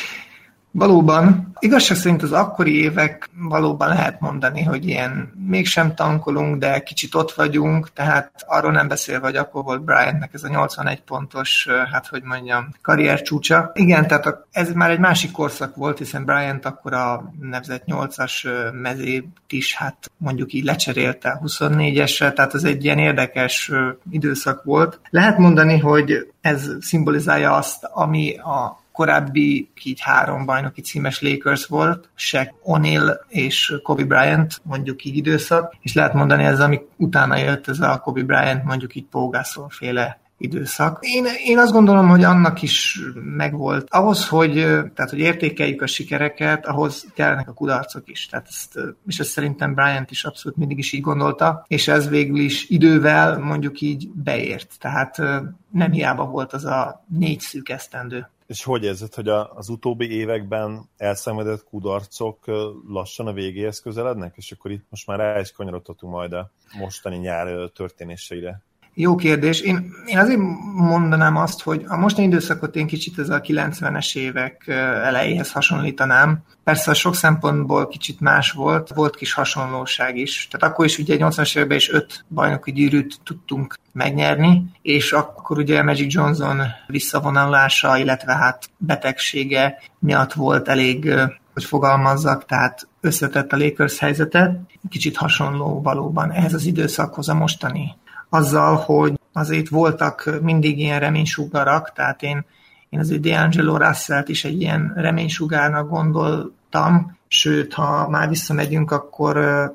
Speaker 6: Valóban. Igazság szerint az akkori évek valóban lehet mondani, hogy ilyen mégsem tankolunk, de kicsit ott vagyunk, tehát arról nem beszélve, hogy akkor volt Bryantnek ez a 81 pontos, karrier csúcsa. Igen, tehát ez már egy másik korszak volt, hiszen Bryant akkor a nevezett 8-as mezét is, mondjuk így lecserélte a 24-esre, tehát ez egy ilyen érdekes időszak volt. Lehet mondani, hogy ez szimbolizálja azt, ami a korábbi így 3 bajnoki címes Lakers volt, Shaq O'Neal és Kobe Bryant, mondjuk így időszak, és lehet mondani ez, ami utána jött, ez a Kobe Bryant, mondjuk így Pau Gasol féle időszak. Én azt gondolom, hogy annak is megvolt. Ahhoz, hogy értékeljük a sikereket, ahhoz kellenek a kudarcok is. És ezt szerintem Bryant is abszolút mindig is így gondolta, és ez végül is idővel mondjuk így beért. Tehát nem hiába volt az a 4 szűk esztendő.
Speaker 2: És hogy érzed, hogy az utóbbi években elszenvedett kudarcok lassan a végéhez közelednek? És akkor itt most már rá is kanyarodhatunk majd a mostani nyár történéseire.
Speaker 6: Jó kérdés. Én azért mondanám azt, hogy a mostani időszakot én kicsit ez a 90-es évek elejéhez hasonlítanám. Persze a sok szempontból kicsit más volt kis hasonlóság is. Tehát akkor is ugye 80-as években is 5 bajnoki gyűrűt tudtunk megnyerni, és akkor ugye Magic Johnson visszavonulása, illetve hát betegsége miatt volt elég, hogy fogalmazzak, tehát összetett a Lakers helyzetet. Kicsit hasonló valóban ehhez az időszakhoz a mostani. Azzal, hogy azért voltak mindig ilyen reménysugarak, tehát én azért D'Angelo Russellt is egy ilyen reménysugárnak gondoltam, sőt, ha már visszamegyünk, akkor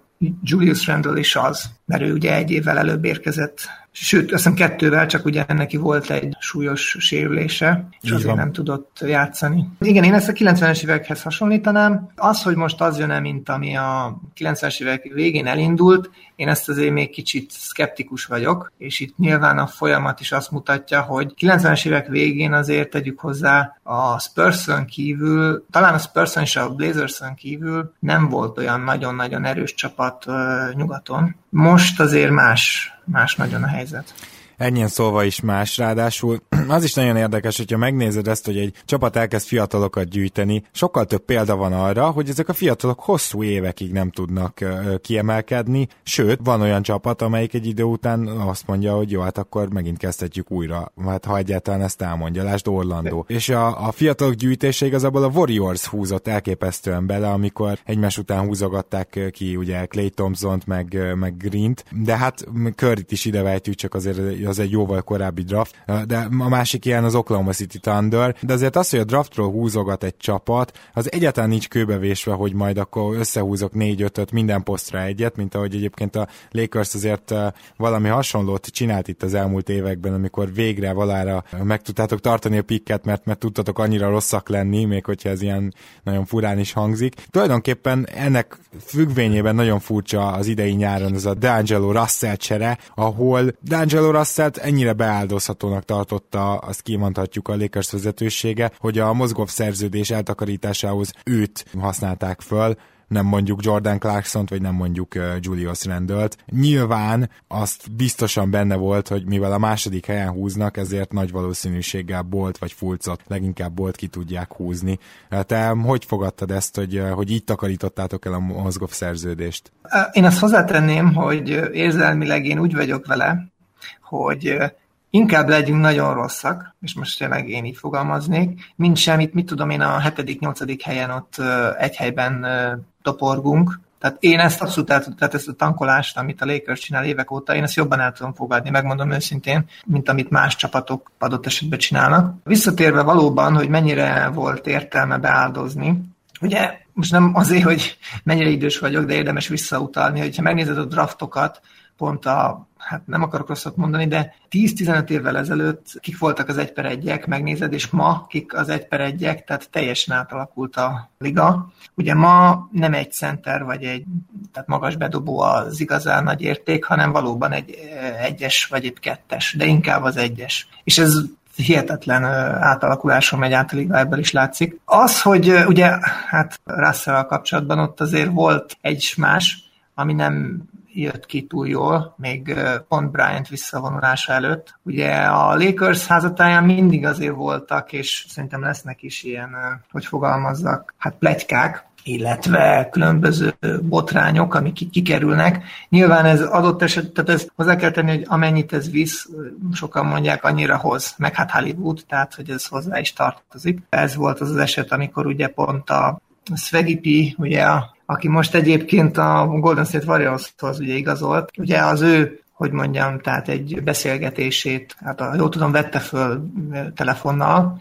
Speaker 6: Julius Randle is az, mert ő ugye 1 évvel előbb érkezett, sőt, azt hiszem 2-vel, csak ugye neki volt egy súlyos sérülése, és azért nem tudott játszani. Igen, én ezt a 90-es évekhez hasonlítanám. Az, hogy most az jön-e, mint ami a 90-es évek végén elindult, én ezt azért még kicsit szkeptikus vagyok, és itt nyilván a folyamat is azt mutatja, hogy 90-es évek végén azért tegyük hozzá a Spurs-ön kívül, talán a Spurs-ön és a Blazers-ön kívül nem volt olyan nagyon-nagyon erős csapat nyugaton. Most azért más nagyon a helyzet.
Speaker 1: Ennyien szólva is más, ráadásul az is nagyon érdekes, hogyha megnézed ezt, hogy egy csapat elkezd fiatalokat gyűjteni, sokkal több példa van arra, hogy ezek a fiatalok hosszú évekig nem tudnak kiemelkedni, sőt, van olyan csapat, amelyik egy idő után azt mondja, hogy jó, hát akkor megint kezdhetjük újra, hát ha egyáltalán ezt elmondja, lásd Orlando. És a fiatalok gyűjtése igazából a Warriors húzott elképesztően bele, amikor egymás után húzogatták ki ugye Klay Thompsont, meg Greent, de hát Curryt is idevejtjük, csak azért az egy jóval korábbi draft, de a másik ilyen az Oklahoma City Thunder, de azért az, hogy a draftról húzogat egy csapat, az egyáltalán nincs kőbevésve, hogy majd akkor összehúzok 4-5-öt minden posztra egyet, mint ahogy egyébként a Lakers azért valami hasonlót csinált itt az elmúlt években, amikor végre valára meg tudtátok tartani a pikket, mert tudtatok annyira rosszak lenni, még hogyha ez ilyen nagyon furán is hangzik. Tulajdonképpen ennek függvényében nagyon furcsa az idei nyáron ez a D'Angelo Russell csere, ahol D'Angelo Russell ennyire beáldozhatónak tartotta, azt kimondhatjuk a Lakers vezetősége, hogy a Mozgov szerződés eltakarításához őt használták föl, nem mondjuk Jordan Clarksont, vagy nem mondjuk Julius Randle-t. Nyilván azt biztosan benne volt, hogy mivel a második helyen húznak, ezért nagy valószínűséggel Bolt vagy Fultzot, leginkább Bolt ki tudják húzni. Te hogy fogadtad ezt, hogy így takarítottátok el a Mozgov szerződést?
Speaker 6: Én azt hozzátenném, hogy érzelmileg én úgy vagyok vele, hogy inkább legyünk nagyon rosszak, és most tényleg én így fogalmaznék, mint semmit, mit tudom én a 7.-8. helyen ott egy helyben toporgunk. Tehát én ezt abszolút tehát ezt a tankolást, amit a Lakers csinál évek óta, én ezt jobban el tudom fogadni, megmondom őszintén, mint amit más csapatok adott esetben csinálnak. Visszatérve valóban, hogy mennyire volt értelme beáldozni, ugye most nem azért, hogy mennyire idős vagyok, de érdemes visszautalni, hogyha megnézed a draftokat, pont hát nem akarok rosszat mondani, de 10-15 évvel ezelőtt kik voltak az 1/1-ek, megnézed, és ma kik az 1/1-ek, tehát teljesen átalakult a liga. Ugye ma nem egy center, vagy tehát magas bedobó az igazán nagy érték, hanem valóban egy 1-es, vagy egy 2-es, de inkább az 1-es. És ez hihetetlen átalakuláson megy át a liga, ebből is látszik. Az, hogy ugye hát Russell-al kapcsolatban ott azért volt egy más, ami nem jött ki túl jól, még pont Bryant visszavonulása előtt. Ugye a Lakers házatáján mindig azért voltak, és szerintem lesznek is ilyen, hogy fogalmazzak, hát pletykák, illetve különböző botrányok, amik kikerülnek. Nyilván ez adott eset, tehát ez hozzá kell tenni, hogy amennyit ez visz, sokan mondják, annyira hoz, meg hát Hollywood, tehát hogy ez hozzá is tartozik. Ez volt az eset, amikor ugye pont a Swaggy P, ugye aki most egyébként a Golden State Warriorshoz ugye igazolt, ugye az ő, hogy mondjam, tehát egy beszélgetését, hát jól tudom, vette föl telefonnal,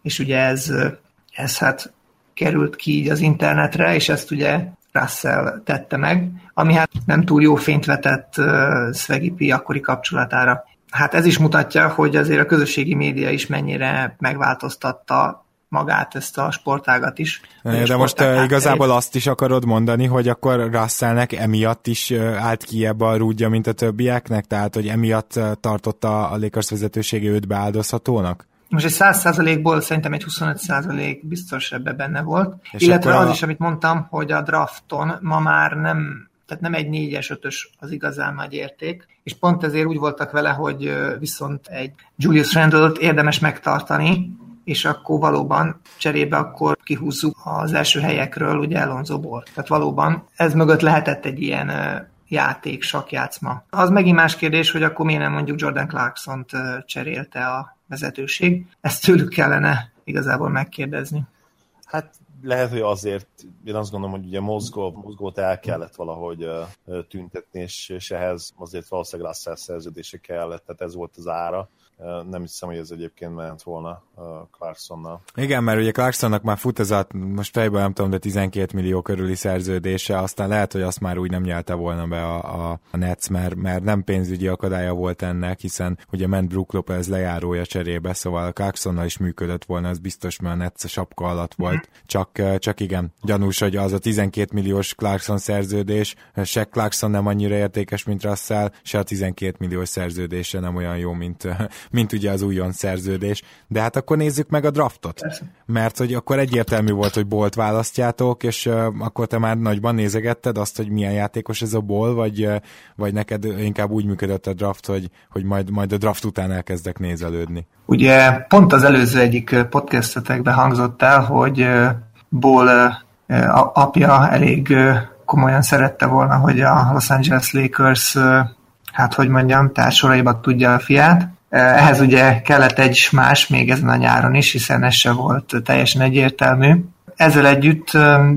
Speaker 6: és ugye ez hát került ki így az internetre, és ezt ugye Russell tette meg, ami hát nem túl jó fényt vetett Swaggy P akkori kapcsolatára. Hát ez is mutatja, hogy azért a közösségi média is mennyire megváltoztatta magát, ezt a sportágat is.
Speaker 1: De most igazából azt is akarod mondani, hogy akkor Russellnek emiatt is állt ki ebbe a rúdja, mint a többieknek? Tehát, hogy emiatt tartotta a Lakers vezetősége őt beáldozhatónak?
Speaker 6: Most egy 100%-ból szerintem egy 25% biztos ebbe benne volt. És illetve az is, amit mondtam, hogy a drafton ma már nem egy 4-es, 5-ös az igazán nagy érték, és pont ezért úgy voltak vele, hogy viszont egy Julius Randle-t érdemes megtartani, és akkor valóban cserébe akkor kihúzzuk az első helyekről ugye Alonzo Ball. Tehát valóban ez mögött lehetett egy ilyen játék, sakkjátszma. Az megint más kérdés, hogy akkor miért nem mondjuk Jordan Clarksont cserélte a vezetőség. Ezt tőlük kellene igazából megkérdezni.
Speaker 2: Hát lehet, hogy azért, én azt gondolom, hogy ugye mozgót el kellett valahogy tüntetni, és ehhez azért valószínűleg Russell szerződése kellett, tehát ez volt az ára. Nem hiszem, hogy ez egyébként ment volna Clarksonnal.
Speaker 1: Igen, mert ugye Clarksonnak már fut ez most fejben nem tudom, de 12 millió körüli szerződése, aztán lehet, hogy azt már úgy nem nyelte volna be a Nets, mert nem pénzügyi akadálya volt ennek, hiszen ugye ment Brook Lopez lejárója cserébe, szóval a Clarksonnal is működött volna, ez biztos, mert a Nets a sapka alatt volt. Csak igen, gyanús, hogy az a 12 milliós Clarkson szerződés, se Clarkson nem annyira értékes, mint Russell, se a 12 milliós szerződése nem olyan jó, mint ugye az újon szerződés. De hát akkor nézzük meg a draftot. Mert hogy akkor egyértelmű volt, hogy Ballt választjátok, és akkor te már nagyban nézegetted azt, hogy milyen játékos ez a Ball, vagy neked inkább úgy működött a draft, hogy majd a draft után elkezdek nézelődni.
Speaker 6: Ugye pont az előző egyik podcastetekben hangzott el, hogy Ball apja elég komolyan szerette volna, hogy a Los Angeles Lakers társoraiba tudja a fiát. Ehhez ugye kellett egy más még ezen a nyáron is, hiszen ez se volt teljesen egyértelmű. Ezzel együtt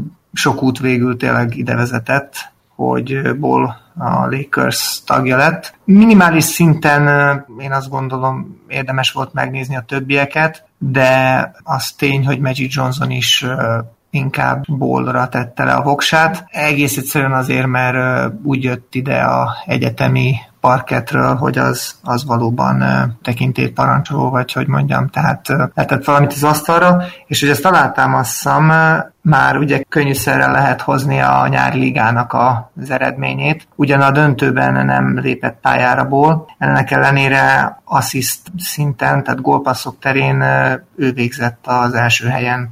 Speaker 6: sok út végül tényleg ide vezetett, hogy Ball a Lakers tagja lett. Minimális szinten én azt gondolom érdemes volt megnézni a többieket, de az tény, hogy Magic Johnson is inkább Ballra tette le a voksát. Egész egyszerűen azért, mert úgy jött ide a egyetemi parkettről, hogy az valóban tekintélyt parancsoló, vagy hogy mondjam, tehát lehetett valamit az asztalra, és hogy ezt alátámasztam, már ugye könnyűszerrel lehet hozni a nyári ligának az eredményét. Ugyan a döntőben nem lépett pályára Ball, ennek ellenére assziszt szinten, tehát gólpasszok terén ő végzett az első helyen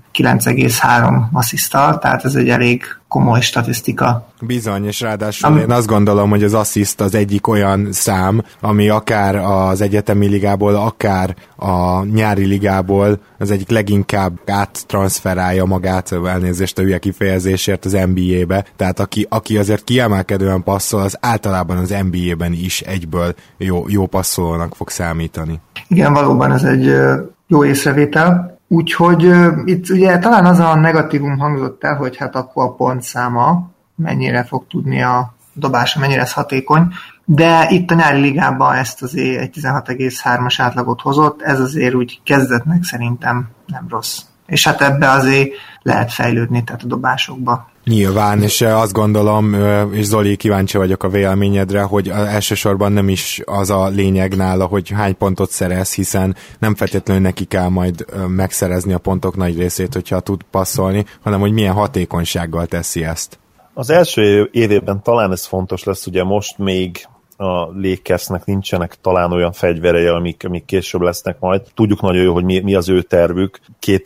Speaker 6: 9,3 assziszttal, tehát ez egy elég komoly statisztika.
Speaker 1: Bizony, és ráadásul én azt gondolom, hogy az assziszt az egyik olyan szám, ami akár az egyetemi ligából, akár a nyári ligából az egyik leginkább áttranszferálja magát, elnézést a hülye kifejezésért, az NBA-be. Tehát aki azért kiemelkedően passzol, az általában az NBA-ben is egyből jó passzolónak fog számítani.
Speaker 6: Igen, valóban ez egy jó észrevétel. Úgyhogy itt ugye talán az a negatívum hangzott el, hogy hát akkor a pontszáma mennyire fog tudni a dobása, mennyire ez hatékony, de itt a nyári ligában ezt azért egy 16,3-as átlagot hozott, ez azért úgy kezdetnek szerintem nem rossz. És hát ebbe azért lehet fejlődni, tehát a dobásokba.
Speaker 1: Nyilván, és azt gondolom, és Zoli, kíváncsi vagyok a véleményedre, hogy elsősorban nem is az a lényeg nála, hogy hány pontot szerez, hiszen nem feltétlenül neki kell majd megszerezni a pontok nagy részét, hogyha tud passzolni, hanem hogy milyen hatékonysággal teszi ezt.
Speaker 2: Az első évében talán ez fontos lesz, ugye most még a Lakersnek nincsenek talán olyan fegyverei, amik később lesznek majd. Tudjuk nagyon jó, hogy mi az ő tervük.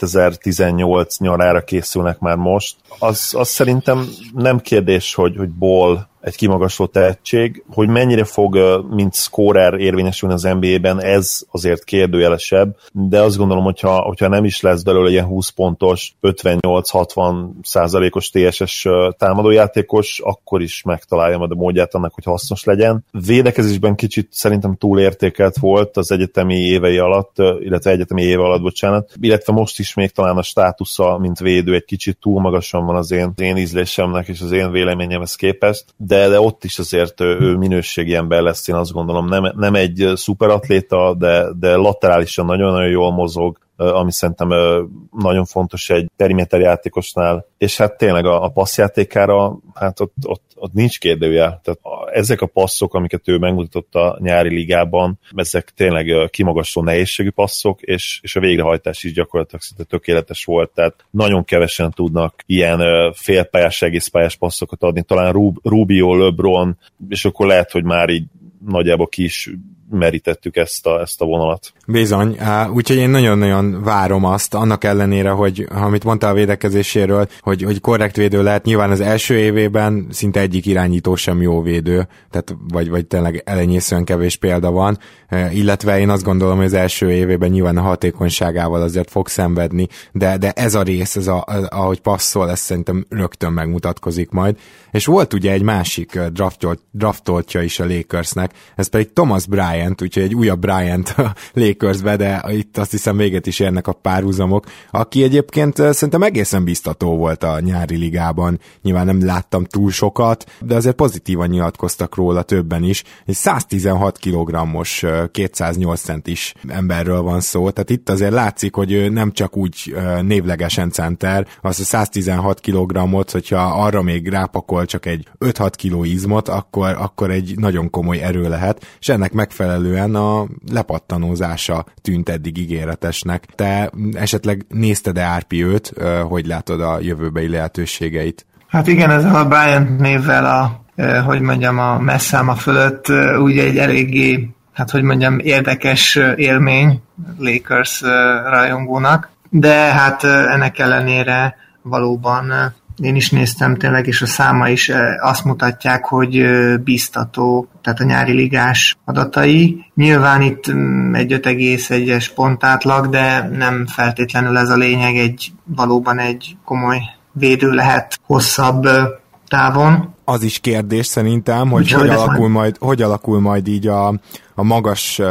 Speaker 2: 2018 nyarára készülnek már most. Az szerintem nem kérdés, hogy Ball egy kimagasló tehetség, hogy mennyire fog, mint scorer érvényesülni az NBA-ben, ez azért kérdőjelesebb, de azt gondolom, hogyha nem is lesz belőle ilyen 20 pontos, 58-60%-os TSS támadójátékos, akkor is megtalálja majd a módját annak, hogy hasznos legyen. Védekezésben kicsit szerintem túlértékelt volt az egyetemi évei alatt, illetve egyetemi éve alatt, bocsánat, illetve most is még talán a státusza, mint védő egy kicsit túl magasan van az én ízlésemnek és az én véleményemhez képest, de ott is azért ő minőségi ember lesz, én azt gondolom, nem egy szuperatléta, de laterálisan nagyon-nagyon jól mozog, ami szerintem nagyon fontos egy periméter játékosnál, és hát tényleg a passzjátékára, hát ott nincs kérdőjel. Tehát ezek a passzok, amiket ő megmutatott a nyári ligában, ezek tényleg kimagasló nehézségű passzok, és a végrehajtás is gyakorlatilag szinte tökéletes volt, tehát nagyon kevesen tudnak ilyen félpályás, egészpályás passzokat adni, talán Rubio, LeBron, és akkor lehet, hogy már így nagyjából ki is merítettük ezt a vonalat.
Speaker 1: Bizony, úgyhogy én nagyon-nagyon várom azt, annak ellenére, hogy amit mondta a védekezéséről, hogy korrekt védő lehet, nyilván az első évében szinte egyik irányító sem jó védő, tehát vagy tényleg elenyészően kevés példa van, illetve én azt gondolom, hogy az első évében nyilván a hatékonyságával azért fog szenvedni, de ez a rész, ahogy passzol, ez szerintem rögtön megmutatkozik majd. És volt ugye egy másik draftoltja is a Lakersnek, ez pedig Thomas Bryant, úgyhogy egy újabb Bryant a Lakersbe, de itt azt hiszem véget is érnek a párhuzamok, aki egyébként szerintem egészen biztató volt a nyári ligában. Nyilván nem láttam túl sokat, de azért pozitívan nyilatkoztak róla többen is. Egy 116 kg-os, 208 centis emberről van szó, tehát itt azért látszik, hogy ő nem csak úgy névlegesen center, az a 116 kg-ot, hogyha arra még rápakol csak egy 5-6 kg izmot, akkor egy nagyon komoly erő lehet, és ennek megfelelően a lepattanózása tűnt eddig ígéretesnek. Te esetleg nézted-e RP őt, hogy látod a jövőbeli lehetőségeit?
Speaker 6: Hát igen, ez a Bryant névvel a messzáma fölött ugye egy eléggé, érdekes élmény Lakers rajongónak, de hát ennek ellenére valóban én is néztem tényleg, és a száma is azt mutatják, hogy biztató, tehát a nyári ligás adatai. Nyilván itt egy 5,1-es pontátlag, de nem feltétlenül ez a lényeg, valóban egy komoly védő lehet hosszabb távon.
Speaker 1: Az is kérdés szerintem, hogy hogy alakul majd így a magas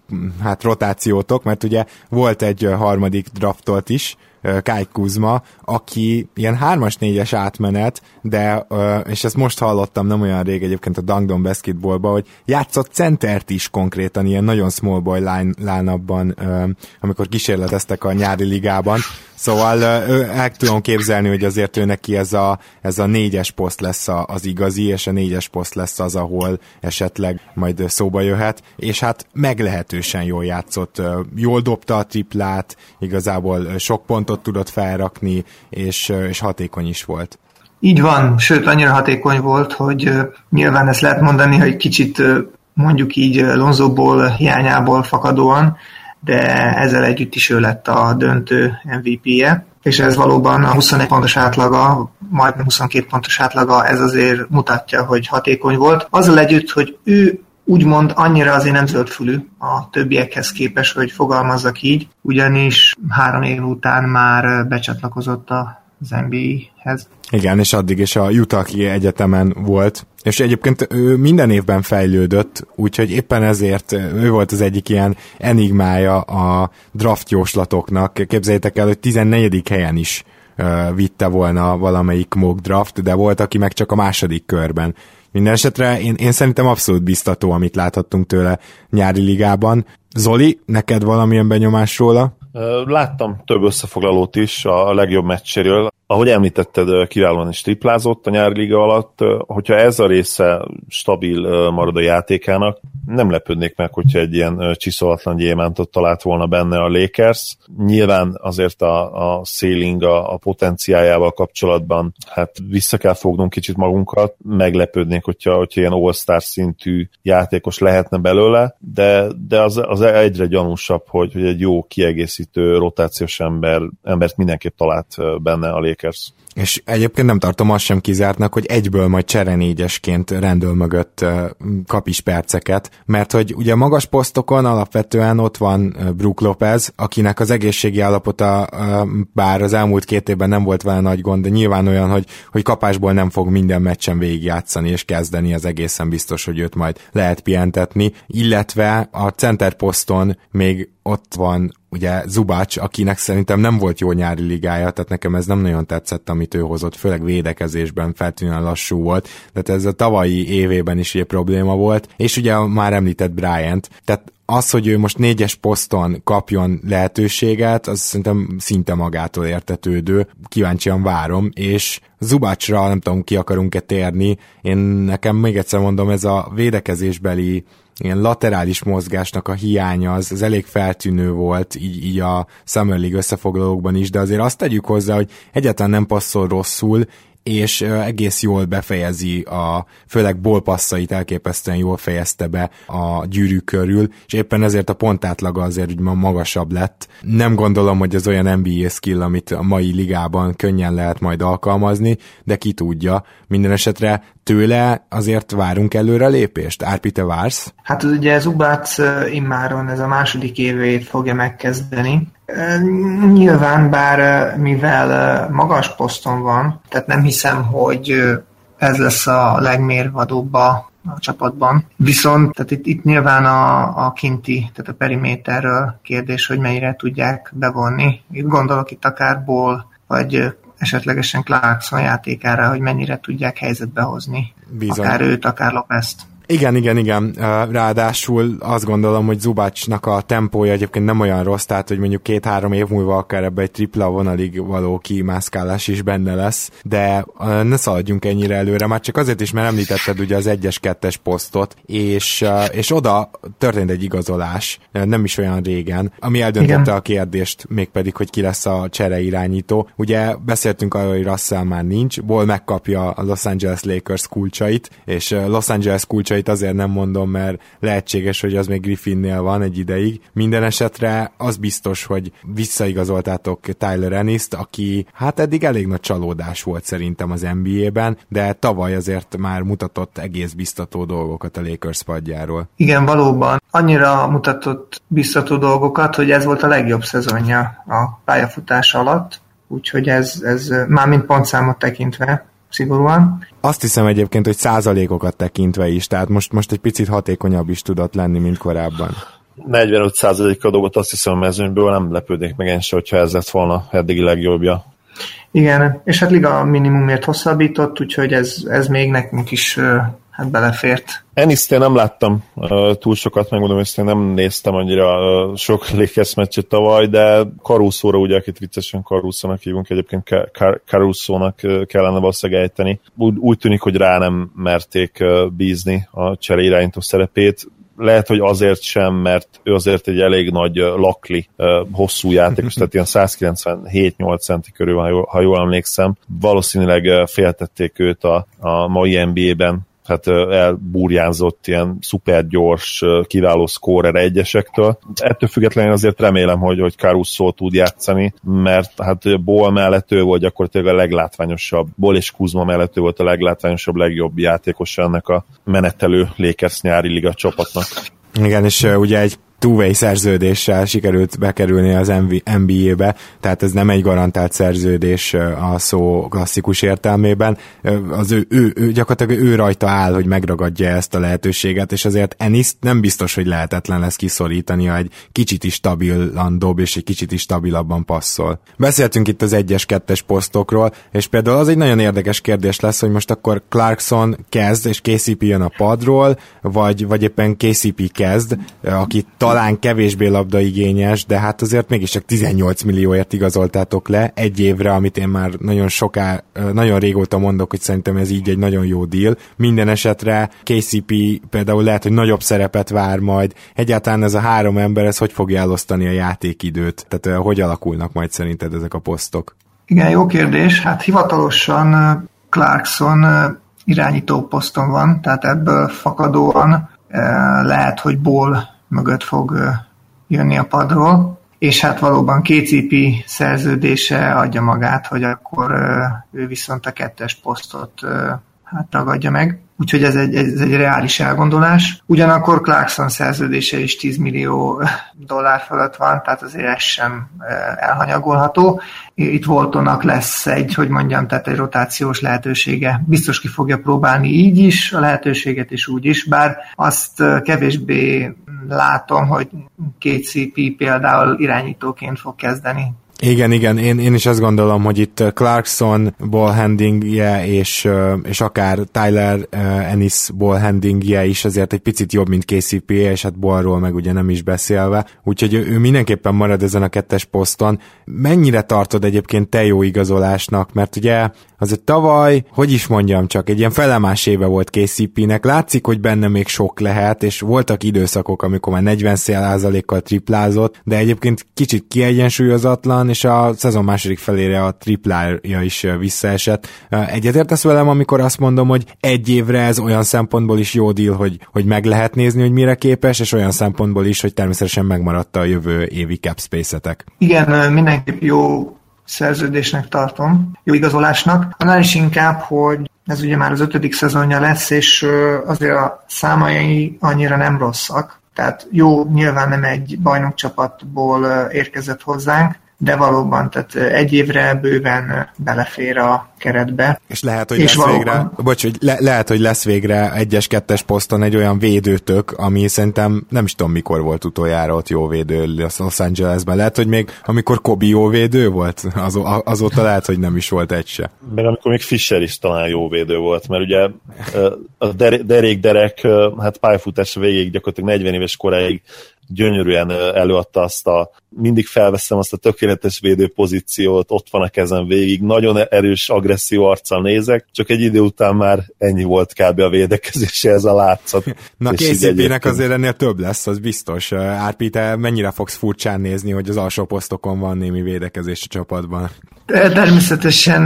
Speaker 1: rotációtok, mert ugye volt egy harmadik draftolt is, Kyle Kuzma, aki ilyen 3-as, 4-es átmenet, de, és ezt most hallottam nem olyan rég egyébként a Dunk Basketballban, hogy játszott centert is konkrétan, ilyen nagyon small boy line-upban, amikor kísérleteztek a nyári ligában. Szóval el tudom képzelni, hogy azért ő neki ez a 4-es poszt lesz az igazi, és a 4-es poszt lesz az, ahol esetleg majd szóba jöhet, és hát meglehetősen jól játszott, jól dobta a triplát, igazából sok pontot tudott felrakni, és hatékony is volt.
Speaker 6: Így van, sőt annyira hatékony volt, hogy nyilván ezt lehet mondani, hogy kicsit mondjuk így Lonzo Ball hiányából fakadóan, de ezzel együtt is ő lett a döntő MVP-je, és ez valóban a 21 pontos átlaga, majdnem 22 pontos átlaga, ez azért mutatja, hogy hatékony volt. Azzal együtt, hogy ő úgymond annyira azért nem zöldfülű a többiekhez képest, hogy fogalmazzak így, ugyanis 3 év után már becsatlakozott az NBA-hez.
Speaker 1: Igen, és addig is a Utah egyetemen volt, és egyébként ő minden évben fejlődött, úgyhogy éppen ezért ő volt az egyik ilyen enigmája a draft jóslatoknak. Képzeljétek el, hogy 14. helyen is vitte volna valamelyik mock draft, de volt, aki meg csak a második körben. Minden esetre én szerintem abszolút biztató, amit láthattunk tőle nyári ligában. Zoli, neked valamilyen benyomás róla?
Speaker 2: Láttam több összefoglalót is a legjobb meccséről. Ahogy említetted, kiválóan is triplázott a nyári liga alatt. Hogyha ez a része stabil marad a játékának, nem lepődnék meg, hogyha egy ilyen csiszolatlan gyémántot talált volna benne a Lakers. Nyilván azért a ceiling, a potenciájával kapcsolatban hát vissza kell fognunk kicsit magunkat. Meglepődnék, hogyha ilyen all-star szintű játékos lehetne belőle, de az egyre gyanúsabb, hogy egy jó kiegészítő rotációs embert mindenképp talált benne a Lakers.
Speaker 1: És egyébként nem tartom azt sem kizártnak, hogy egyből majd cserenégyesként Randall mögött kap is perceket, mert hogy ugye magas posztokon alapvetően ott van Brook Lopez, akinek az egészségi állapota bár az elmúlt 2 évben nem volt vele nagy gond, de nyilván olyan, hogy kapásból nem fog minden meccsen végigjátszani és kezdeni, az egészen biztos, hogy őt majd lehet pihentetni, illetve a center poszton még ott van ugye Zubac, akinek szerintem nem volt jó nyári ligája, tehát nekem ez nem nagyon tetszett, amit ő hozott, főleg védekezésben feltűnően lassú volt, tehát ez a tavalyi évében is ugye probléma volt, és ugye már említett Bryant, tehát az, hogy ő most 4-es poszton kapjon lehetőséget, az szerintem szinte magától értetődő. Kíváncsian várom, és Zubacra nem tudom, ki akarunk-e térni. Nekem még egyszer mondom, ez a védekezésbeli ilyen laterális mozgásnak a hiánya az elég feltűnő volt így a Summer League összefoglalókban is, de azért azt tegyük hozzá, hogy egyáltalán nem passzol rosszul, és egész jól befejezi főleg ballpasszait elképesztően jól fejezte be a gyűrű körül, és éppen ezért a pontátlaga azért úgy magasabb lett. Nem gondolom, hogy ez olyan NBA skill, amit a mai ligában könnyen lehet majd alkalmazni, de ki tudja. Minden esetre tőle azért várunk előre lépést. Árpi, te vársz?
Speaker 6: Hát ugye Zubac immáron ez a második évét fogja megkezdeni. Nyilván, bár mivel magas poszton van, tehát nem hiszem, hogy ez lesz a legmérvadóbb a csapatban. Viszont tehát itt nyilván a kinti, tehát a periméterről kérdés, hogy mennyire tudják bevonni. Itt gondolok itt akár Ball, vagy esetlegesen Clarkson játékára, hogy mennyire tudják helyzetbe hozni. Bizony. Akár őt, akár Lopez-t.
Speaker 1: Igen. Ráadásul azt gondolom, hogy Zubacnak a tempója egyébként nem olyan rossz, tehát hogy mondjuk 2-3 év múlva akár ebbe egy tripla vonalig való kimászkálás is benne lesz, de ne szaladjunk ennyire előre, már csak azért is, mert említetted ugye az 1-2-es posztot, és oda történt egy igazolás, nem is olyan régen, ami eldöntötte a kérdést, mégpedig, hogy ki lesz a csereirányító. Ugye beszéltünk arról, hogy Russell már nincs, Ball megkapja a Los Angeles Lakers kulcsait, és Los Angeles kulcsait azért nem mondom, mert lehetséges, hogy az még Griffinnél van egy ideig. Minden esetre az biztos, hogy visszaigazoltátok Tyler Ennis-t, aki hát eddig elég nagy csalódás volt szerintem az NBA-ben, de tavaly azért már mutatott egész biztató dolgokat a Lakers padjáról.
Speaker 6: Igen, valóban. Annyira mutatott biztató dolgokat, hogy ez volt a legjobb szezonja a pályafutása alatt, úgyhogy ez mármint pontszámot tekintve szigorúan.
Speaker 1: Azt hiszem egyébként, hogy százalékokat tekintve is, tehát most egy picit hatékonyabb is tudott lenni, mint korábban.
Speaker 2: 45%-kal dolgot azt hiszem a mezőnyből, nem lepődnék meg én se, hogyha ez lett volna eddigi legjobbja.
Speaker 6: Igen, és hát liga minimumért hosszabbított, úgyhogy ez még nekünk is hát belefért.
Speaker 2: Ennis-t én nem láttam túl sokat, megmondom, hogy én nem néztem annyira sok Lakers meccset tavaly, de Caruso-ra, ugye, akit viccesen Caruso-nak hívunk, egyébként Caruso-nak kellene valószínűleg ejteni. Úgy tűnik, hogy rá nem merték bízni a csereirányító szerepét. Lehet, hogy azért sem, mert ő azért egy elég nagy lakli, hosszú játékos, tehát ilyen 197-8 centi körül, ha jól emlékszem. Valószínűleg féltették őt a mai NBA-ben, hát elburjánzott ilyen szupergyors, kiváló szkórer egyesektől. Ettől függetlenül azért remélem, hogy Caruso tud játszani, mert hát Ball mellett ő volt gyakorlatilag a leglátványosabb, Ball és Kuzma mellett ő volt a leglátványosabb, legjobb játékos ennek a menetelő Lakers nyári liga csapatnak.
Speaker 1: Igen, és ugye egy two-way szerződéssel sikerült bekerülni az NBA-be, tehát ez nem egy garantált szerződés a szó klasszikus értelmében. Ő gyakorlatilag ő rajta áll, hogy megragadja ezt a lehetőséget, és azért Ennis nem biztos, hogy lehetetlen lesz kiszorítani, ha egy kicsit is stabilan dob, és egy kicsit is stabilabban passzol. Beszéltünk itt az 1-2-es posztokról, és például az egy nagyon érdekes kérdés lesz, hogy most akkor Clarkson kezd, és KCP jön a padról, vagy éppen KCP kezd, aki talán kevésbé labdaigényes, de hát azért mégiscsak 18 millióért igazoltátok le egy évre, amit én már nagyon régóta mondok, hogy szerintem ez így egy nagyon jó deal. Minden esetre KCP például lehet, hogy nagyobb szerepet vár majd. Egyáltalán ez a 3 ember, ez hogy fogja elosztani a játékidőt? Tehát hogy alakulnak majd szerinted ezek a posztok?
Speaker 6: Igen, jó kérdés. Hát hivatalosan Clarkson irányító poszton van, tehát ebből fakadóan lehet, hogy Ball mögött fog jönni a padról, és hát valóban KCP szerződése adja magát, hogy akkor ő viszont a 2-es posztot hát ragadja meg. Úgyhogy ez egy reális elgondolás. Ugyanakkor Clarkson szerződése is $10 millió fölött van, tehát azért ez sem elhanyagolható. Itt Waltonnak lesz egy rotációs lehetősége. Biztos ki fogja próbálni így is a lehetőséget, és úgy is, bár azt kevésbé látom, hogy KCP például irányítóként fog kezdeni.
Speaker 1: Igen, én is azt gondolom, hogy itt Clarkson ballhandlingje és akár Tyler Ennis ballhandlingje is azért egy picit jobb, mint KCP, és hát ballról meg ugye nem is beszélve, úgyhogy ő mindenképpen marad ezen a 2-es poszton. Mennyire tartod egyébként te jó igazolásnak, mert ugye azért tavaly, hogy is mondjam csak, egy ilyen felemás éve volt KCP-nek, látszik, hogy benne még sok lehet, és voltak időszakok, amikor már 40%-kal triplázott, de egyébként kicsit kiegyensúlyozatlan, és a szezon második felére a triplája is visszaesett. Egyetértesz velem, amikor azt mondom, hogy egy évre ez olyan szempontból is jó deal, hogy meg lehet nézni, hogy mire képes, és olyan szempontból is, hogy természetesen megmaradta a jövő évi cap space-etek.
Speaker 6: Igen, mindenképp jó szerződésnek tartom, jó igazolásnak. Annál is inkább, hogy ez ugye már az 5. szezonja lesz, és azért a számai annyira nem rosszak. Tehát jó, nyilván nem egy bajnokcsapatból érkezett hozzánk, de valóban, tehát egy évre bőven belefér a keretbe.
Speaker 1: És lehet, hogy lehet, hogy lesz végre 1-es, 2-es poszton egy olyan védőtök, ami szerintem nem is tudom, mikor volt utoljára ott jó védő Los Angelesben. Lehet, hogy még amikor Kobe jó védő volt, azóta lehet, hogy nem is volt egy se.
Speaker 2: Meg amikor még Fischer is talán jó védő volt, mert ugye a Derek hát pályafutás végig gyakorlatilag 40 éves koráig gyönyörűen előadta mindig felveszem azt a tökéletes védő pozíciót, ott van a kezem végig, nagyon erős, agresszív arccal nézek, csak egy idő után már ennyi volt kb. A védekezése, ez a látszat.
Speaker 1: Na KCP-nek azért ennél több lesz, az biztos. Árpi, te mennyire fogsz furcsán nézni, hogy az alsó posztokon van némi védekezés a csapatban?
Speaker 6: Természetesen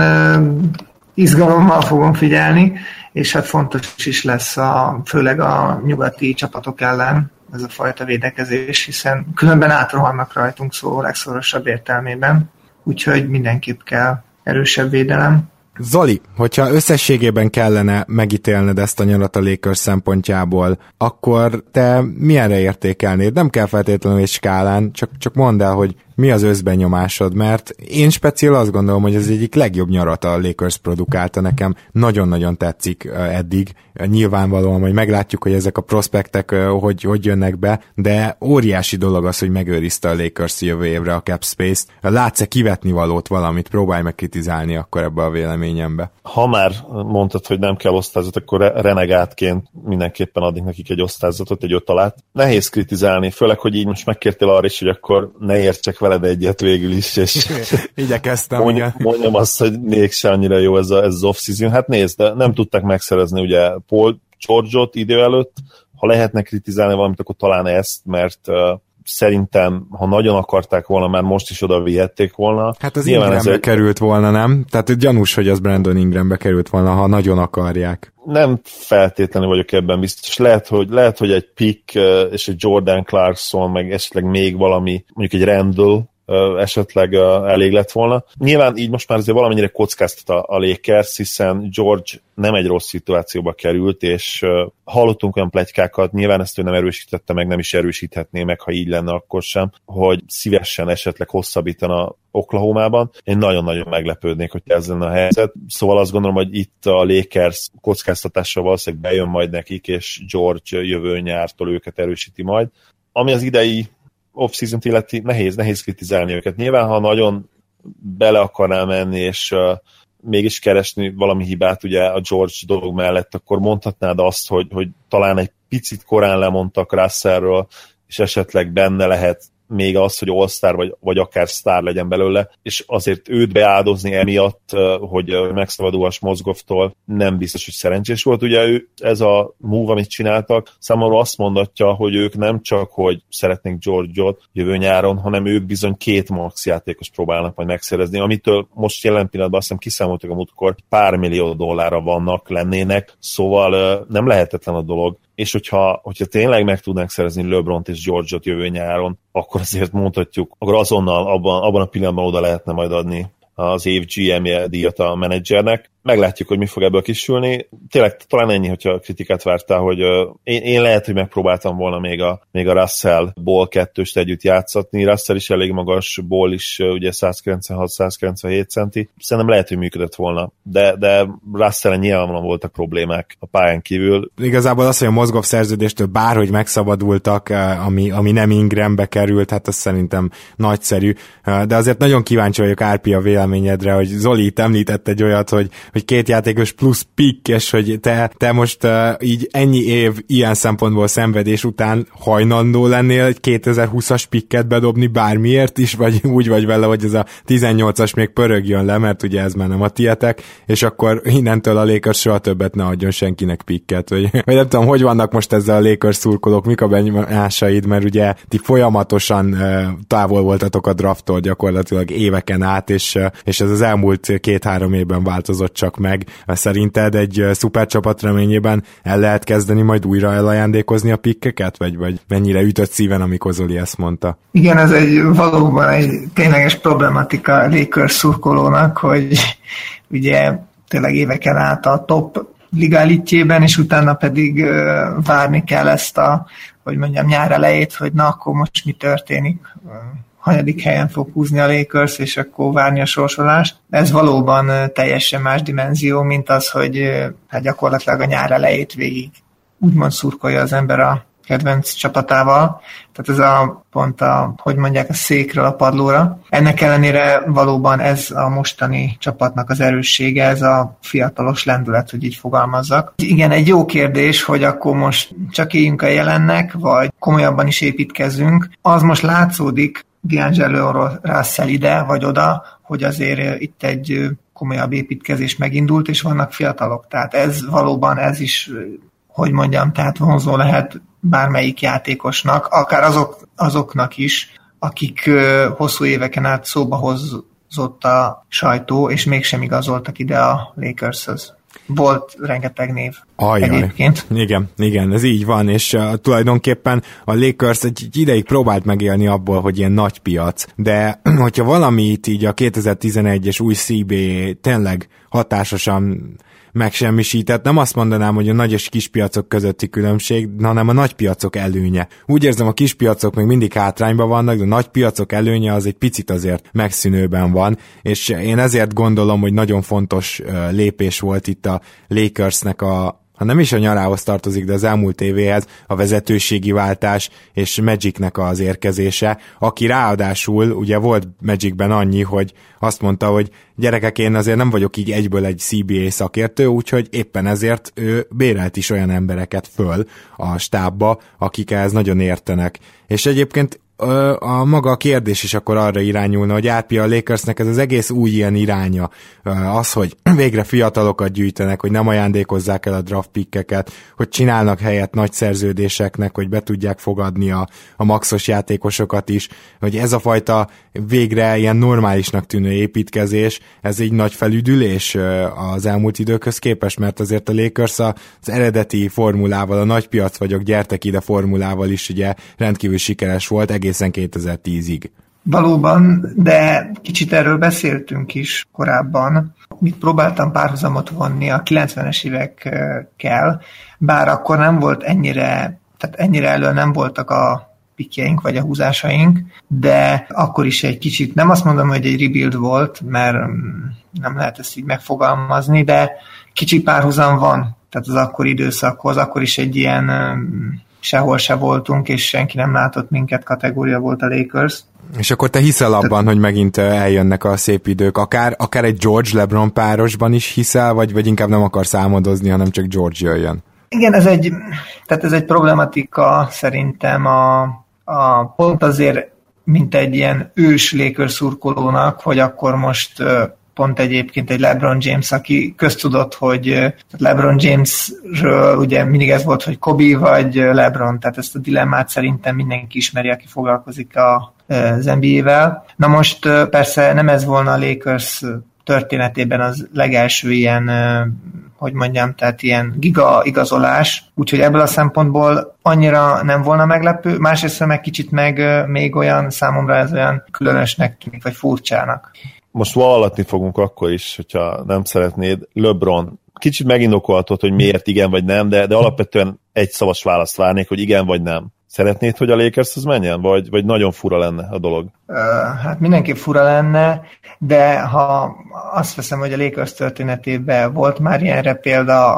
Speaker 6: izgalommal fogom figyelni, és hát fontos is lesz főleg a nyugati csapatok ellen ez a fajta védekezés, hiszen különben átrohannak rajtunk szó legszorosabb értelmében, úgyhogy mindenképp kell erősebb védelem.
Speaker 1: Zoli, hogyha összességében kellene megítélned ezt a nyarat a Lakers szempontjából, akkor te milyenre értékelnéd? Nem kell feltétlenül egy skálán, csak mondd el, hogy mi az összbenyomásod, mert én speciál azt gondolom, hogy ez egyik legjobb nyarat a Lakers produkálta, nekem nagyon-nagyon tetszik eddig. Nyilvánvalóan, hogy meglátjuk, hogy ezek a prospektek hogy jönnek be, de óriási dolog az, hogy megőrizte a Lakers jövő évre a cap space-t. Látsz-e kivetni valót valamit? Próbálj meg kritizálni akkor ebbe a véleményembe.
Speaker 2: Ha már mondtad, hogy nem kell osztályzat, akkor renegátként mindenképpen adnék nekik egy osztályzatot, egy 5 alát. Nehéz kritizálni, főleg, hogy így most megkértél arra is, hogy akkor ne értsek veled egyet végül is, és
Speaker 1: igyekeztem,
Speaker 2: mondjam azt, hogy mégse annyira jó ez az off-season. Hát nézd, de nem tudták megszerezni ugye Paul George-ot idő előtt, ha lehetne kritizálni valamit, akkor talán ezt, mert szerintem, ha nagyon akarták volna, már most is oda vihették volna.
Speaker 1: Hát az Ingrambe került volna, nem? Tehát gyanús, hogy az Brandon Ingrambe került volna, ha nagyon akarják.
Speaker 2: Nem feltétlenül vagyok ebben biztos. Lehet, hogy egy pick és egy Jordan Clarkson, meg esetleg még valami, mondjuk egy Randall esetleg elég lett volna. Nyilván így most már azért valamennyire kockáztat a Lakers, hiszen George nem egy rossz szituációba került, és hallottunk olyan pletykákat, nyilván ezt ő nem erősítette meg, nem is erősíthetné meg, ha így lenne akkor sem, hogy szívesen esetleg hosszabbítana Oklahomában. Én nagyon-nagyon meglepődnék, hogy ez lenne a helyzet. Szóval azt gondolom, hogy itt a Lakers kockáztatással valószínűleg bejön majd nekik, és George jövő nyártól őket erősíti majd. Ami az idei off-season-t illeti, nehéz kritizálni őket. Nyilván, ha nagyon bele akarnál menni, és mégis keresni valami hibát ugye a George dolog mellett, akkor mondhatnád azt, hogy talán egy picit korán lemondtak Russellről, és esetleg benne lehet még az, hogy All-Star vagy akár sztár legyen belőle, és azért őt beáldozni emiatt, hogy megszabadulhass Mozgovtól, nem biztos, hogy szerencsés volt. Ugye ez a move, amit csináltak, számomra azt mondatja, hogy ők nem csak, hogy szeretnék George-ot jövő nyáron, hanem ők bizony 2 max játékos próbálnak majd megszerezni, amitől most jelen pillanatban azt hiszem kiszámoltak a múltkor, pár millió dollárra lennének, szóval nem lehetetlen a dolog. És hogyha tényleg meg tudnánk szerezni LeBront és George-ot jövő nyáron, akkor azért mondhatjuk, akkor azonnal abban a pillanatban oda lehetne majd adni az év GM-je díjat a menedzsernek. meglátjuk, hogy mi fog ebből kisülni. Tényleg talán ennyi, hogyha kritikát vártál, hogy én lehet, hogy megpróbáltam volna még a Russell-ból 2-st együtt játszatni. Russell is elég magas, Ball is ugye 196-197 centi. Szerintem lehet, hogy működött volna, de Russell-en nyilvánvalóan voltak problémák a pályán kívül.
Speaker 1: Igazából az, hogy a Mozgov szerződéstől bárhogy megszabadultak, ami nem Ingrambe került, hát az szerintem nagyszerű. De azért nagyon kíváncsi vagyok, Árpi, a véleményedre, hogy Zoli itt említett egy olyat, hogy 2 játékos plusz pick, és hogy te most így ennyi év ilyen szempontból szenvedés után hajlandó lennél egy 2020-as picket bedobni bármiért is, vagy úgy vagy vele, hogy ez a 18-as még pörögjön le, mert ugye ez már nem a tietek, és akkor innentől a Lakers soha többet ne adjon senkinek picket, vagy nem tudom, hogy vannak most ezzel a Lakers szurkolók, mik a benyomásaid, mert ugye ti folyamatosan távol voltatok a drafttól gyakorlatilag éveken át, és ez az elmúlt 2-3 évben változott csak meg. Szerinted egy szupercsapat reményében el lehet kezdeni majd újra elajándékozni a pikkeket, vagy mennyire ütött szíven, amikor Zoli ezt mondta?
Speaker 6: Igen, ez valóban egy tényleges problematika Lakers szurkolónak, hogy ugye tényleg éveken át a top liga elitjében, és utána pedig várni kell ezt nyár elejét, hogy na, akkor most mi történik, hanyadik helyen fog húzni a Lakers, és akkor várni a sorsolást. Ez valóban teljesen más dimenzió, mint az, hogy hát gyakorlatilag a nyár elejét végig úgymond szurkolja az ember a kedvenc csapatával. Tehát ez a székről a padlóra. Ennek ellenére valóban ez a mostani csapatnak az erőssége, ez a fiatalos lendület, hogy így fogalmazzak. Igen, egy jó kérdés, hogy akkor most csak éljünk a jelennek, vagy komolyabban is építkezzünk. Az most látszódik, D'Angelo Russell ide vagy oda, hogy azért itt egy komolyabb építkezés megindult, és vannak fiatalok. Tehát ez valóban, ez is, tehát vonzó lehet bármelyik játékosnak, akár azoknak is, akik hosszú éveken át szóba hozott a sajtó, és mégsem igazoltak ide a Lakershöz. Volt rengeteg név egyébként.
Speaker 1: Igen, ez így van, és tulajdonképpen a Lakers egy ideig próbált megélni abból, hogy ilyen nagy piac, de hogyha valamit így a 2011-es új CBA tényleg hatásosan megsemmisített, nem azt mondanám, hogy a nagy és kis piacok közötti különbség, hanem a nagy piacok előnye. Úgy érzem, a kis piacok még mindig hátrányban vannak, de a nagy piacok előnye az egy picit azért megszűnőben van, és én ezért gondolom, hogy nagyon fontos lépés volt itt a Lakersnek ha nem is a nyarához tartozik, de az elmúlt évéhez a vezetőségi váltás és Magicnek az érkezése, aki ráadásul ugye volt Magicben annyi, hogy azt mondta, hogy gyerekek, én azért nem vagyok így egyből egy CBA szakértő, úgyhogy éppen ezért ő bérelt is olyan embereket föl a stábba, akik ehhez nagyon értenek. És egyébként a maga a kérdés is akkor arra irányulna, hogy Árpi, a Lakersnek ez az egész új ilyen iránya, az, hogy végre fiatalokat gyűjtenek, hogy nem ajándékozzák el a draft pickeket, hogy csinálnak helyet nagy szerződéseknek, hogy be tudják fogadni a maxos játékosokat is, hogy ez a fajta végre ilyen normálisnak tűnő építkezés, ez egy nagy felüdülés az elmúlt időkhöz képest, mert azért a Lakers az eredeti formulával, a nagy piac vagyok, gyertek ide formulával is ugye rendkívül sikeres volt egészen 2010-ig.
Speaker 6: Valóban, de kicsit erről beszéltünk is korábban. Mit próbáltam párhuzamot vonni a 90-es évekkel, bár akkor nem volt ennyire elő nem voltak a pikjeink vagy a húzásaink, de akkor is egy kicsit, nem azt mondom, hogy egy rebuild volt, mert nem lehet ezt így megfogalmazni, de kicsi párhuzam van. Tehát az akkori időszakhoz, akkor is egy ilyen sehol se voltunk, és senki nem látott minket kategória volt a Lakers.
Speaker 1: És akkor te hiszel abban, hogy megint eljönnek a szép idők, akár egy George-LeBron párosban is hiszel, vagy inkább nem akarsz álmodozni, hanem csak George jöjjön?
Speaker 6: Igen, ez egy problematika szerintem a pont azért, mint egy ilyen ős Lakers szurkolónak, hogy akkor most pont egyébként egy LeBron James, aki köztudott, hogy LeBron Jamesről ugye mindig ez volt, hogy Kobe vagy LeBron, tehát ezt a dilemmát szerintem mindenki ismeri, aki foglalkozik az NBA-vel. Na most persze nem ez volna a Lakers történetében az legelső ilyen, tehát ilyen giga igazolás, úgyhogy ebből a szempontból annyira nem volna meglepő, másrészt meg kicsit még olyan számomra ez olyan különösnek tűnik, vagy furcsának.
Speaker 2: most vallatni fogunk akkor is, hogyha nem szeretnéd, LeBron. Kicsit megindokolhatod, hogy miért igen vagy nem, de alapvetően egy szavas választ várnék, hogy igen vagy nem. Szeretnéd, hogy a Lakershez menjen, vagy nagyon fura lenne a dolog?
Speaker 6: Hát mindenképp fura lenne, de ha azt veszem, hogy a Lakers történetében volt már ilyenre példa,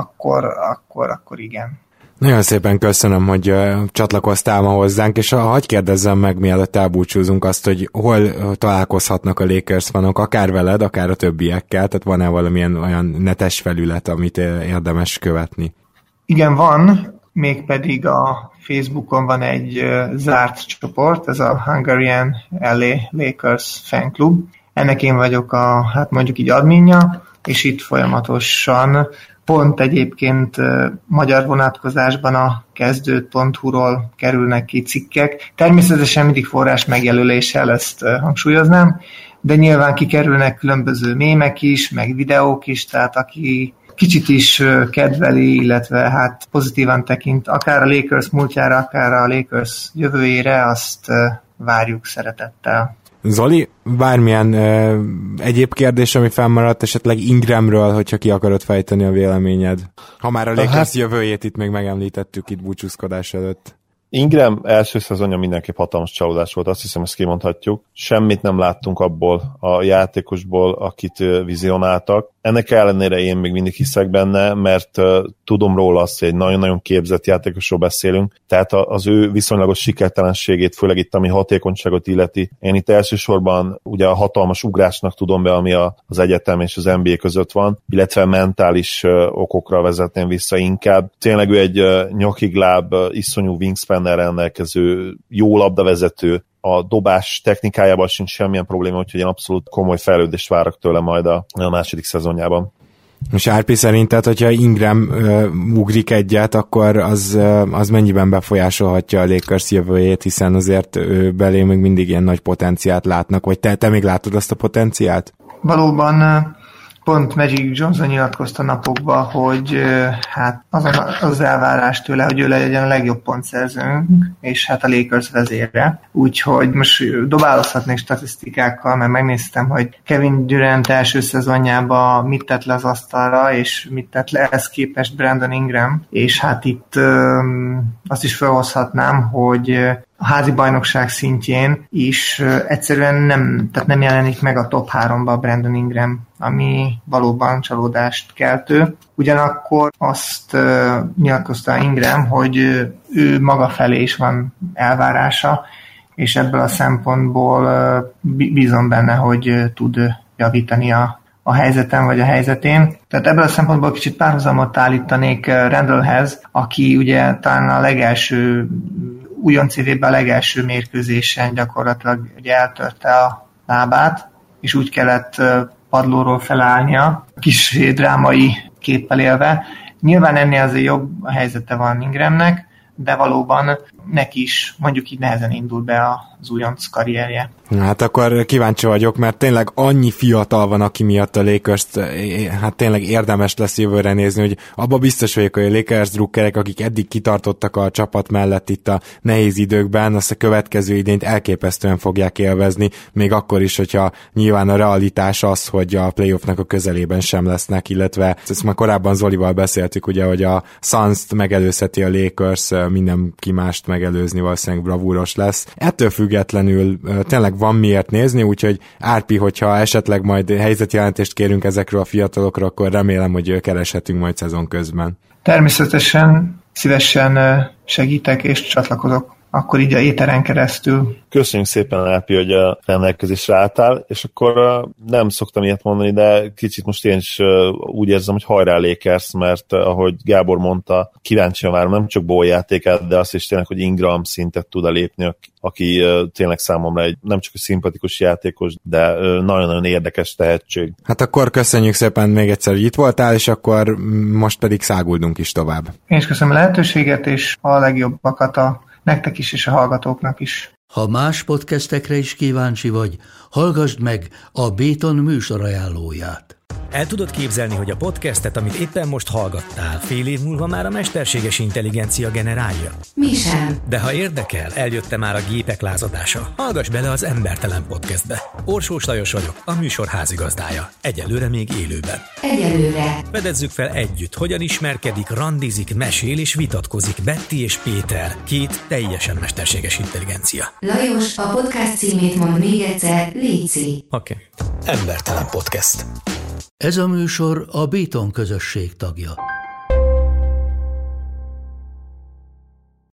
Speaker 6: akkor igen.
Speaker 1: Nagyon szépen köszönöm, hogy csatlakoztál ma hozzánk, és hagyj kérdezzem meg, mielőtt elbúcsúzunk azt, hogy hol találkozhatnak a Lakers fanok, akár veled, akár a többiekkel, tehát van-e valamilyen olyan netes felület, amit érdemes követni?
Speaker 6: Igen, van, mégpedig a Facebookon van egy zárt csoport, ez a Hungarian LA Lakers Fan Club. Ennek én vagyok hát mondjuk így adminja, és itt folyamatosan pont egyébként magyar vonatkozásban a kezdőd.hu-ról kerülnek ki cikkek. Természetesen mindig forrás megjelöléssel, ezt hangsúlyoznám, de nyilván kikerülnek különböző mémek is, meg videók is, tehát aki kicsit is kedveli, illetve hát pozitívan tekint akár a Lakers múltjára, akár a Lakers jövőjére, azt várjuk szeretettel.
Speaker 1: Zoli, bármilyen egyéb kérdés, ami fennmaradt, esetleg Ingramről, hogyha ki akarod fejteni a véleményed? Ha már a Lakers jövőjét itt még megemlítettük itt búcsúzkodás előtt.
Speaker 2: Ingram első szezonja mindenképp hatalmas csalódás volt, azt hiszem, ezt kimondhatjuk. Semmit nem láttunk abból a játékosból, akit vizionáltak. Ennek ellenére én még mindig hiszek benne, mert tudom róla azt, hogy egy nagyon-nagyon képzett játékosról beszélünk, tehát az ő viszonylagos sikertelenségét, főleg itt, ami hatékonyságot illeti. Én itt elsősorban ugye a hatalmas ugrásnak tudom be, ami az egyetem és az NBA között van, illetve mentális okokra vezetném vissza inkább. Tényleg ő egy nyakigláb, iszonyú wingspannel rendelkező, jó labdavezető, a dobás technikájában sincs semmilyen probléma, úgyhogy én abszolút komoly fejlődést várok tőle majd a második szezonjában.
Speaker 1: És Árpi szerinted, hogyha Ingram ugrik egyet, akkor az mennyiben befolyásolhatja a Lakers jövőjét, hiszen azért belé még mindig ilyen nagy potenciált látnak, vagy te még látod azt a potenciált?
Speaker 6: Valóban pont Magic Johnson nyilatkozta napokban, hogy hát az elvárás tőle, hogy ő legyen a legjobb pontszerzőnk, és hát a Lakers vezére. Úgyhogy most dobálozhatnék statisztikákkal, mert megnéztem, hogy Kevin Durant első szezonjában mit tett le az asztalra, és mit tett le ehhez képest Brandon Ingram, és hát itt azt is felhozhatnám, hogy a házi bajnokság szintjén is egyszerűen nem jelenik meg a top 3-ba Brandon Ingram, ami valóban csalódást keltő. Ugyanakkor azt nyilatkozta Ingram, hogy ő maga felé is van elvárása, és ebből a szempontból bízom benne, hogy tud javítani a helyzeten vagy a helyzetén. Tehát ebből a szempontból kicsit párhuzamot állítanék Randallhez, aki ugye talán a legelső újonc évében a legelső mérkőzésen gyakorlatilag ugye eltörte a lábát, és úgy kellett padlóról felállnia, kis drámai képpel élve. Nyilván ennél azért jobb a helyzete van Ingramnek, de valóban neki is mondjuk így nehezen indul be az újonc karrierje.
Speaker 1: Hát akkor kíváncsi vagyok, mert tényleg annyi fiatal van, aki miatt a Lakers-t hát tényleg érdemes lesz jövőre nézni, hogy abba biztos vagyok, hogy a Lakers drukkerek, akik eddig kitartottak a csapat mellett itt a nehéz időkben, azt a következő idényt elképesztően fogják élvezni, még akkor is, hogyha nyilván a realitás az, hogy a playoffnak a közelében sem lesznek, illetve ezt már korábban Zolival beszéltük, ugye, hogy a Suns-t megelőzheti a Lakers, mindenki mást megelőzni valószínűleg bravúros lesz. Ettől függetlenül tényleg van miért nézni, úgyhogy Árpi, hogyha esetleg majd helyzetjelentést kérünk ezekről a fiatalokról, akkor remélem, hogy kereshetünk majd szezon közben.
Speaker 6: Természetesen szívesen segítek és csatlakozok akkor így a éteren keresztül.
Speaker 2: Köszönjük szépen, Árpi, hogy a rendelkezésre álltál, és akkor nem szoktam ilyet mondani, de kicsit most én is úgy érzem, hogy hajrá Lakers, mert ahogy Gábor mondta, kíváncsian várom nem csak Ball játékát, de azt is tényleg, hogy Ingram szintet tud lépni, aki tényleg számomra egy nem csak egy szimpatikus játékos, de nagyon-nagyon érdekes tehetség.
Speaker 1: Hát akkor köszönjük szépen még egyszer, hogy itt voltál, és akkor most pedig száguldunk is tovább.
Speaker 6: Én is köszönöm a lehetőséget, és a legjobbakat nektek is, és a hallgatóknak is.
Speaker 7: Ha más podcastekre is kíváncsi vagy, hallgassd meg a Béton műsor ajánlóját. El tudod képzelni, hogy a podcastet, amit éppen most hallgattál, fél év múlva már a mesterséges intelligencia generálja?
Speaker 8: Mi sem.
Speaker 7: De ha érdekel, eljött már a gépek lázadása. Hallgass bele az Embertelen Podcastbe. Orsós Lajos vagyok, a műsor házigazdája. Egyelőre még élőben.
Speaker 8: Egyelőre.
Speaker 7: Fedezzük fel együtt, hogyan ismerkedik, randizik, mesél és vitatkozik Betty és Péter, két teljesen mesterséges intelligencia.
Speaker 8: Lajos, a podcast címét mond még egyszer, léci.
Speaker 7: Oké. Embertelen Podcast.
Speaker 9: Ez a műsor a Béton közösség tagja.